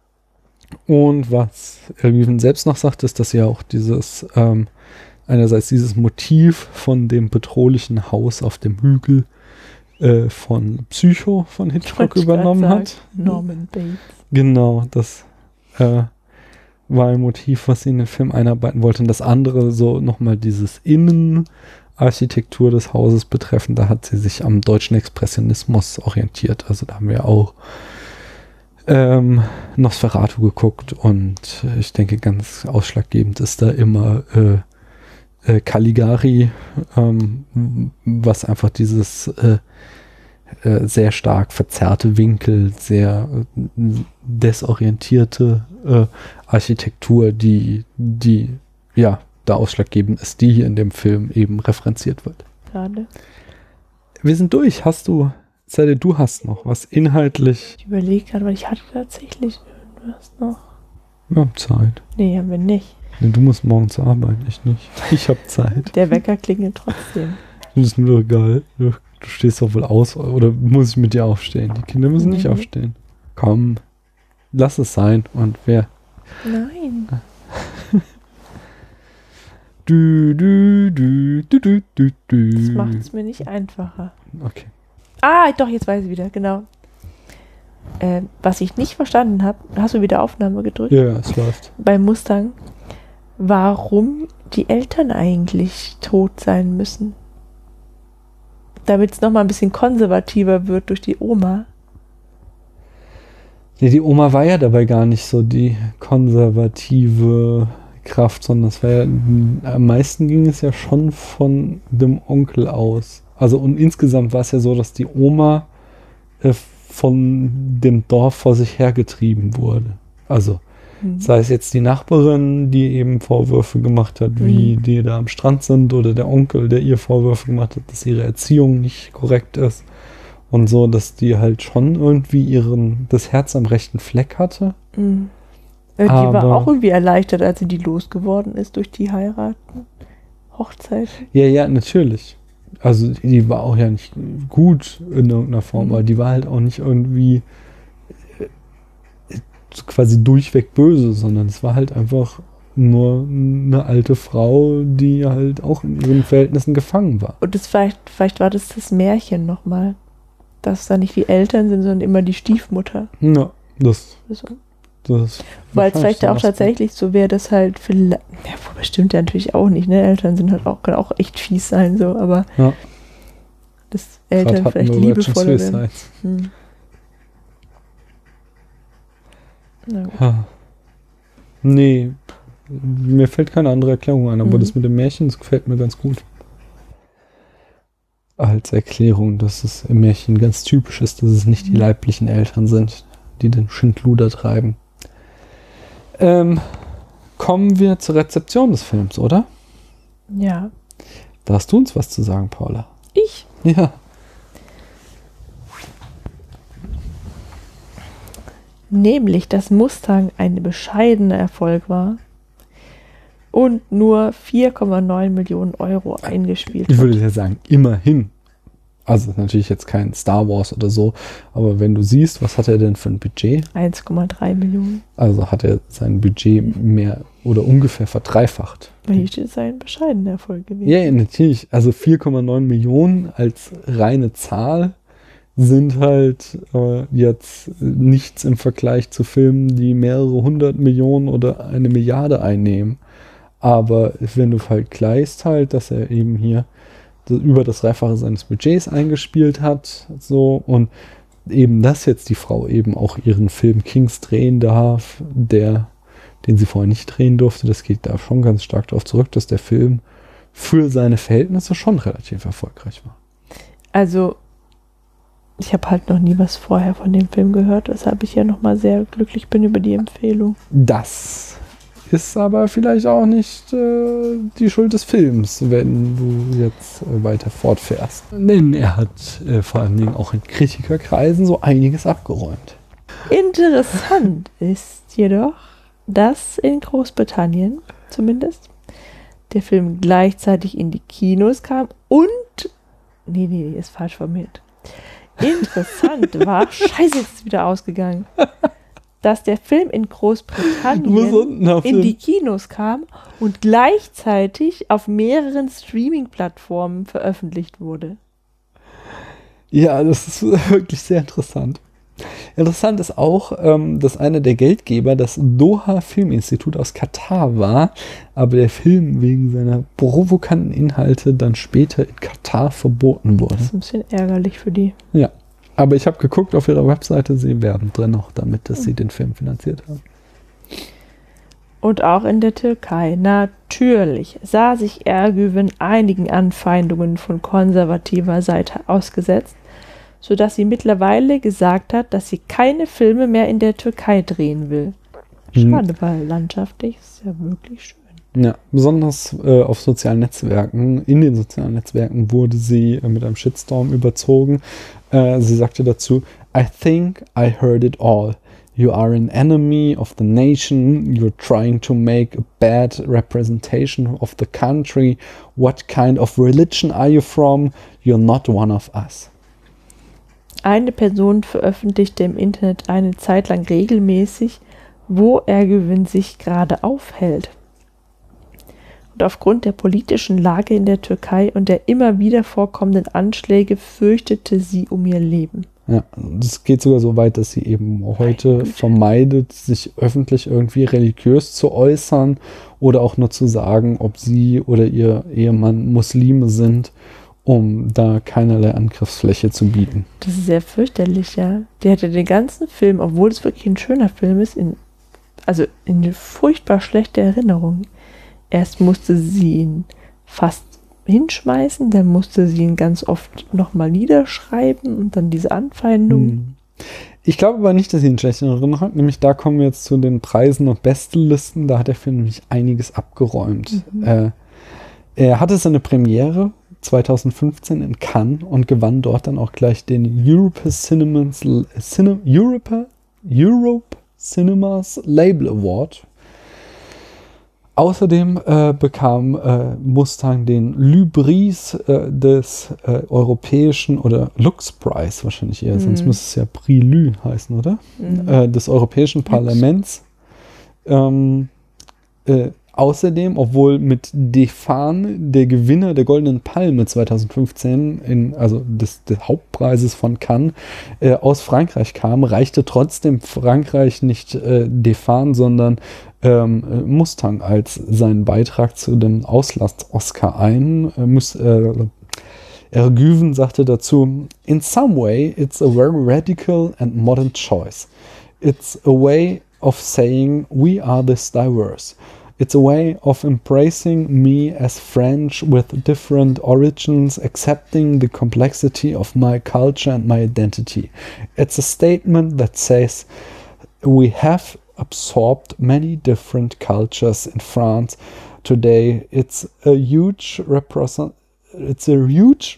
Und was Elviven selbst noch sagt, ist, dass ja auch dieses, ähm, einerseits dieses Motiv von dem bedrohlichen Haus auf dem Hügel äh, von Psycho von Hitchcock übernommen hat. Norman Bates. Genau, das äh, war ein Motiv, was sie in den Film einarbeiten wollte. Und das andere, so nochmal dieses Innenarchitektur des Hauses betreffend, da hat sie sich am deutschen Expressionismus orientiert. Also da haben wir auch Ähm, Nosferatu geguckt und ich denke, ganz ausschlaggebend ist da immer äh, äh, Caligari, ähm, was einfach dieses äh, äh, sehr stark verzerrte Winkel, sehr äh, desorientierte äh, Architektur, die, die ja da ausschlaggebend ist, die hier in dem Film eben referenziert wird. Schade. Wir sind durch. Hast du Sei denn, du hast noch was inhaltlich. Ich überlege gerade, weil ich hatte tatsächlich irgendwas noch. Wir haben Zeit. Nee, haben wir nicht. Nee, du musst morgens arbeiten, ich nicht. Ich habe Zeit. Der Wecker klingelt trotzdem. Das ist mir doch egal. Du, du stehst doch wohl aus, oder muss ich mit dir aufstehen? Die Kinder müssen nee. nicht aufstehen. Komm, lass es sein. Und wer? Nein. du, du, du, du, du, du, du. Das macht es mir nicht einfacher. Okay. Ah, doch, jetzt weiß ich wieder, genau. Äh, was ich nicht verstanden habe, hast du wieder Aufnahme gedrückt? Ja, es läuft. Bei Mustang, warum die Eltern eigentlich tot sein müssen. Damit es nochmal ein bisschen konservativer wird durch die Oma. Ja, die Oma war ja dabei gar nicht so die konservative Kraft, sondern es war ja, am meisten ging es ja schon von dem Onkel aus. Also und insgesamt war es ja so, dass die Oma äh, von dem Dorf vor sich hergetrieben wurde. Also mhm. sei es jetzt die Nachbarin, die eben Vorwürfe gemacht hat, mhm. wie die da am Strand sind, oder der Onkel, der ihr Vorwürfe gemacht hat, dass ihre Erziehung nicht korrekt ist. Und so, dass die halt schon irgendwie ihren das Herz am rechten Fleck hatte. Mhm. Die war auch irgendwie erleichtert, als sie die losgeworden ist durch die Heiraten. Hochzeit. Ja, ja, natürlich. Also die war auch ja nicht gut in irgendeiner Form, mhm. aber die war halt auch nicht irgendwie äh, quasi durchweg böse, sondern es war halt einfach nur eine alte Frau, die halt auch in ihren Verhältnissen gefangen war. Und das vielleicht, vielleicht war das das Märchen nochmal, dass da nicht die Eltern sind, sondern immer die Stiefmutter. Ja, das... So. das Weil es vielleicht auch tatsächlich so wäre, dass halt vielleicht, ja, bestimmt ja natürlich auch nicht, ne? Eltern sind halt auch, können auch echt fies sein, so, aber ja. dass Eltern vielleicht liebevoller werden. Hm. Na gut. Ha. Nee, mir fällt keine andere Erklärung ein, aber mhm. das mit dem Märchen, das gefällt mir ganz gut. Als Erklärung, dass es im Märchen ganz typisch ist, dass es nicht die leiblichen Eltern sind, die den Schindluder treiben. Ähm, kommen wir zur Rezeption des Films, oder? Ja. Da hast du uns was zu sagen, Paula. Ich? Ja. nämlich dass Mustang ein bescheidener Erfolg war und nur vier Komma neun Millionen Euro eingespielt hat. Ich würde ja sagen, immerhin. Also natürlich jetzt kein Star Wars oder so, aber wenn du siehst, was hat er denn für ein Budget? eins Komma drei Millionen. Also hat er sein Budget mehr oder ungefähr verdreifacht. Hier steht es ein bescheidener Erfolg gewesen. Ja, ja, natürlich. Also vier Komma neun Millionen als reine Zahl sind halt äh, jetzt nichts im Vergleich zu Filmen, die mehrere hundert Millionen oder eine Milliarde einnehmen. Aber wenn du vergleichst halt, dass er eben hier über das Dreifache seines Budgets eingespielt hat, so, und eben, dass jetzt die Frau eben auch ihren Film Kings drehen darf, der, den sie vorher nicht drehen durfte, das geht da schon ganz stark darauf zurück, dass der Film für seine Verhältnisse schon relativ erfolgreich war. Also, ich habe halt noch nie was vorher von dem Film gehört, weshalb ich ja nochmal sehr glücklich bin über die Empfehlung. Das ist aber vielleicht auch nicht äh, die Schuld des Films, wenn du jetzt äh, weiter fortfährst. Denn er hat äh, vor allen Dingen auch in Kritikerkreisen so einiges abgeräumt. Interessant ist jedoch, dass in Großbritannien zumindest der Film gleichzeitig in die Kinos kam und... Nee, nee, nee, ist falsch formuliert. Interessant war... Scheiße, jetzt ist es wieder ausgegangen. Dass der Film in Großbritannien in die Kinos kam und gleichzeitig auf mehreren Streaming-Plattformen veröffentlicht wurde. Ja, das ist wirklich sehr interessant. Interessant ist auch, ähm, dass einer der Geldgeber das Doha Filminstitut aus Katar war, aber der Film wegen seiner provokanten Inhalte dann später in Katar verboten wurde. Das ist ein bisschen ärgerlich für die. Ja. Aber ich habe geguckt auf ihrer Webseite, sie werben drin noch damit, dass sie den Film finanziert haben. Und auch in der Türkei, natürlich, sah sich Ergüven einigen Anfeindungen von konservativer Seite ausgesetzt, sodass sie mittlerweile gesagt hat, dass sie keine Filme mehr in der Türkei drehen will. Schade, hm. weil landschaftlich ist ja wirklich schön. Ja, besonders äh, auf sozialen Netzwerken, in den sozialen Netzwerken wurde sie äh, mit einem Shitstorm überzogen. Äh, sie sagte dazu, I think I heard it all. You are an enemy of the nation. You're trying to make a bad representation of the country. What kind of religion are you from? You're not one of us. Eine Person veröffentlichte im Internet eine Zeit lang regelmäßig, wo Ergüven sich gerade aufhält. Und aufgrund der politischen Lage in der Türkei und der immer wieder vorkommenden Anschläge fürchtete sie um ihr Leben. Ja, das geht sogar so weit, dass sie eben heute vermeidet, sich öffentlich irgendwie religiös zu äußern oder auch nur zu sagen, ob sie oder ihr Ehemann Muslime sind, um da keinerlei Angriffsfläche zu bieten. Das ist sehr fürchterlich, ja. Die hatte den ganzen Film, obwohl es wirklich ein schöner Film ist, in, also in eine furchtbar schlechte Erinnerung. Erst musste sie ihn fast hinschmeißen, dann musste sie ihn ganz oft nochmal niederschreiben und dann diese Anfeindung. Ich glaube aber nicht, dass sie ihn schlecht in Erinnerung hat. Nämlich da kommen wir jetzt zu den Preisen und Bestenlisten. Da hat der Film nämlich einiges abgeräumt. Mhm. Äh, er hatte seine Premiere zwanzig fünfzehn in Cannes und gewann dort dann auch gleich den Europe Cinemas, Cine, Europe, Europe Cinemas Label Award. Außerdem äh, bekam äh, Mustang den Lubris äh, des äh, europäischen oder Lux Prize wahrscheinlich eher, mhm. sonst müsste es ja Prix Lu heißen, oder? Mhm. Äh, des Europäischen Parlaments. Ähm, äh, außerdem, obwohl mit Defan der Gewinner der Goldenen Palme zwanzig fünfzehn, in, also des, des Hauptpreises von Cannes, äh, aus Frankreich kam, reichte trotzdem Frankreich nicht äh, Defan, sondern ähm, Mustang als seinen Beitrag zu dem Auslass-Oscar ein. Äh, muss, äh, Ergüven sagte dazu, in some way it's a very radical and modern choice. It's a way of saying we are this diverse. It's a way of embracing me as French with different origins, accepting the complexity of my culture and my identity. It's a statement that says we have absorbed many different cultures in France today. It's a huge represent it's a huge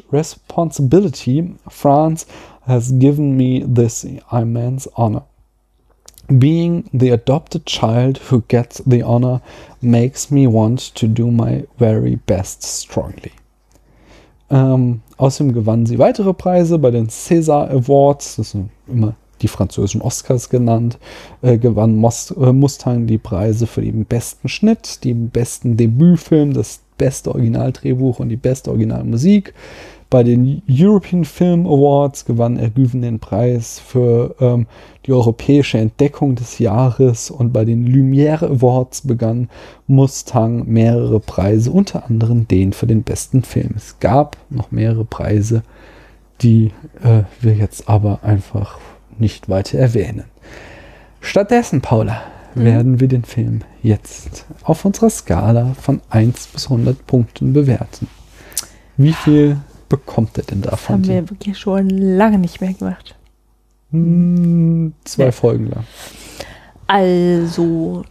responsibility. France has given me this immense honor. Being the adopted child who gets the honor makes me want to do my very best strongly. Ähm, außerdem gewann sie weitere Preise bei den César Awards, das sind immer die französischen Oscars genannt, äh, gewann Mos- äh, Mustang die Preise für den besten Schnitt, den besten Debütfilm, das beste Originaldrehbuch und die beste Originalmusik. Bei den European Film Awards gewann er Güven den Preis für ähm, die europäische Entdeckung des Jahres und bei den Lumière Awards begann Mustang mehrere Preise, unter anderem den für den besten Film. Es gab noch mehrere Preise, die äh, wir jetzt aber einfach nicht weiter erwähnen. Stattdessen, Paula, mhm. werden wir den Film jetzt auf unserer Skala von eins bis hundert Punkten bewerten. Wie viel bekommt er denn davon? Das haben wir wirklich schon lange nicht mehr gemacht. Hm, zwei nee. Folgen lang. Also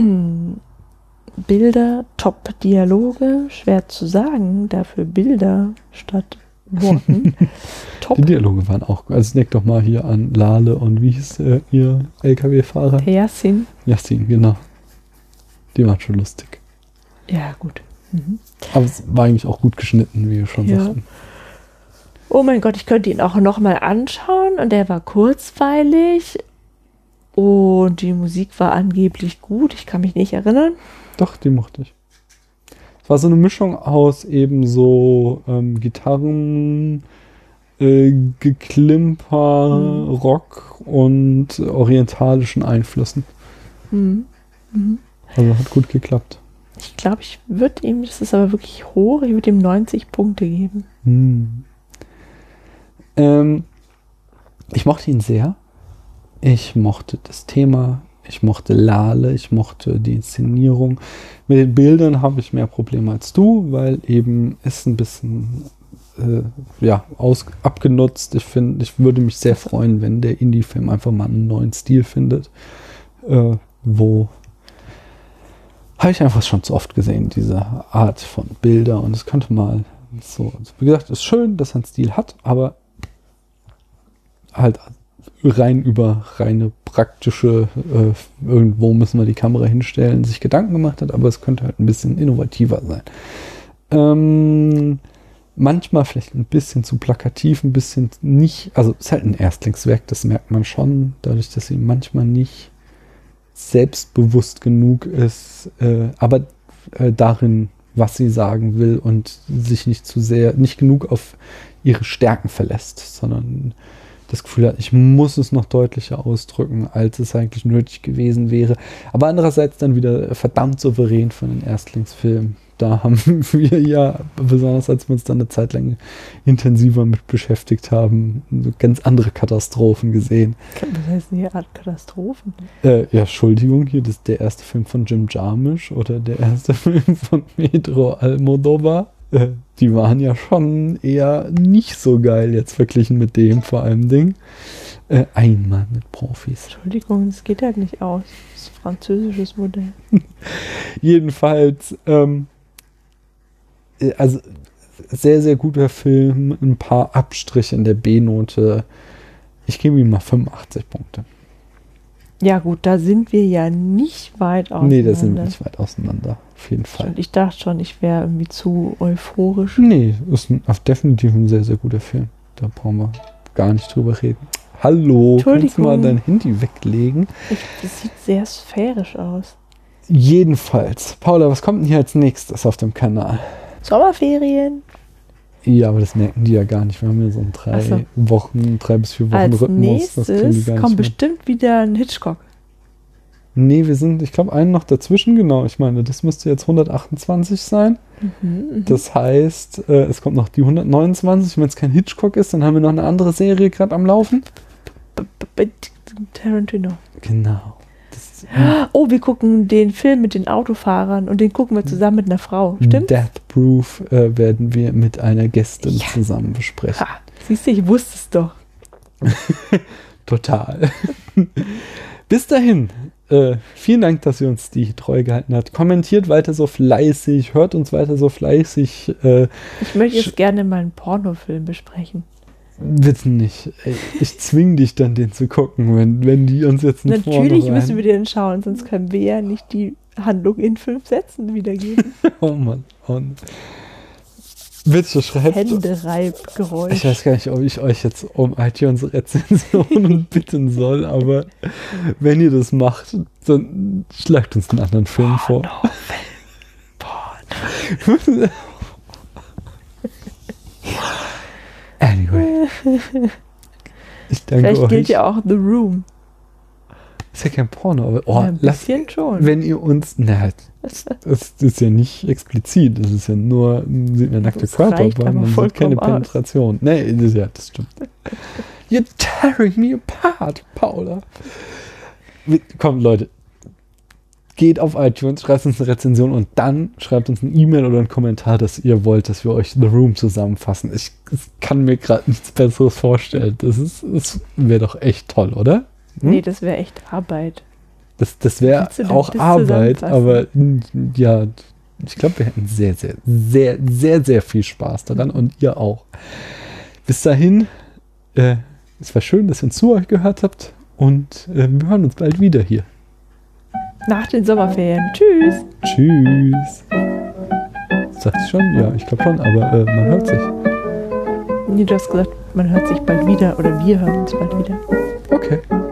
Bilder, Top-Dialoge, schwer zu sagen, dafür Bilder statt Worten. Top. Die Dialoge waren auch, also denk doch mal hier an Lale und wie hieß äh, ihr L K W-Fahrer? Yassin. Yassin, genau. Die waren schon lustig. Ja, gut. Mhm. Aber es war eigentlich auch gut geschnitten, wie wir schon ja. sagten. Oh mein Gott, ich könnte ihn auch noch mal anschauen und der war kurzweilig und die Musik war angeblich gut. Ich kann mich nicht erinnern. Doch, die mochte ich. Es war so eine Mischung aus eben so ähm, Gitarren, äh, Geklimper, mhm. Rock und orientalischen Einflüssen. Mhm. Mhm. Also hat gut geklappt. Ich glaube, ich würde ihm, das ist aber wirklich hoch, ich würde ihm neunzig Punkte geben. Mhm. Ähm, ich mochte ihn sehr. Ich mochte das Thema. Ich mochte Lale. Ich mochte die Inszenierung. Mit den Bildern habe ich mehr Probleme als du, weil eben ist ein bisschen äh, ja, aus, abgenutzt. Ich finde, ich würde mich sehr freuen, wenn der Indie-Film einfach mal einen neuen Stil findet. Äh, wo habe ich einfach schon zu oft gesehen, diese Art von Bilder. Und es könnte mal so, wie gesagt, ist schön, dass er einen Stil hat, aber halt rein über reine praktische, äh, irgendwo müssen wir die Kamera hinstellen, sich Gedanken gemacht hat, aber es könnte halt ein bisschen innovativer sein. Ähm, manchmal vielleicht ein bisschen zu plakativ, ein bisschen nicht, also es ist halt ein Erstlingswerk, das merkt man schon, dadurch, dass sie manchmal nicht selbstbewusst genug ist, äh, aber äh, darin, was sie sagen will und sich nicht zu sehr, nicht genug auf ihre Stärken verlässt, sondern das Gefühl hat, ich muss es noch deutlicher ausdrücken, als es eigentlich nötig gewesen wäre. Aber andererseits dann wieder verdammt souverän für einen Erstlingsfilm. Da haben wir ja, besonders als wir uns dann eine Zeit lang intensiver mit beschäftigt haben, ganz andere Katastrophen gesehen. Was heißt denn hier Art Katastrophen? Äh, ja, Entschuldigung, hier, das ist der erste Film von Jim Jarmusch oder der erste Film von Pedro Almodóvar. Äh, die waren ja schon eher nicht so geil jetzt verglichen mit dem vor allem Ding. Äh, einmal mit Profis. Entschuldigung, das geht halt nicht aus. Das ist ein französisches Modell. Jedenfalls, ähm, also sehr, sehr guter Film. Ein paar Abstriche in der B-Note. Ich gebe ihm mal fünfundachtzig Punkte. Ja gut, da sind wir ja nicht weit auseinander. Nee, da sind wir nicht weit auseinander. Auf jeden Fall. Ich dachte schon, ich wäre irgendwie zu euphorisch. Nee, ist ein, definitiv ein sehr, sehr guter Film. Da brauchen wir gar nicht drüber reden. Hallo, kannst du mal dein Handy weglegen? Ich, das sieht sehr sphärisch aus. Jedenfalls. Paula, was kommt denn hier als nächstes auf dem Kanal? Sommerferien. Ja, aber das merken die ja gar nicht. Wir haben ja so einen drei so. Wochen, drei bis vier Wochen als Rhythmus. Das kriegen die gar nicht kommt mit. Bestimmt wieder ein Hitchcock. Nee, wir sind, ich glaube, einen noch dazwischen, genau. Ich meine, das müsste jetzt hundertachtundzwanzig sein. Mhm, das heißt, äh, es kommt noch die hundertneunundzwanzig. Wenn es kein Hitchcock ist, dann haben wir noch eine andere Serie gerade am Laufen. Tarantino. Genau. Das, oh, wir gucken den Film mit den Autofahrern und den gucken wir zusammen mit einer Frau, stimmt? Death Proof äh, werden wir mit einer Gästin ja. zusammen besprechen. Ha, siehst du, ich wusste es doch. Total. Bis dahin. Äh, vielen Dank, dass ihr uns die Treue gehalten habt. Kommentiert weiter so fleißig, hört uns weiter so fleißig. Äh, ich möchte jetzt gerne mal einen Pornofilm besprechen. Bitte nicht. Ey, ich zwing dich dann, den zu gucken, wenn, wenn die uns jetzt einen Natürlich müssen wir den schauen, sonst können wir ja nicht die Handlung in fünf Sätzen wiedergeben. Oh Mann. Oh Mann. Bitte schreibt. Händereibgeräusch. Ich weiß gar nicht, ob ich euch jetzt um iTunes-Rezensionen bitten soll, aber wenn ihr das macht, dann schlagt uns einen anderen Film vor. No, Porn. Anyway. Ich danke Vielleicht euch. gilt ja auch The Room. Ist ja kein Porno, aber oh, Ja, ein lasst, bisschen schon. wenn ihr uns, na, das ist ja nicht explizit, das ist ja nur, sieht man nackte Das Körper, reicht aber aber man sieht keine vollkommen aus. Penetration. Nee, das, ja, das stimmt. You're tearing me apart, Paula. Kommt, Leute, geht auf iTunes, schreibt uns eine Rezension und dann schreibt uns eine E-Mail oder einen Kommentar, dass ihr wollt, dass wir euch The Room zusammenfassen. Ich, ich kann mir gerade nichts Besseres vorstellen. Das ist, das wäre doch echt toll, oder? Hm? Nee, das wäre echt Arbeit. Das, das wäre auch Arbeit, aber ja, ich glaube, wir hätten sehr, sehr, sehr, sehr, sehr viel Spaß daran und ihr auch. Bis dahin, äh, es war schön, dass ihr uns zu euch gehört habt und äh, wir hören uns bald wieder hier. Nach den Sommerferien. Tschüss. Tschüss. Sagt sie schon? Ja, ich glaube schon, aber äh, man hört sich. Nee, du hast gesagt, man hört sich bald wieder oder wir hören uns bald wieder. Okay.